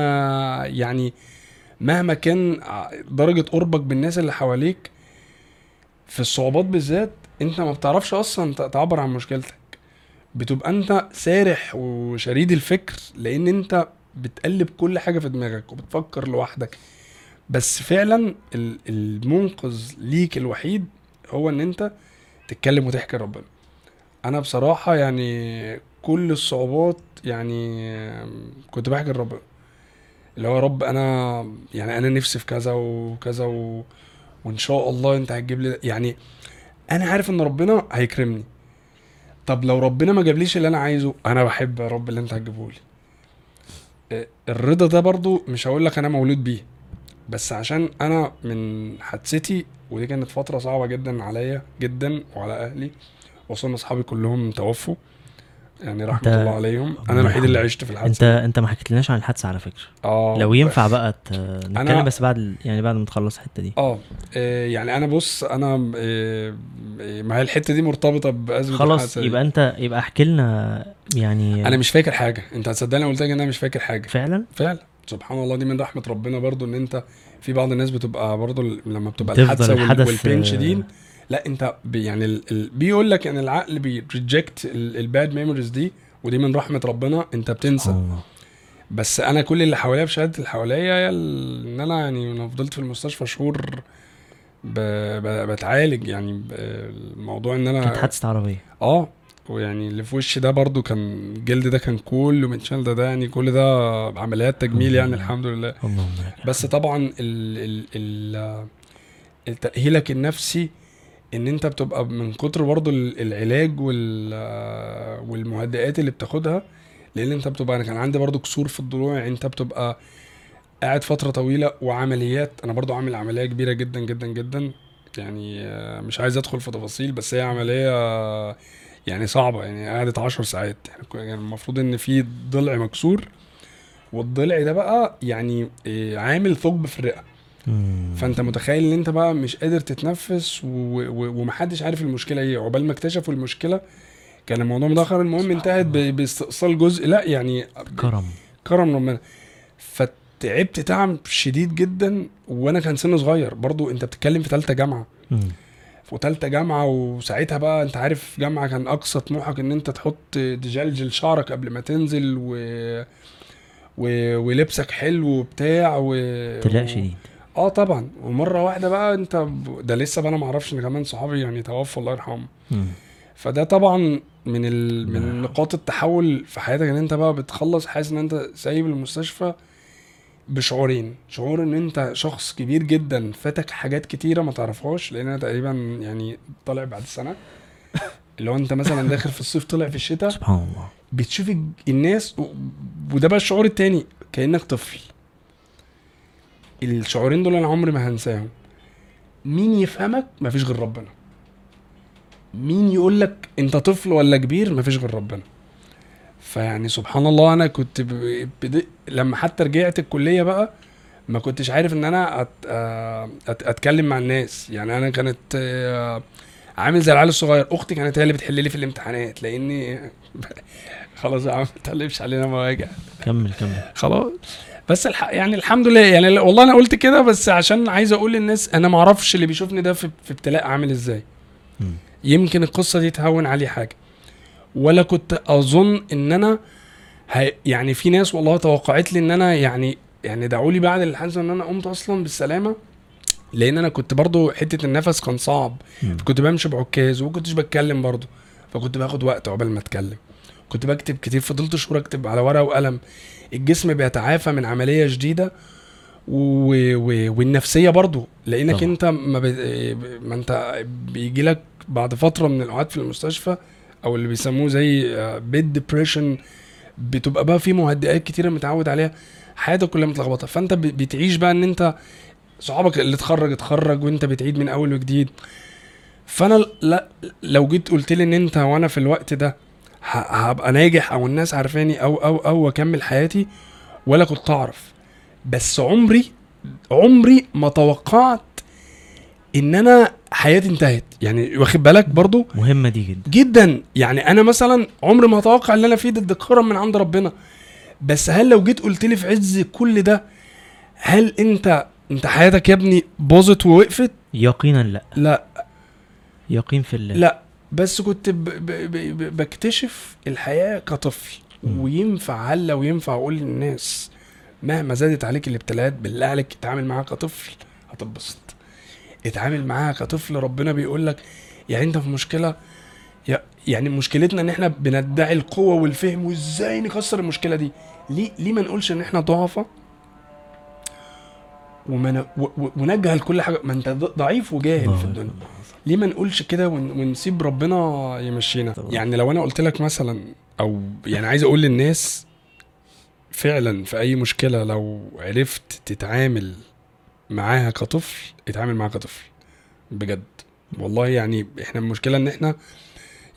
مهما كان درجة قربك بالناس اللي حواليك في الصعوبات بالذات، انت ما بتعرفش اصلا تعبر عن مشكلتك، بتبقى انت سارح وشريد الفكر لان انت بتقلب كل حاجة في دماغك وبتفكر لوحدك. بس فعلا المنقذ ليك الوحيد هو ان انت تتكلم وتحكي ربنا. انا بصراحة يعني كل الصعوبات يعني كنت بحكي لربنا اللي هو رب انا نفسي في كذا وكذا وان شاء الله انت هتجيب لي، يعني انا عارف ان ربنا هيكرمني. طب لو ربنا ما جابليش اللي انا عايزه، انا بحب يا رب اللي انت هتجيبه لي. الرضا ده برضو مش هقول لك انا مولود بيه، بس عشان انا من حادثتي ودي كانت فترة صعبة جدا عليا جدا وعلى اهلي، وصلنا اصحابي كلهم توفوا يعني رحمه الله عليهم. انا الوحيد اللي عشت في الحادثه. انت ما حكيتلناش عن الحادثه على فكره. اه لو ينفع بقى نتكلم بس بعد يعني بعد ما تخلص الحته دي. يعني انا بص انا ما هي الحته دي مرتبطه بازمه خلاص يبقى احكي لنا يعني. انا مش فاكر حاجه. انت هتصدقني قلت لك ان انا مش فاكر حاجه فعلا سبحان الله. دي من رحمه ربنا برضو، ان انت في بعض الناس بتبقى برضو لما بتبقى الحادثه والبين شديد، لا انت يعني بيقول لك ان العقل بيريجكت الباد ميموريز دي، ودي من رحمه ربنا انت بتنسى. بس انا كل اللي حواليا بشهاده اللي حواليا ان انا يعني انا فضلت في المستشفى شهور بتعالج. يعني الموضوع ان انا كانت حادثه عربيه. ويعني اللي في وشي ده برضو كان الجلد ده كان كله متشال. ده يعني كل ده عمليات تجميل يعني الحمد لله. بس طبعا التأهيلك النفسي ان انت بتبقى من كتر برضو العلاج والمهدئات اللي بتاخدها، لان انت بتبقى، انا كان عندي برضو كسور في الضلوع. يعني انت بتبقى قاعد فترة طويلة وعمليات. انا برضو عامل عملية كبيرة جدا جدا جدا، يعني مش عايز ادخل في تفاصيل، بس هي عملية يعني صعبة. يعني قعدت 10 ساعات. يعني المفروض ان في ضلع مكسور، والضلع ده بقى يعني عامل ثقب في الرئة. فانت متخيل ان انت بقى مش قادر تتنفس ومحدش عارف المشكلة ايه. عقبال ما اكتشفوا المشكلة كان الموضوع متأخر. المهم انتهت باستئصال جزء، لا يعني كرم ربنا. فتعبت تعب شديد جدا، وانا كان سن صغير برضو. انت بتتكلم في ثالثه جامعه. وثالثه جامعه، وساعتها بقى انت عارف جامعه كان اقصى طموحك ان انت تحط تجلجل شعرك قبل ما تنزل ولبسك حلو وبتاع تلاقي شديد. طبعا. ومره واحده بقى انت ده لسه بقى انا ما اعرفش ان كمان صحابي يعني توفى الله يرحمه. فده طبعا من نقاط التحول في حياتك، ان انت بقى بتخلص حاسس ان انت سايب المستشفى بشعورين. شعور ان انت شخص كبير جدا فاتك حاجات كتيرة ما تعرفهاش، لان انا تقريبا يعني طالع بعد سنة. اللي هو انت مثلا داخل في الصيف طلع في الشتاء، سبحان الله، بتشوف الناس وده بقى الشعور التاني، كأنك طفل. الشعورين دول انا عمري ما هنساهم. مين يفهمك؟ مفيش غير ربنا. مين يقولك انت طفل ولا كبير؟ مفيش غير ربنا. فيعني سبحان الله انا كنت لما حتى رجعت الكلية بقى ما كنتش عارف ان انا اتكلم مع الناس. يعني انا كانت عامل زي العيال الصغير. اختي كانت هي اللي بتحل لي في الامتحانات، لاني خلاص يا عم ما تقلبش علينا مواجع. كمل خلاص. بس يعني الحمد لله. يعني والله انا قلت كده بس عشان عايز اقول للناس انا ما اعرفش اللي بيشوفني ده في ابتلاء عامل ازاي. يمكن القصة دي تهون عليه حاجة، ولا كنت اظن ان انا يعني في ناس والله توقعت لي ان انا يعني دعوا لي بعد الحادثه ان انا قمت اصلا بالسلامه، لان انا كنت برضو حته النفس كان صعب. كنت بمشي بعكاز وكنتش بتكلم برضو، فكنت باخد وقت عقبال ما اتكلم. كنت بكتب كتير، فضلت شهور اكتب على ورقه وقلم. الجسم بيتعافى من عمليه جديده والنفسيه برضو، لانك طبعا. انت ما انت بيجي لك بعد فتره من القعاد في المستشفى او اللي بيسموه زي بيد ديبريشن، بتبقى بقى في مهدئات كتيره متعود عليها، حياتك كلها متلخبطه. فانت بتعيش بقى ان انت صحابك اللي اتخرج وانت بتعيد من اول وجديد. فانا لو جيت قلت لي ان انت وانا في الوقت ده هبقى ناجح او الناس عارفاني او اكمل حياتي، ولا كنت اعرف. بس عمري ما توقعت ان انا حياتي انتهت. يعني واخد بالك برضو مهمة دي جدا جدا. يعني انا مثلا عمري ما اتوقع ان انا في ده كرم من عند ربنا. بس هل لو جيت قلت لي في عز كل ده هل انت حياتك يا ابني باظت ووقفت؟ يقينا لا يقين في الله لا. بس كنت بكتشف الحياة كطفل. وينفع هل لو ينفع اقول للناس مهما زادت عليك الابتلاءات بالله عليك اتعامل معاها كطفل هتتبسط. اتعامل معاها كطفل. ربنا بيقول لك يعني انت في مشكلة، يعني مشكلتنا ان احنا بندعي القوة والفهم وازاي نكسر المشكلة دي. ليه ما نقولش ان احنا ضعفة ونجهل كل حاجة؟ ما انت ضعيف وجاهل في الدنيا. ليه ما نقولش كده ونسيب ربنا يمشينا؟ يعني لو انا قلت لك مثلا، او يعني عايز اقول للناس فعلا في اي مشكلة لو عرفت تتعامل معاها كطفل اتعامل معاها كطفل بجد والله. يعني احنا المشكلة ان احنا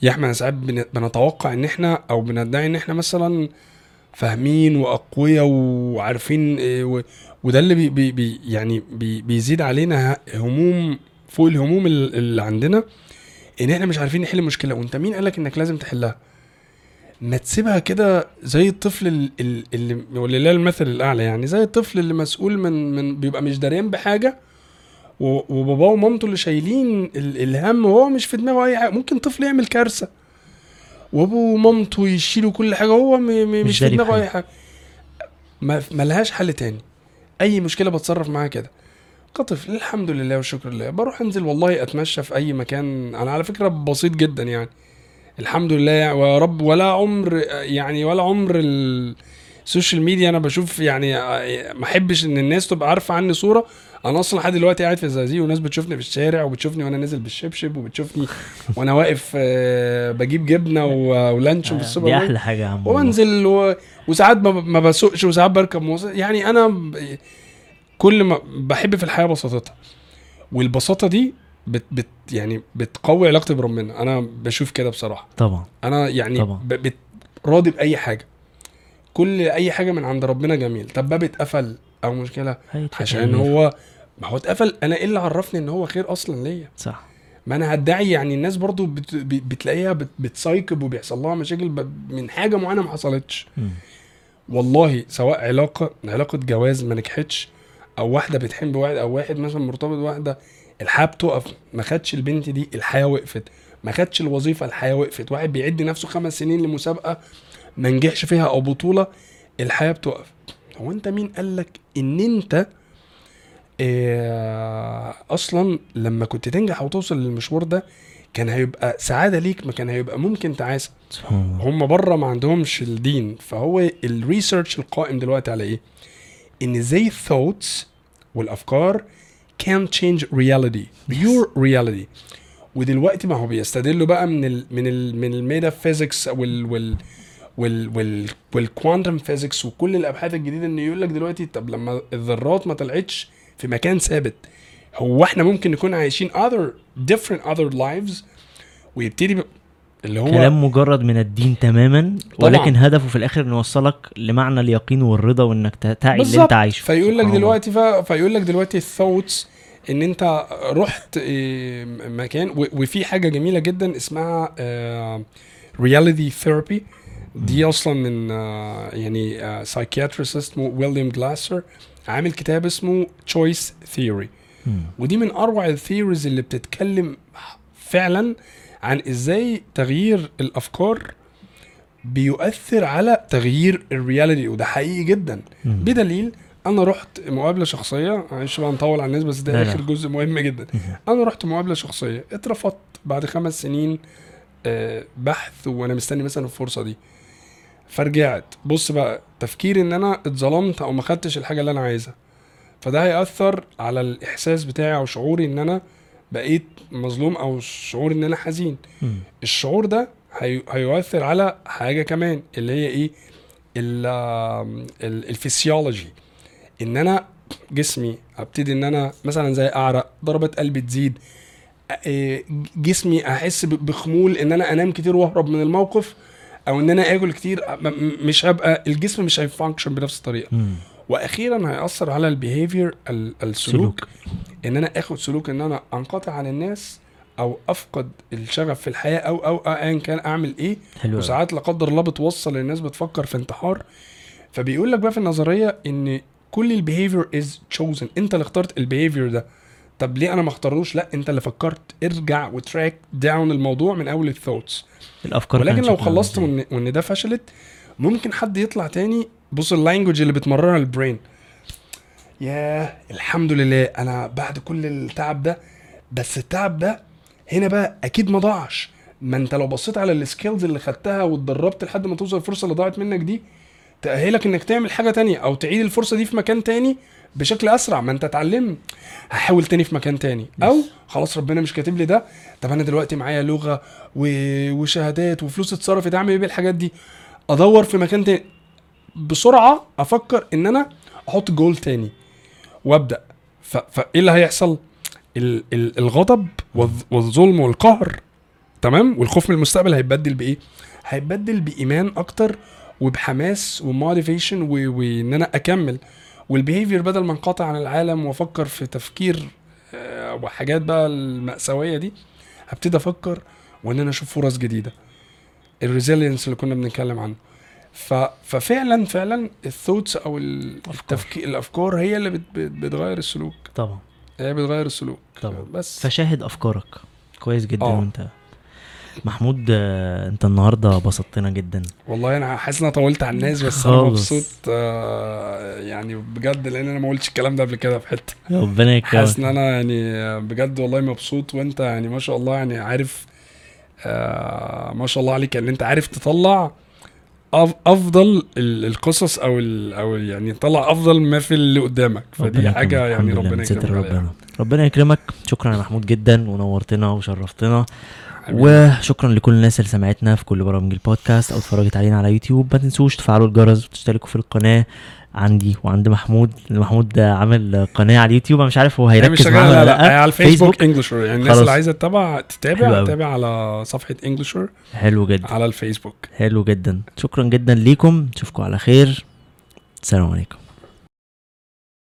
يا احنا ساعات بنتوقع ان احنا او بندعي ان احنا مثلا فاهمين واقوياء وعارفين وده اللي يعني بيزيد علينا هموم فوق الهموم اللي عندنا، ان احنا مش عارفين نحل المشكله. وانت مين قالك انك لازم تحلها؟ ما تسيبها كده زي الطفل اللي ولله المثل الاعلى، يعني زي الطفل اللي مسؤول من بيبقى مش داريان بحاجه، وباباه ومامته اللي شايلين الهم، وهو مش في دماغه اي حاجه. ممكن طفل يعمل كارثه وابوه ومامته يشيلوا كل حاجه، هو مش في دماغه اي حاجه. ما لهاش حل تاني. اي مشكله بتصرف معاها كده كطفل. الحمد لله والشكر لله. بروح انزل والله اتمشى في اي مكان، انا على فكره بسيط جدا يعني الحمد لله يعني، ويا رب ولا عمر السوشيال ميديا انا بشوف يعني ما احبش ان الناس تبقى عارفه عني صوره. انا اصلا لحد دلوقتي قاعد في الزقازيق وناس بتشوفني في الشارع، وبتشوفني وانا نازل بالشبشب، وبتشوفني وانا واقف بجيب جبنه ولانشون في السوبر دي ماركت. احلى حاجه يا عم. وانزل وساعات ما بسوقش، وساعات بركب مواصلات. يعني انا كل ما بحب في الحياه بساطتها، والبساطه دي يعني بتقوي علاقتي بربنا. انا بشوف كده بصراحه. طبعا انا يعني راضي باي حاجه. كل اي حاجه من عند ربنا جميل. طب باب اتقفل او مشكله عشان هو ما هو اتقفل، انا ايه اللي عرفني ان هو خير اصلا ليا؟ صح. ما انا هدعي يعني الناس برضو بتلاقيها بتسايكب وبيحصل لها مشاكل من حاجه معينه ما حصلتش. والله سواء علاقه جواز ما نجحتش، او واحده بتحب واحد، او واحد مثلا مرتبط بواحده، الحياه بتقف. ما خدش البنت دي الحياه وقفت، ما خدش الوظيفه الحياه وقفت، واحد بيعد نفسه 5 سنين لمسابقه ما نجحش فيها او بطوله، الحياه بتقف. هو انت مين قالك ان انت اصلا لما كنت تنجح او توصل للمشوار ده كان هيبقى سعاده ليك، ما كان هيبقى ممكن تعاسه. هم بره ما عندهمش الدين. فهو الريسيرش القائم دلوقتي على ايه؟ ان ازاي الثوتس والافكار can change reality, your reality. ودلوقتي ما هو بيستدلوا بقى من الميتافيزيكس والكوانتم فيزيكس وكل الابحاث الجديده، ان يقول لك دلوقتي طب لما الذرات ما طلعتش في مكان ثابت، هو احنا ممكن نكون عايشين other lives. ويبتدي اللي هو كلام مجرد من الدين تماما، ولكن هدفه في الاخر انه يوصلك لمعنى اليقين والرضا، وانك تعي اللي انت عايشه. فيقول لك دلوقتي الثوتس ان انت رحت مكان. وفي حاجه جميله جدا اسمها reality therapy. دي اصلا من يعني psychiatrist اسمه ويليام جلاسر عامل كتاب اسمه choice theory. ودي من اروع الثيوريز اللي بتتكلم فعلا عن ازاي تغيير الافكار بيؤثر على تغيير الرياليتي. وده حقيقي جدا. بدليل انا رحت مقابله شخصيه، معلش بقى نطول على الناس بس ده اخر جزء مهم جدا. انا رحت مقابله شخصيه، اترفضت بعد 5 سنين بحث وانا مستني مثلا الفرصه دي. فرجعت بص بقى تفكير ان انا اتظلمت او ما خدتش الحاجه اللي انا عايزها، فده هيأثر على الاحساس بتاعي او شعوري ان انا بقيت مظلوم، او شعور ان انا حزين. الشعور ده هيؤثر على حاجه كمان اللي هي ايه؟ الفسيولوجي. ان انا جسمي ابتدي ان انا مثلا زي اعرق، ضربات قلبي تزيد، جسمي احس بخمول، ان انا انام كتير واهرب من الموقف، او ان انا اكل كتير، مش هبقى الجسم مش هيفانكشن بنفس الطريقه. واخيرا هيأثر على البيهيفير، السلوك. ان انا اخد سلوك ان انا انقطع عن الناس، او افقد الشغف في الحياه، او ايا كان اعمل ايه. وساعات لا قدر الله بتوصل للناس بتفكر في انتحار. فبيقول لك بقى في النظريه ان كل البيهيفير از تشوزن. انت اللي اخترت البيهيفير ده. طب ليه انا ما اختاروش؟ لا، انت اللي فكرت. ارجع وتراك داون الموضوع من اول الثوتس، الافكار. ولكن لو خلصت وان ده فشلت، ممكن حد يطلع تاني. بص اللانجوج اللي بتمررها البرين، يا الحمد لله انا بعد كل التعب ده، بس التعب ده هنا بقى اكيد ما ضاعش. ما انت لو بصيت على السكيلز اللي خدتها واتدربت لحد ما توصل الفرصه اللي ضاعت منك دي، تأهلك انك تعمل حاجه تانية او تعيد الفرصه دي في مكان تاني بشكل اسرع. ما انت اتعلمت، هحاول تاني في مكان تاني. او خلاص ربنا مش كاتب لي ده، طب انا دلوقتي معايا لغه وشهادات وفلوس اتصرفت، اعمل ايه بالحاجات دي؟ ادور في مكان تاني بسرعه، افكر ان انا احط جول تاني وابدا. فايه اللي هيحصل؟ الغضب والظلم والقهر تمام. والخوف من المستقبل هيتبدل بايه؟ هيتبدل بايمان اكتر وبحماس وموتيفيشن وان انا اكمل. والبيهيفير بدل ما انقطع عن العالم وافكر في تفكير وحاجات بقى المأساوية دي، هبتدي افكر وان انا اشوف فرص جديدة. الريزيلينس اللي كنا بنتكلم عنه. ففعلا الثوتس او التفكير الافكار هي اللي بتغير السلوك. طبعا هي بتغير السلوك طبعا. بس فشاهد افكارك كويس جدا. وانت محمود انت النهارده بسطتنا جدا والله. انا حاسس ان انا طولت على الناس بس انا مبسوط يعني بجد لان انا ما قلتش الكلام ده قبل كده في حته. ربنا يكرمك. حاسس ان انا يعني بجد والله مبسوط. وانت يعني ما شاء الله يعني عارف ما شاء الله عليك ان انت عارف تطلع افضل القصص او يعني تطلع افضل ما في اللي قدامك. فدي حاجه يعني ربنا يكرمك. ربنا يكرمك. شكرا يا محمود جدا ونورتنا وشرفتنا. وشكرا لكل الناس اللي سمعتنا في كل برامج البودكاست او اتفرجت علينا على يوتيوب. ما تنسوش تفعلوا الجرس وتشتركوا في القناه عندي وعند محمود عامل قناه على اليوتيوب. انا مش عارف هو هيركز معانا ولا لا. على الفيسبوك انجلشر يعني الناس اللي عايزه تتابع على صفحه انجلشر. حلو جدا على الفيسبوك. حلو جدا. شكرا جدا ليكم. نشوفكم على خير. السلام عليكم.